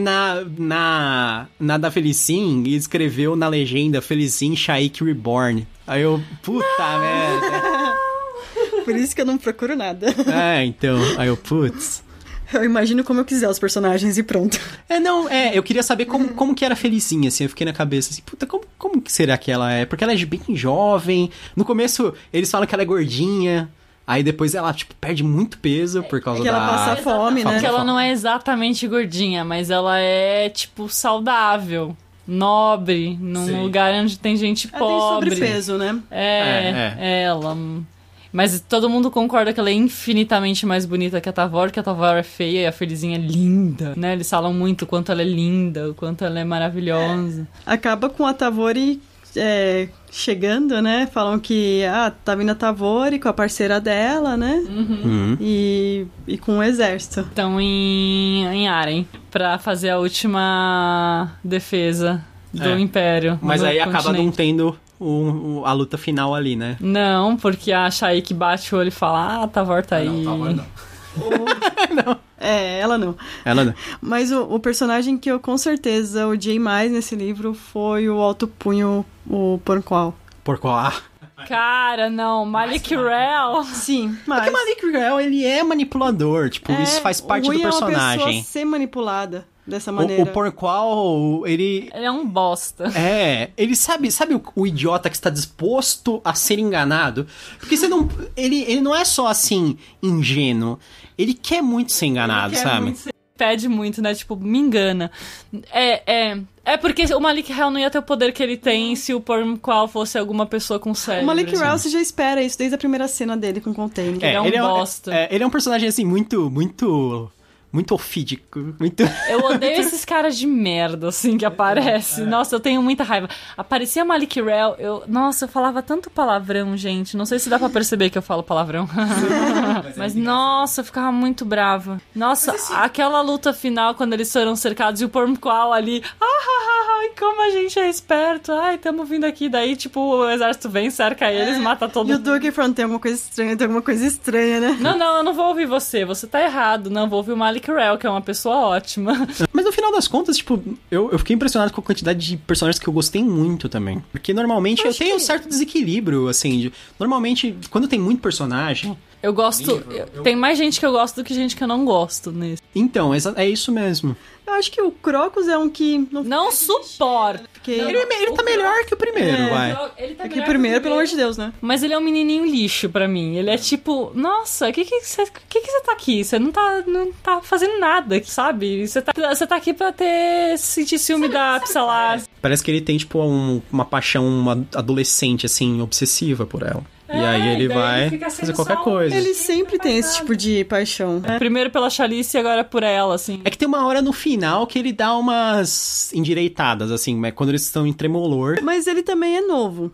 na da Felicin, ele escreveu na legenda Felicin Shaik Reborn. Aí eu, puta merda. Por isso que eu não procuro nada. Então. Aí eu, putz. Eu imagino como eu quiser os personagens e pronto. Eu queria saber como que era a Felicinha, assim, eu fiquei na cabeça, assim, puta, como que será que ela é? Porque ela é bem jovem, no começo eles falam que ela é gordinha, aí depois ela, tipo, perde muito peso por causa que ela passa fome, né? Porque ela não é exatamente gordinha, mas ela é, tipo, saudável. Nobre, num lugar onde tem gente pobre. Tem sobrepeso, né? Ela... Mas todo mundo concorda que ela é infinitamente mais bonita que a Tavor é feia e a Felizinha é linda, né? Eles falam muito o quanto ela é linda, o quanto ela é maravilhosa. Acaba com a Tavori chegando, né? Falam que tá vindo a Tavori com a parceira dela, né? Uhum. E com o exército. Estão em Aren pra fazer a última defesa do Império. Mas aí continente. acaba não tendo a luta final ali, né? Não, porque a Shaik bate o olho e fala, a Tavor tá aí. Não, Tavor não. Não. Ela não. Ela não. Mas o personagem que eu com certeza odiei mais nesse livro foi o Alto Punho, o Porqual. Porqual. Cara, não, Malik Rel. Sim, mas... Porque Malik Rel, ele é manipulador, tipo, isso faz parte do personagem. É uma pessoa ser manipulada dessa maneira. O Porqual, ele é um bosta. Ele sabe o idiota que está disposto a ser enganado? Porque você não... Ele não é só, assim, ingênuo. Ele quer muito ser enganado, sabe? Pede muito, né? Tipo, me engana. É porque o Malik Rel não ia ter o poder que ele tem se o Porqual fosse alguma pessoa com cérebro. O Malik Rel, você já espera isso desde a primeira cena dele com o Container. Ele é um bosta. Ele é um personagem, assim, muito muito ofídico, muito... Eu odeio esses caras de merda, assim, que aparecem. Nossa, eu tenho muita raiva. Aparecia Malik Rel, nossa, eu falava tanto palavrão, gente. Não sei se dá pra perceber que eu falo palavrão. Mas, nossa, eu ficava muito brava. Nossa, aquela luta final, quando eles foram cercados e o Pormqual ali... Ai, como a gente é esperto. Ai, tamo vindo aqui. Daí, tipo, o exército vem, cerca eles, mata todo mundo. E o Duke falando, tem alguma coisa estranha, né? Não, eu não vou ouvir você tá errado. Não, vou ouvir o Malik Rel, que é uma pessoa ótima. Mas no final das contas, tipo, eu fiquei impressionado com a quantidade de personagens que eu gostei muito também. Porque normalmente eu tenho um certo desequilíbrio, assim. Normalmente, quando tem muito personagem... Eu gosto... Tem mais gente que eu gosto do que gente que eu não gosto nesse. Então, é isso mesmo. Eu acho que o Crocus é um que... Não suporto. Porque... Ele tá melhor que o primeiro, vai. Ele tá que o primeiro, pelo amor de Deus, né? Mas ele é um menininho lixo pra mim. Ele é tipo, nossa, que você tá aqui? Você não tá fazendo nada, sabe? Você tá aqui pra sentir ciúme da Psalar. Parece que ele tem, tipo, uma paixão adolescente, assim, obsessiva por ela. E aí ele vai fazer qualquer coisa. Ele sempre tem esse tipo de paixão. Primeiro pela Chalice e agora por ela, assim. É que tem uma hora no final que ele dá umas endireitadas, assim, quando eles estão em tremolor. Mas ele também é novo.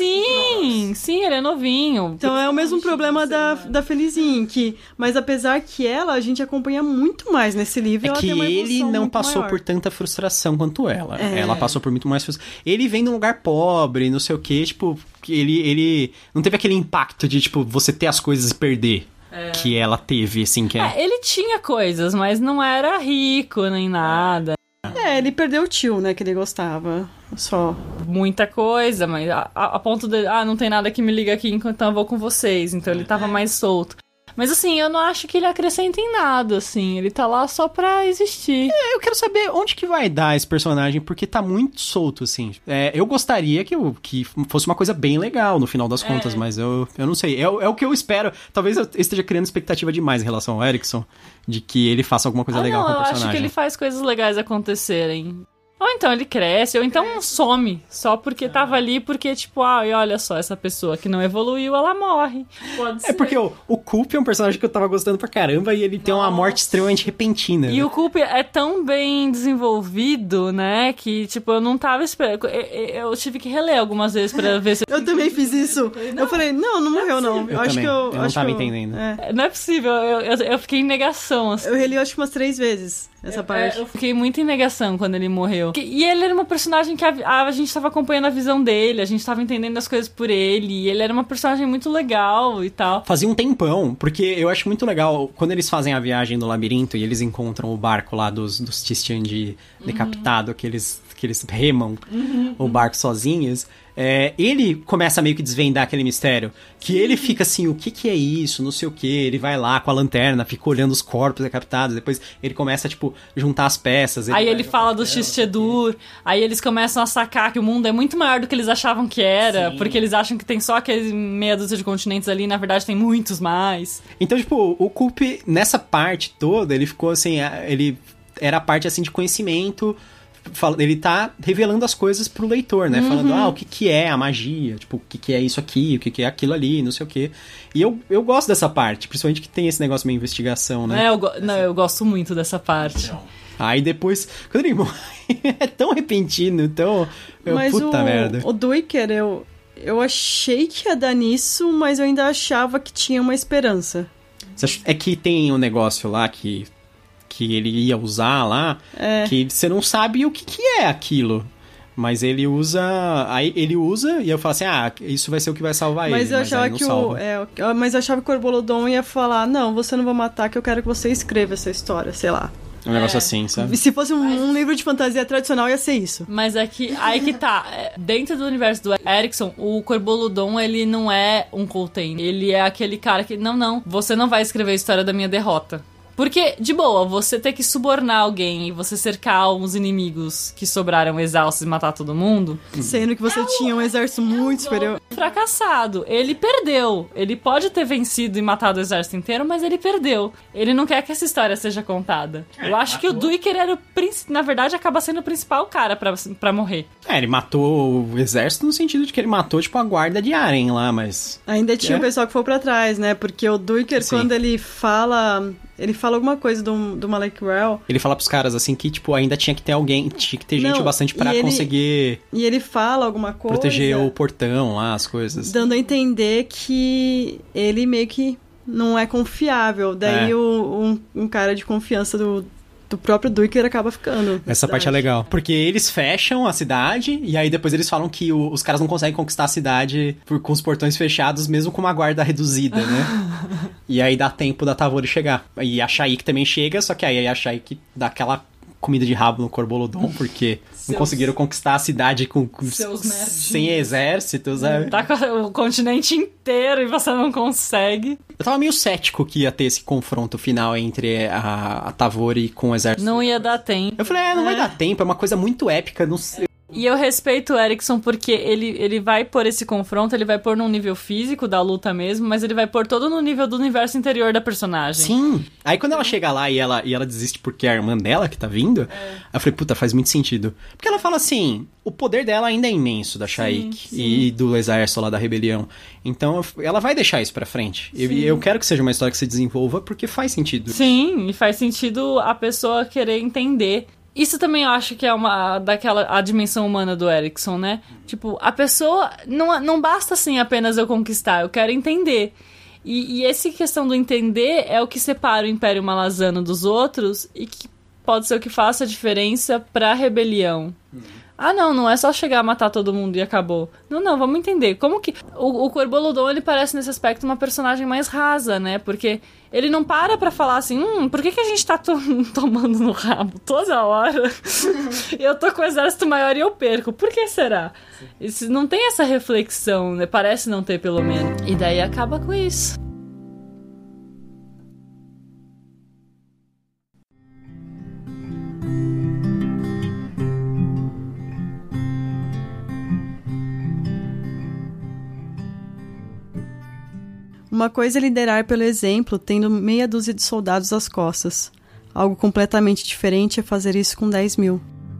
Sim, ele é novinho. Então é o mesmo problema da Felizinha, mas apesar que a gente acompanha muito mais nesse livro. É que ele não passou por tanta frustração quanto ela. Ela passou por muito mais frustração. Ele vem de um lugar pobre, não sei o quê, tipo, ele não teve aquele impacto de, tipo, você ter as coisas e perder. Que ela teve, assim, que ele tinha coisas, mas não era rico nem nada. Ele perdeu o tio, né, que ele gostava, só. Muita coisa, mas a ponto de, não tem nada que me liga aqui enquanto eu vou com vocês, então ele tava mais solto. Mas assim, eu não acho que ele acrescenta em nada, assim, ele tá lá só pra existir. Eu quero saber onde que vai dar esse personagem, porque tá muito solto, assim. Eu gostaria que fosse uma coisa bem legal no final das contas, mas eu não sei. É o que eu espero. Talvez eu esteja criando expectativa demais em relação ao Erikson, de que ele faça alguma coisa legal com o personagem. Eu acho que ele faz coisas legais acontecerem. Ou então ele cresce, ou então some. Só porque tava ali, porque tipo, e olha só, essa pessoa que não evoluiu, ela morre. Pode ser. Porque o Coop é um personagem que eu tava gostando pra caramba e ele tem uma morte extremamente repentina. E o Coop é tão bem desenvolvido, né, que tipo, eu não tava esperando. Eu tive que reler algumas vezes pra ver se... Eu também fiz isso. Eu falei, não morreu não. Eu acho que eu não tava entendendo. Não é possível, eu fiquei em negação. Assim. Eu reli acho que umas 3 vezes essa parte. Eu fiquei muito em negação quando ele morreu. E ele era uma personagem que a gente tava acompanhando a visão dele, a gente tava entendendo as coisas por ele, e ele era uma personagem muito legal e tal. Fazia um tempão, porque eu acho muito legal quando eles fazem a viagem no labirinto e eles encontram o barco lá dos Tistian de decapitado, que eles remam o barco sozinhos. Ele começa a meio que desvendar aquele mistério. Que ele fica assim, o que é isso? Não sei o que. Ele vai lá com a lanterna, fica olhando os corpos decapitados. Depois ele começa, tipo, juntar as peças. Aí ele fala do Xixedur. Aí eles começam a sacar que o mundo é muito maior do que eles achavam que era. Sim. Porque eles acham que tem só aqueles meia dúzia de continentes ali. E na verdade tem muitos mais. Então, tipo, o Coop, nessa parte toda, ele ficou assim... Ele era a parte, assim, de conhecimento... Ele tá revelando as coisas pro leitor, né? Falando, o que é a magia, tipo, o que é isso aqui, o que é aquilo ali, não sei o quê. E eu gosto dessa parte, principalmente que tem esse negócio meio investigação, né? Eu gosto muito dessa parte. Aí depois, quando ele morre, é tão repentino, tão... Mas puta merda. O Duiker, eu achei que ia dar nisso, mas eu ainda achava que tinha uma esperança. É que tem um negócio lá que ele ia usar lá, que você não sabe o que é aquilo. Mas ele usa... Aí ele usa e eu falo assim, isso vai ser o que vai salvar ele. Mas eu achava mas eu achava que o Corbolodon ia falar, não, você não vai matar, que eu quero que você escreva essa história, sei lá. Um negócio assim, sabe? Se fosse um livro de fantasia tradicional, ia ser isso. Mas aí que tá. Dentro do universo do Erikson, o Corbolodon, ele não é um Coltaine. Ele é aquele cara que, não, você não vai escrever a história da minha derrota. Porque, de boa, você ter que subornar alguém e você cercar uns inimigos que sobraram exaustos e matar todo mundo... Sendo que você tinha um exército muito superior. Fracassado. Ele perdeu. Ele pode ter vencido e matado o exército inteiro, mas ele perdeu. Ele não quer que essa história seja contada. Eu acho que o Duiker era na verdade, acaba sendo o principal cara pra morrer. Ele matou o exército no sentido de que ele matou, tipo, a guarda de Aren lá, mas... Ainda tinha o pessoal que foi pra trás, né? Porque o Duiker, quando ele fala... Ele fala alguma coisa do Malek Rel. Ele fala pros caras, assim, que, tipo, ainda tinha que ter alguém, tinha que ter gente o bastante pra conseguir... E ele fala alguma coisa... Proteger o portão lá, as coisas. Dando a entender que ele meio que não é confiável. Daí um cara de confiança do próprio Duiker acaba ficando. Essa parte é legal. Porque eles fecham a cidade e aí depois eles falam que os caras não conseguem conquistar a cidade com os portões fechados, mesmo com uma guarda reduzida, né? E aí dá tempo da Tavori chegar. E a Shaik também chega, só que aí a Shaik dá aquela comida de rabo no Corbolodon, porque não conseguiram conquistar a cidade sem exércitos. Tá com o continente inteiro e você não consegue. Eu tava meio cético que ia ter esse confronto final entre a Tavori com o exército. Não ia dar tempo. Eu falei, não vai dar tempo, é uma coisa muito épica, não sei. E eu respeito o Erikson porque ele vai pôr esse confronto, ele vai pôr num nível físico da luta mesmo, mas ele vai pôr todo no nível do universo interior da personagem. Sim. Aí quando ela chega lá e ela desiste porque é a irmã dela que tá vindo, eu falei, puta, faz muito sentido. Porque ela fala assim, o poder dela ainda é imenso, da Shaik e do exército lá da rebelião. Então ela vai deixar isso pra frente. Eu quero que seja uma história que se desenvolva porque faz sentido. Sim, e faz sentido a pessoa querer entender. Isso também eu acho que é a dimensão humana do Erikson, né? Tipo, a pessoa... Não basta, assim, apenas eu conquistar. Eu quero entender. E essa questão do entender é o que separa o Império Malazano dos outros e que pode ser o que faça a diferença pra rebelião. Não é só chegar a matar todo mundo e acabou. Não, vamos entender. Como que... O Corbolodon, ele parece, nesse aspecto, uma personagem mais rasa, né? Porque ele não para falar assim, por que a gente tá tomando no rabo toda hora? Eu tô com o exército maior e eu perco. Por que será? Isso, não tem essa reflexão, né? Parece não ter, pelo menos. E daí acaba com isso. Uma coisa é liderar pelo exemplo, tendo meia dúzia de soldados às costas. Algo completamente diferente é fazer isso com 10 mil.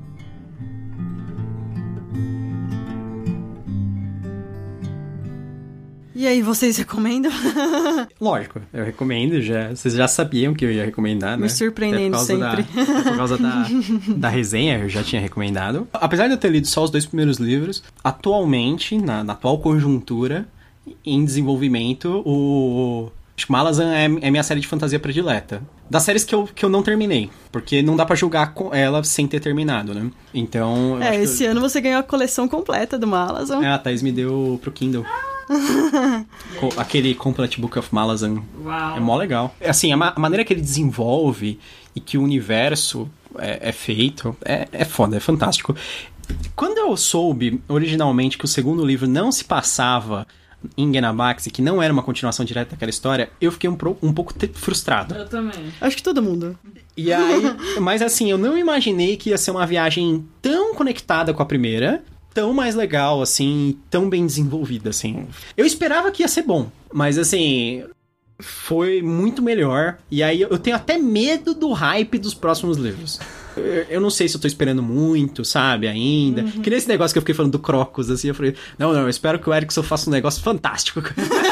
E aí, vocês recomendam? Lógico, eu recomendo. Vocês já sabiam que eu ia recomendar, né? Me surpreendendo sempre. Por causa da resenha, eu já tinha recomendado. Apesar de eu ter lido só os 2 primeiros livros, atualmente, na atual conjuntura, em desenvolvimento, acho que Malazan é minha série de fantasia predileta. Das séries que eu não terminei, porque não dá pra julgar com ela sem ter terminado, né? Então... esse ano você ganhou a coleção completa do Malazan. A Thaís me deu pro Kindle. Aquele Complete Book of Malazan. Uau. É mó legal. Assim, a maneira que ele desenvolve e que o universo é feito é foda, é fantástico. Quando eu soube, originalmente, que o segundo livro não se passava em Genabax, que não era uma continuação direta daquela história, eu fiquei um pouco frustrado. Eu também. Acho que todo mundo. E aí, mas assim, eu não imaginei que ia ser uma viagem tão conectada com a primeira, tão mais legal, assim, tão bem desenvolvida, assim. Eu esperava que ia ser bom, mas assim, foi muito melhor. E aí eu tenho até medo do hype dos próximos livros. Eu não sei se eu tô esperando muito, sabe, ainda. Que nesse negócio que eu fiquei falando do Crocus, assim, eu falei, não, eu espero que o Erikson faça um negócio fantástico.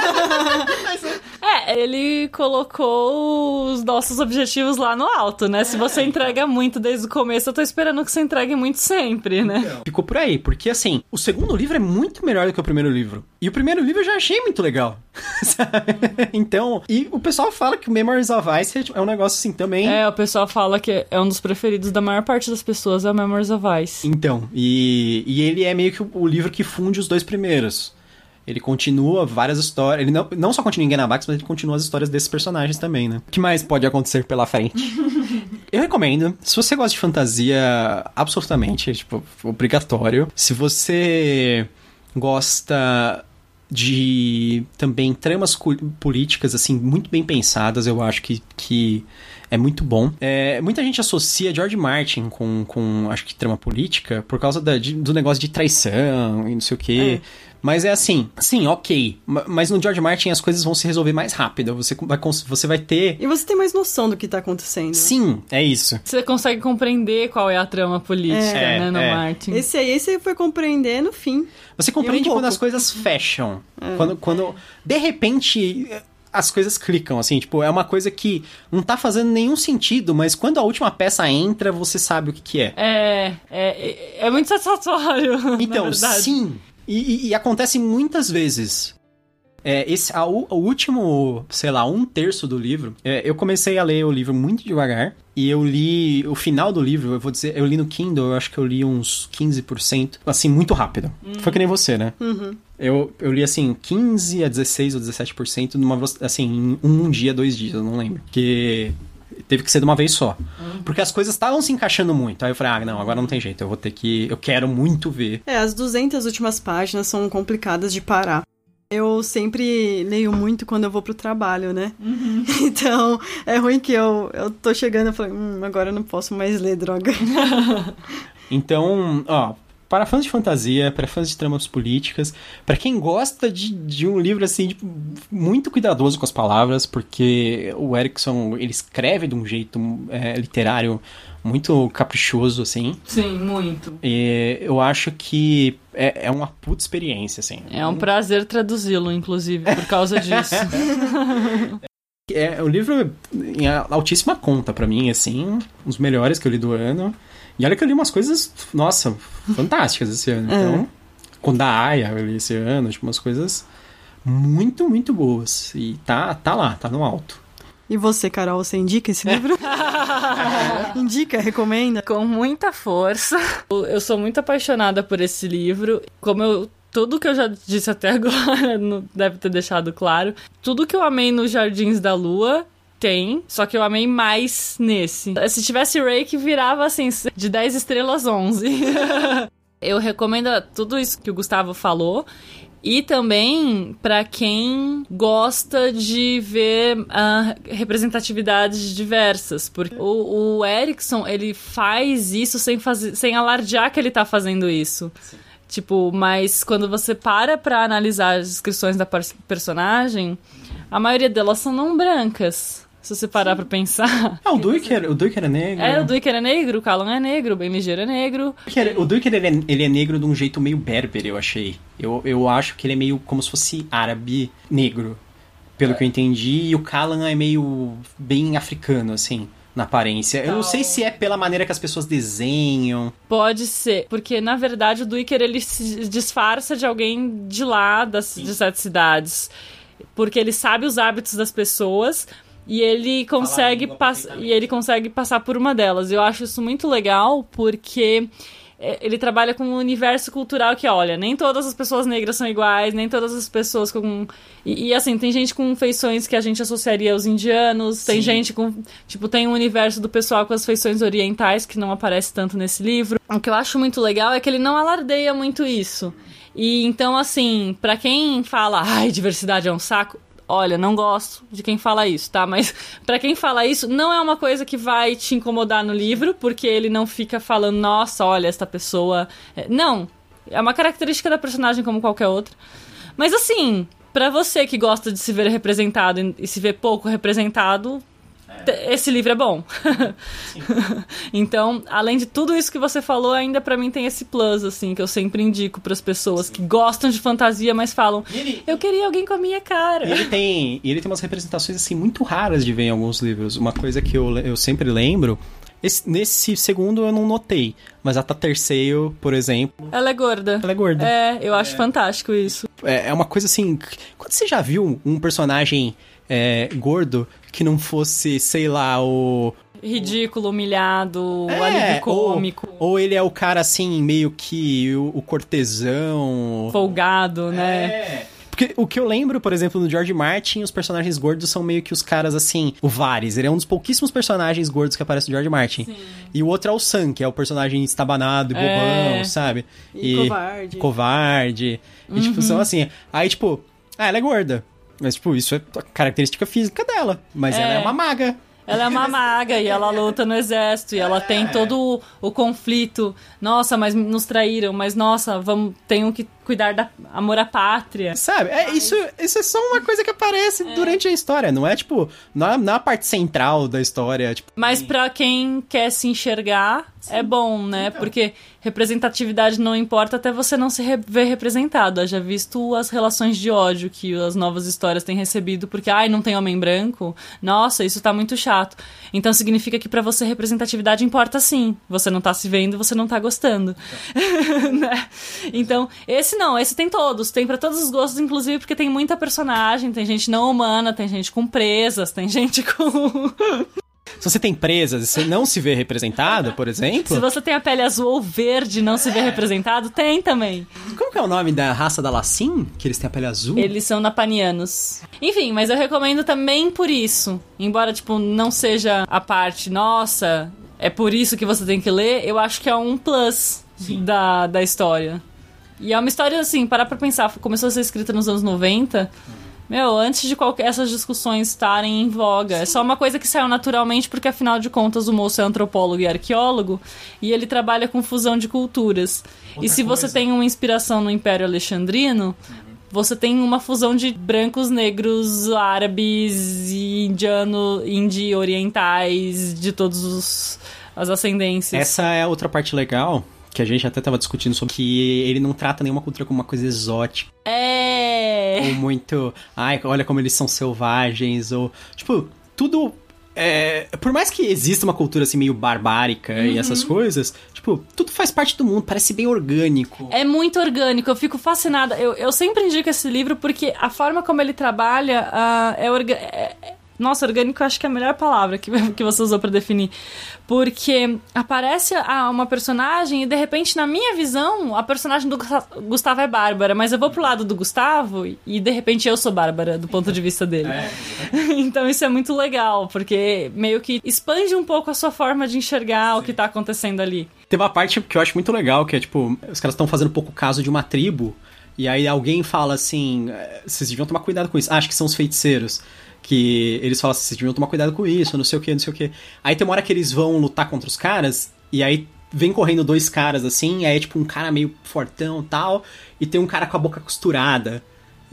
Ele colocou os nossos objetivos lá no alto, né? Se você entrega muito desde o começo, eu tô esperando que você entregue muito sempre, né? Então, ficou por aí, porque assim, o segundo livro é muito melhor do que o primeiro livro. E o primeiro livro eu já achei muito legal. Sabe? Então, e o pessoal fala que o Memories of Ice é um negócio assim também. O pessoal fala que é um dos preferidos da maior parte das pessoas, é o Memories of Ice. Então, e ele é meio que o livro que funde os 2 primeiros. Ele continua várias histórias. Ele não só continua em Genabax, mas ele continua as histórias desses personagens também, né? O que mais pode acontecer pela frente? Eu recomendo. Se você gosta de fantasia, absolutamente, tipo, obrigatório. Se você gosta de também tramas políticas, assim, muito bem pensadas, eu acho que é muito bom. Muita gente associa George Martin com acho que trama política, por causa do negócio de traição e não sei o quê. Mas é assim, sim, ok. Mas no George Martin as coisas vão se resolver mais rápido. Você vai ter... E você tem mais noção do que tá acontecendo. Sim, é isso. Você consegue compreender qual é a trama política, né, no Martin. Esse aí você foi compreender no fim. Você compreende quando as coisas fecham. Quando de repente... as coisas clicam, assim, tipo, é uma coisa que não tá fazendo nenhum sentido, mas quando a última peça entra, você sabe o que é. É muito satisfatório. Então, na verdade. sim. E acontece muitas vezes. O último, sei lá, 1/3 do livro, eu comecei a ler o livro muito devagar, e eu li o final do livro, eu vou dizer, eu li no Kindle, eu acho que eu li uns 15%, assim, muito rápido. Foi que nem você, né? Uhum. Eu li, assim, 15 a 16 ou 17% assim, em um dia, 2 dias, eu não lembro. Porque teve que ser de uma vez só. Porque as coisas estavam se encaixando muito. Aí eu falei, não, agora não tem jeito, eu quero muito ver. As 200 últimas páginas são complicadas de parar. Eu sempre leio muito quando eu vou pro trabalho, né? Uhum. Então, é ruim que eu tô chegando e falei, agora eu não posso mais ler, droga. Então, para fãs de fantasia, para fãs de tramas políticas, para quem gosta de um livro, assim, tipo, muito cuidadoso com as palavras, porque o Erikson, ele escreve de um jeito literário muito caprichoso, assim. Sim, muito. E eu acho que é uma puta experiência, assim. É um prazer traduzi-lo, inclusive, por causa disso. O livro em altíssima conta pra mim, assim, um dos melhores que eu li do ano. E olha que eu li umas coisas, nossa, fantásticas esse ano. Então, com da Aya eu li esse ano, tipo, umas coisas muito, muito boas. E tá lá, tá no alto. E você, Carol, você indica esse livro? Indica, recomenda? Com muita força. Eu sou muito apaixonada por esse livro. Tudo que eu já disse até agora, não deve ter deixado claro. Tudo que eu amei nos Jardins da Lua tem, só que eu amei mais nesse. Se tivesse Rake, virava assim, de 10 estrelas, 11. Eu recomendo tudo isso que o Gustavo falou. E também para quem gosta de ver representatividades diversas. Porque o Erikson, ele faz isso sem alardear que ele tá fazendo isso. Sim. Tipo, mas quando você pra analisar as descrições da personagem, a maioria delas são não brancas. Se você parar pra pensar. O Duiker era negro. O Duiker é negro, o Callum é negro, o Ben Ligeiro é negro. O Duiker, ele é negro de um jeito meio berber, eu achei. Eu acho que ele é meio como se fosse árabe negro, pelo que eu entendi. E o Callum é meio bem africano, assim, na aparência. Eu não sei se é pela maneira que as pessoas desenham. Pode ser, porque na verdade o Duiker, ele se disfarça de alguém de lá, de 7 cidades. Porque ele sabe os hábitos das pessoas... E ele consegue passar por uma delas. Eu acho isso muito legal porque ele trabalha com um universo cultural que, olha, nem todas as pessoas negras são iguais, nem todas as pessoas com... E assim, tem gente com feições que a gente associaria aos indianos, sim. Tem gente com... Tipo, tem um universo do pessoal com as feições orientais que não aparece tanto nesse livro. O que eu acho muito legal é que ele não alardeia muito isso. E então, assim, pra quem fala, diversidade é um saco... Olha, não gosto de quem fala isso, tá? Mas pra quem fala isso, não é uma coisa que vai te incomodar no livro, porque ele não fica falando, nossa, olha, esta pessoa... Não, é uma característica da personagem como qualquer outra. Mas assim, pra você que gosta de se ver representado e se ver pouco representado... Esse livro é bom. Então, além de tudo isso que você falou, ainda pra mim tem esse plus, assim, que eu sempre indico pras pessoas que gostam de fantasia, mas falam, eu queria alguém com a minha cara. E ele tem umas representações, assim, muito raras de ver em alguns livros. Uma coisa que eu sempre lembro... Nesse segundo eu não notei, mas a Tattersale, por exemplo... Ela é gorda. Eu acho fantástico isso. É uma coisa assim... Quando você já viu um personagem gordo que não fosse, sei lá, o... Ridículo, humilhado, alívio cômico. Ou ele é o cara, assim, meio que o cortesão... Folgado, né? Porque o que eu lembro, por exemplo, no George Martin, os personagens gordos são meio que os caras, assim... O Varys, ele é um dos pouquíssimos personagens gordos que aparece no George Martin. Sim. E o outro é o Sam, que é o personagem estabanado e bobão, sabe? E covarde. E, tipo, são assim... Aí, tipo... ela é gorda. Mas, tipo, isso é a característica física dela. Mas ela é uma maga. Ela é uma maga e ela luta no exército e ela tem todo o conflito. Nossa, mas nos traíram, mas nossa, tenho que cuidar da amor à pátria. Sabe? Isso é só uma coisa que aparece durante a história. Não é, tipo, não é a parte central da história. Tipo, mas pra quem quer se enxergar, é bom, né? Então. Porque representatividade não importa até você não se ver representado. Haja visto as relações de ódio que as novas histórias têm recebido, porque, não tem homem branco. Nossa, isso tá muito chato. Então significa que pra você representatividade importa sim. Você não tá se vendo, você não tá gostando. Né? Então, esse tem todos. Tem pra todos os gostos, inclusive porque tem muita personagem. Tem gente não humana, tem gente com presas, tem gente com... Se você tem presas e você não se vê representado, por exemplo... Se você tem a pele azul ou verde e não se vê representado, tem também. Como que é o nome da raça da Lacim? Que eles têm a pele azul? Eles são napanianos. Enfim, mas eu recomendo também por isso. Embora, tipo, não seja a parte, nossa, é por isso que você tem que ler, eu acho que é um plus da história. E é uma história, assim, parar pra pensar, começou a ser escrita nos anos 90... antes de essas discussões estarem em voga. É só uma coisa que saiu naturalmente, porque afinal de contas o moço é antropólogo e arqueólogo, e ele trabalha com fusão de culturas. E se você tem uma inspiração no Império Alexandrino, você tem uma fusão de brancos, negros, árabes, indi-orientais, de todos as ascendências. Essa é a outra parte legal, que a gente até tava discutindo sobre, que ele não trata nenhuma cultura como uma coisa exótica. Ou muito... olha como eles são selvagens, ou... Tipo, tudo... por mais que exista uma cultura assim meio barbárica e essas coisas, tipo, tudo faz parte do mundo, parece bem orgânico. É muito orgânico, eu fico fascinada. Eu sempre indico esse livro porque a forma como ele trabalha Nossa, orgânico eu acho que é a melhor palavra que você usou pra definir. Porque aparece uma personagem e, de repente, na minha visão, a personagem do Gustavo é Bárbara. Mas eu vou pro lado do Gustavo e, de repente, eu sou Bárbara, do ponto de vista dele. Então isso é muito legal, porque meio que expande um pouco a sua forma de enxergar o que tá acontecendo ali. Tem uma parte que eu acho muito legal, que é, tipo, os caras estão fazendo pouco caso de uma tribo, e aí alguém fala assim, vocês deviam tomar cuidado com isso. Acho que são os feiticeiros. Que eles falam assim, vocês deviam tomar cuidado com isso, não sei o que, não sei o que. Aí tem uma hora que eles vão lutar contra os caras, e aí vem correndo dois caras assim, e aí é tipo um cara meio fortão e tal, e tem um cara com a boca costurada,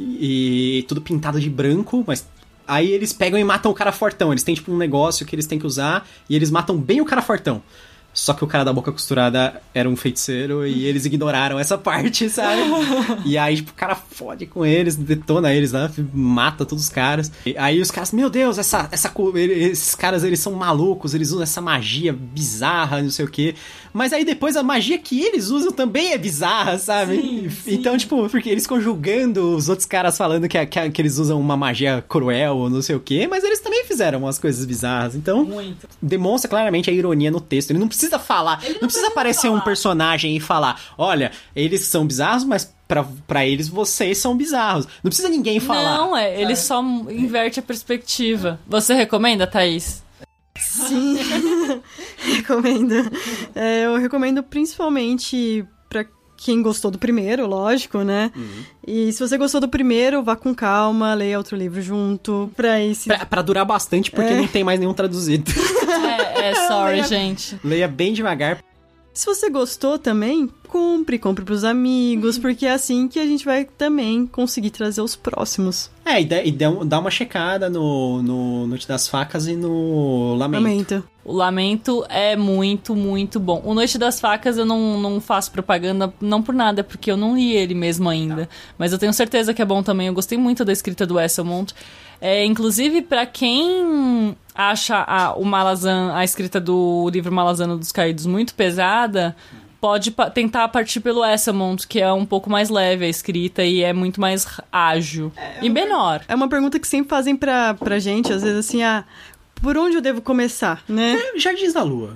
e tudo pintado de branco, mas... Aí eles pegam e matam o cara fortão, eles têm tipo um negócio que eles têm que usar, e eles matam bem o cara fortão. Só que o cara da boca costurada era um feiticeiro e eles ignoraram essa parte, sabe? E aí, tipo, o cara fode com eles, detona eles lá, mata todos os caras. E aí os caras, meu Deus, esses caras, eles são malucos, eles usam essa magia bizarra, não sei o quê. Mas aí depois a magia que eles usam também é bizarra, sabe? Sim. Então, tipo, porque eles ficam julgando os outros caras falando que eles usam uma magia cruel ou não sei o quê, mas eles também fizeram umas coisas bizarras. Então, demonstra claramente a ironia no texto. Ele não precisa falar, não precisa aparecer um personagem e falar, olha, eles são bizarros, mas pra eles vocês são bizarros. Não precisa ninguém falar. Não, ele só inverte a perspectiva. Você recomenda, Thaís? Sim, recomendo. Eu recomendo principalmente pra quem gostou do primeiro, lógico, né? E se você gostou do primeiro, vá com calma, leia outro livro junto. Pra durar bastante, porque não tem mais nenhum traduzido. Sorry, gente. Leia bem devagar. Se você gostou também, compre pros amigos, porque é assim que a gente vai também conseguir trazer os próximos. E dá uma checada no Noite das Facas e no Lamento. O Lamento é muito, muito bom. O Noite das Facas eu não faço propaganda, não por nada, porque eu não li ele mesmo ainda. Mas eu tenho certeza que é bom também. Eu gostei muito da escrita do Esselmont. Inclusive, pra quem acha a escrita do livro Malazano dos Caídos muito pesada, pode tentar partir pelo Esselmont, que é um pouco mais leve a escrita e é muito mais ágil e menor. É uma pergunta que sempre fazem pra gente, às vezes assim, por onde eu devo começar, né? Jardins da Lua.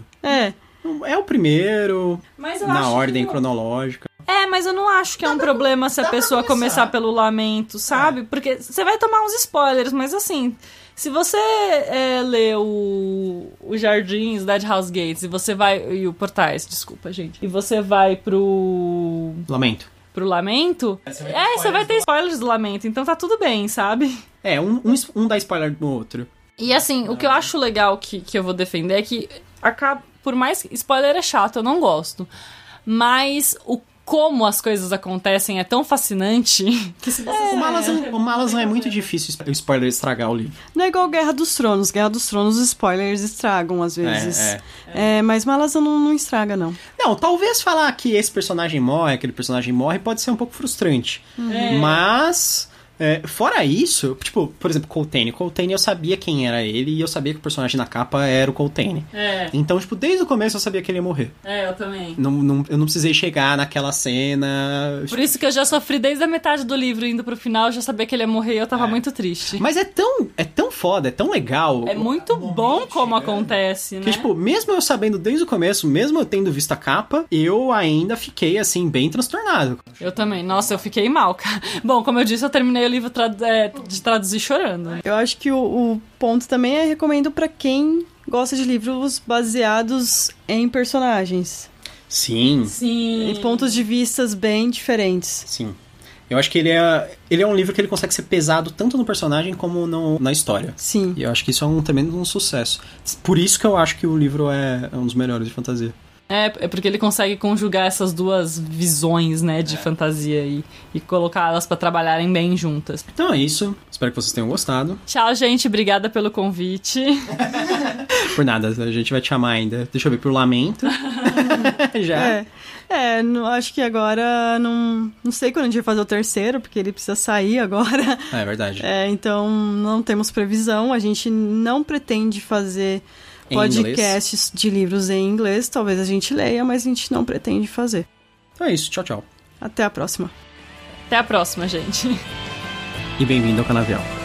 É o primeiro, mas eu na acho ordem cronológica. Mas eu não acho que é um problema se a pessoa começar pelo Lamento, sabe? Porque você vai tomar uns spoilers, mas assim, se você lê o Jardins, Dead House Gates, e você vai... E o Portais, desculpa, gente. E você vai pro Lamento, você vai ter spoilers do Lamento, então tá tudo bem, sabe? Um dá spoiler no outro. E assim, o que eu acho legal que eu vou defender é que, por mais que spoiler é chato, eu não gosto. Mas como as coisas acontecem é tão fascinante que se você O Malazan é muito difícil o spoiler estragar o livro. Não é igual Guerra dos Tronos. Guerra dos Tronos, os spoilers estragam às vezes. Mas Malazan não estraga, não. Não, talvez falar que esse personagem morre, aquele personagem morre, pode ser um pouco frustrante. Mas... fora isso, tipo, por exemplo, Coltane. Coltane eu sabia quem era ele e eu sabia que o personagem na capa era o Coltane. Então, tipo, desde o começo eu sabia que ele ia morrer. Eu também. Eu não precisei chegar naquela cena. Por isso que eu já sofri desde a metade do livro, indo pro final, eu já sabia que ele ia morrer e eu tava muito triste. Mas é tão foda, é tão legal. É muito bom como acontece, né? Que, tipo, mesmo eu sabendo desde o começo, mesmo eu tendo visto a capa, eu ainda fiquei, assim, bem transtornado. Eu também. Nossa, eu fiquei mal, cara. Bom, como eu disse, eu terminei o livro de traduzir chorando. Eu acho que o ponto também é recomendo pra quem gosta de livros baseados em personagens. Sim. E pontos de vistas bem diferentes. Sim. Eu acho que ele é um livro que ele consegue ser pesado tanto no personagem como na história. Sim. E eu acho que isso é um tremendo sucesso. Por isso que eu acho que o livro é um dos melhores de fantasia. É porque ele consegue conjugar essas duas visões, né, de fantasia e colocá-las pra trabalharem bem juntas. Então é isso. Espero que vocês tenham gostado. Tchau, gente. Obrigada pelo convite. Por nada, a gente vai te chamar ainda. Deixa eu ver, por Lamento. Já. Acho que agora não sei quando a gente vai fazer o terceiro, porque ele precisa sair agora. É verdade. Então não temos previsão. A gente não pretende fazer podcasts de livros em inglês. Talvez a gente leia, mas a gente não pretende fazer. Então é isso. Tchau, tchau. Até a próxima. Até a próxima, gente. E bem-vindo ao Canavial.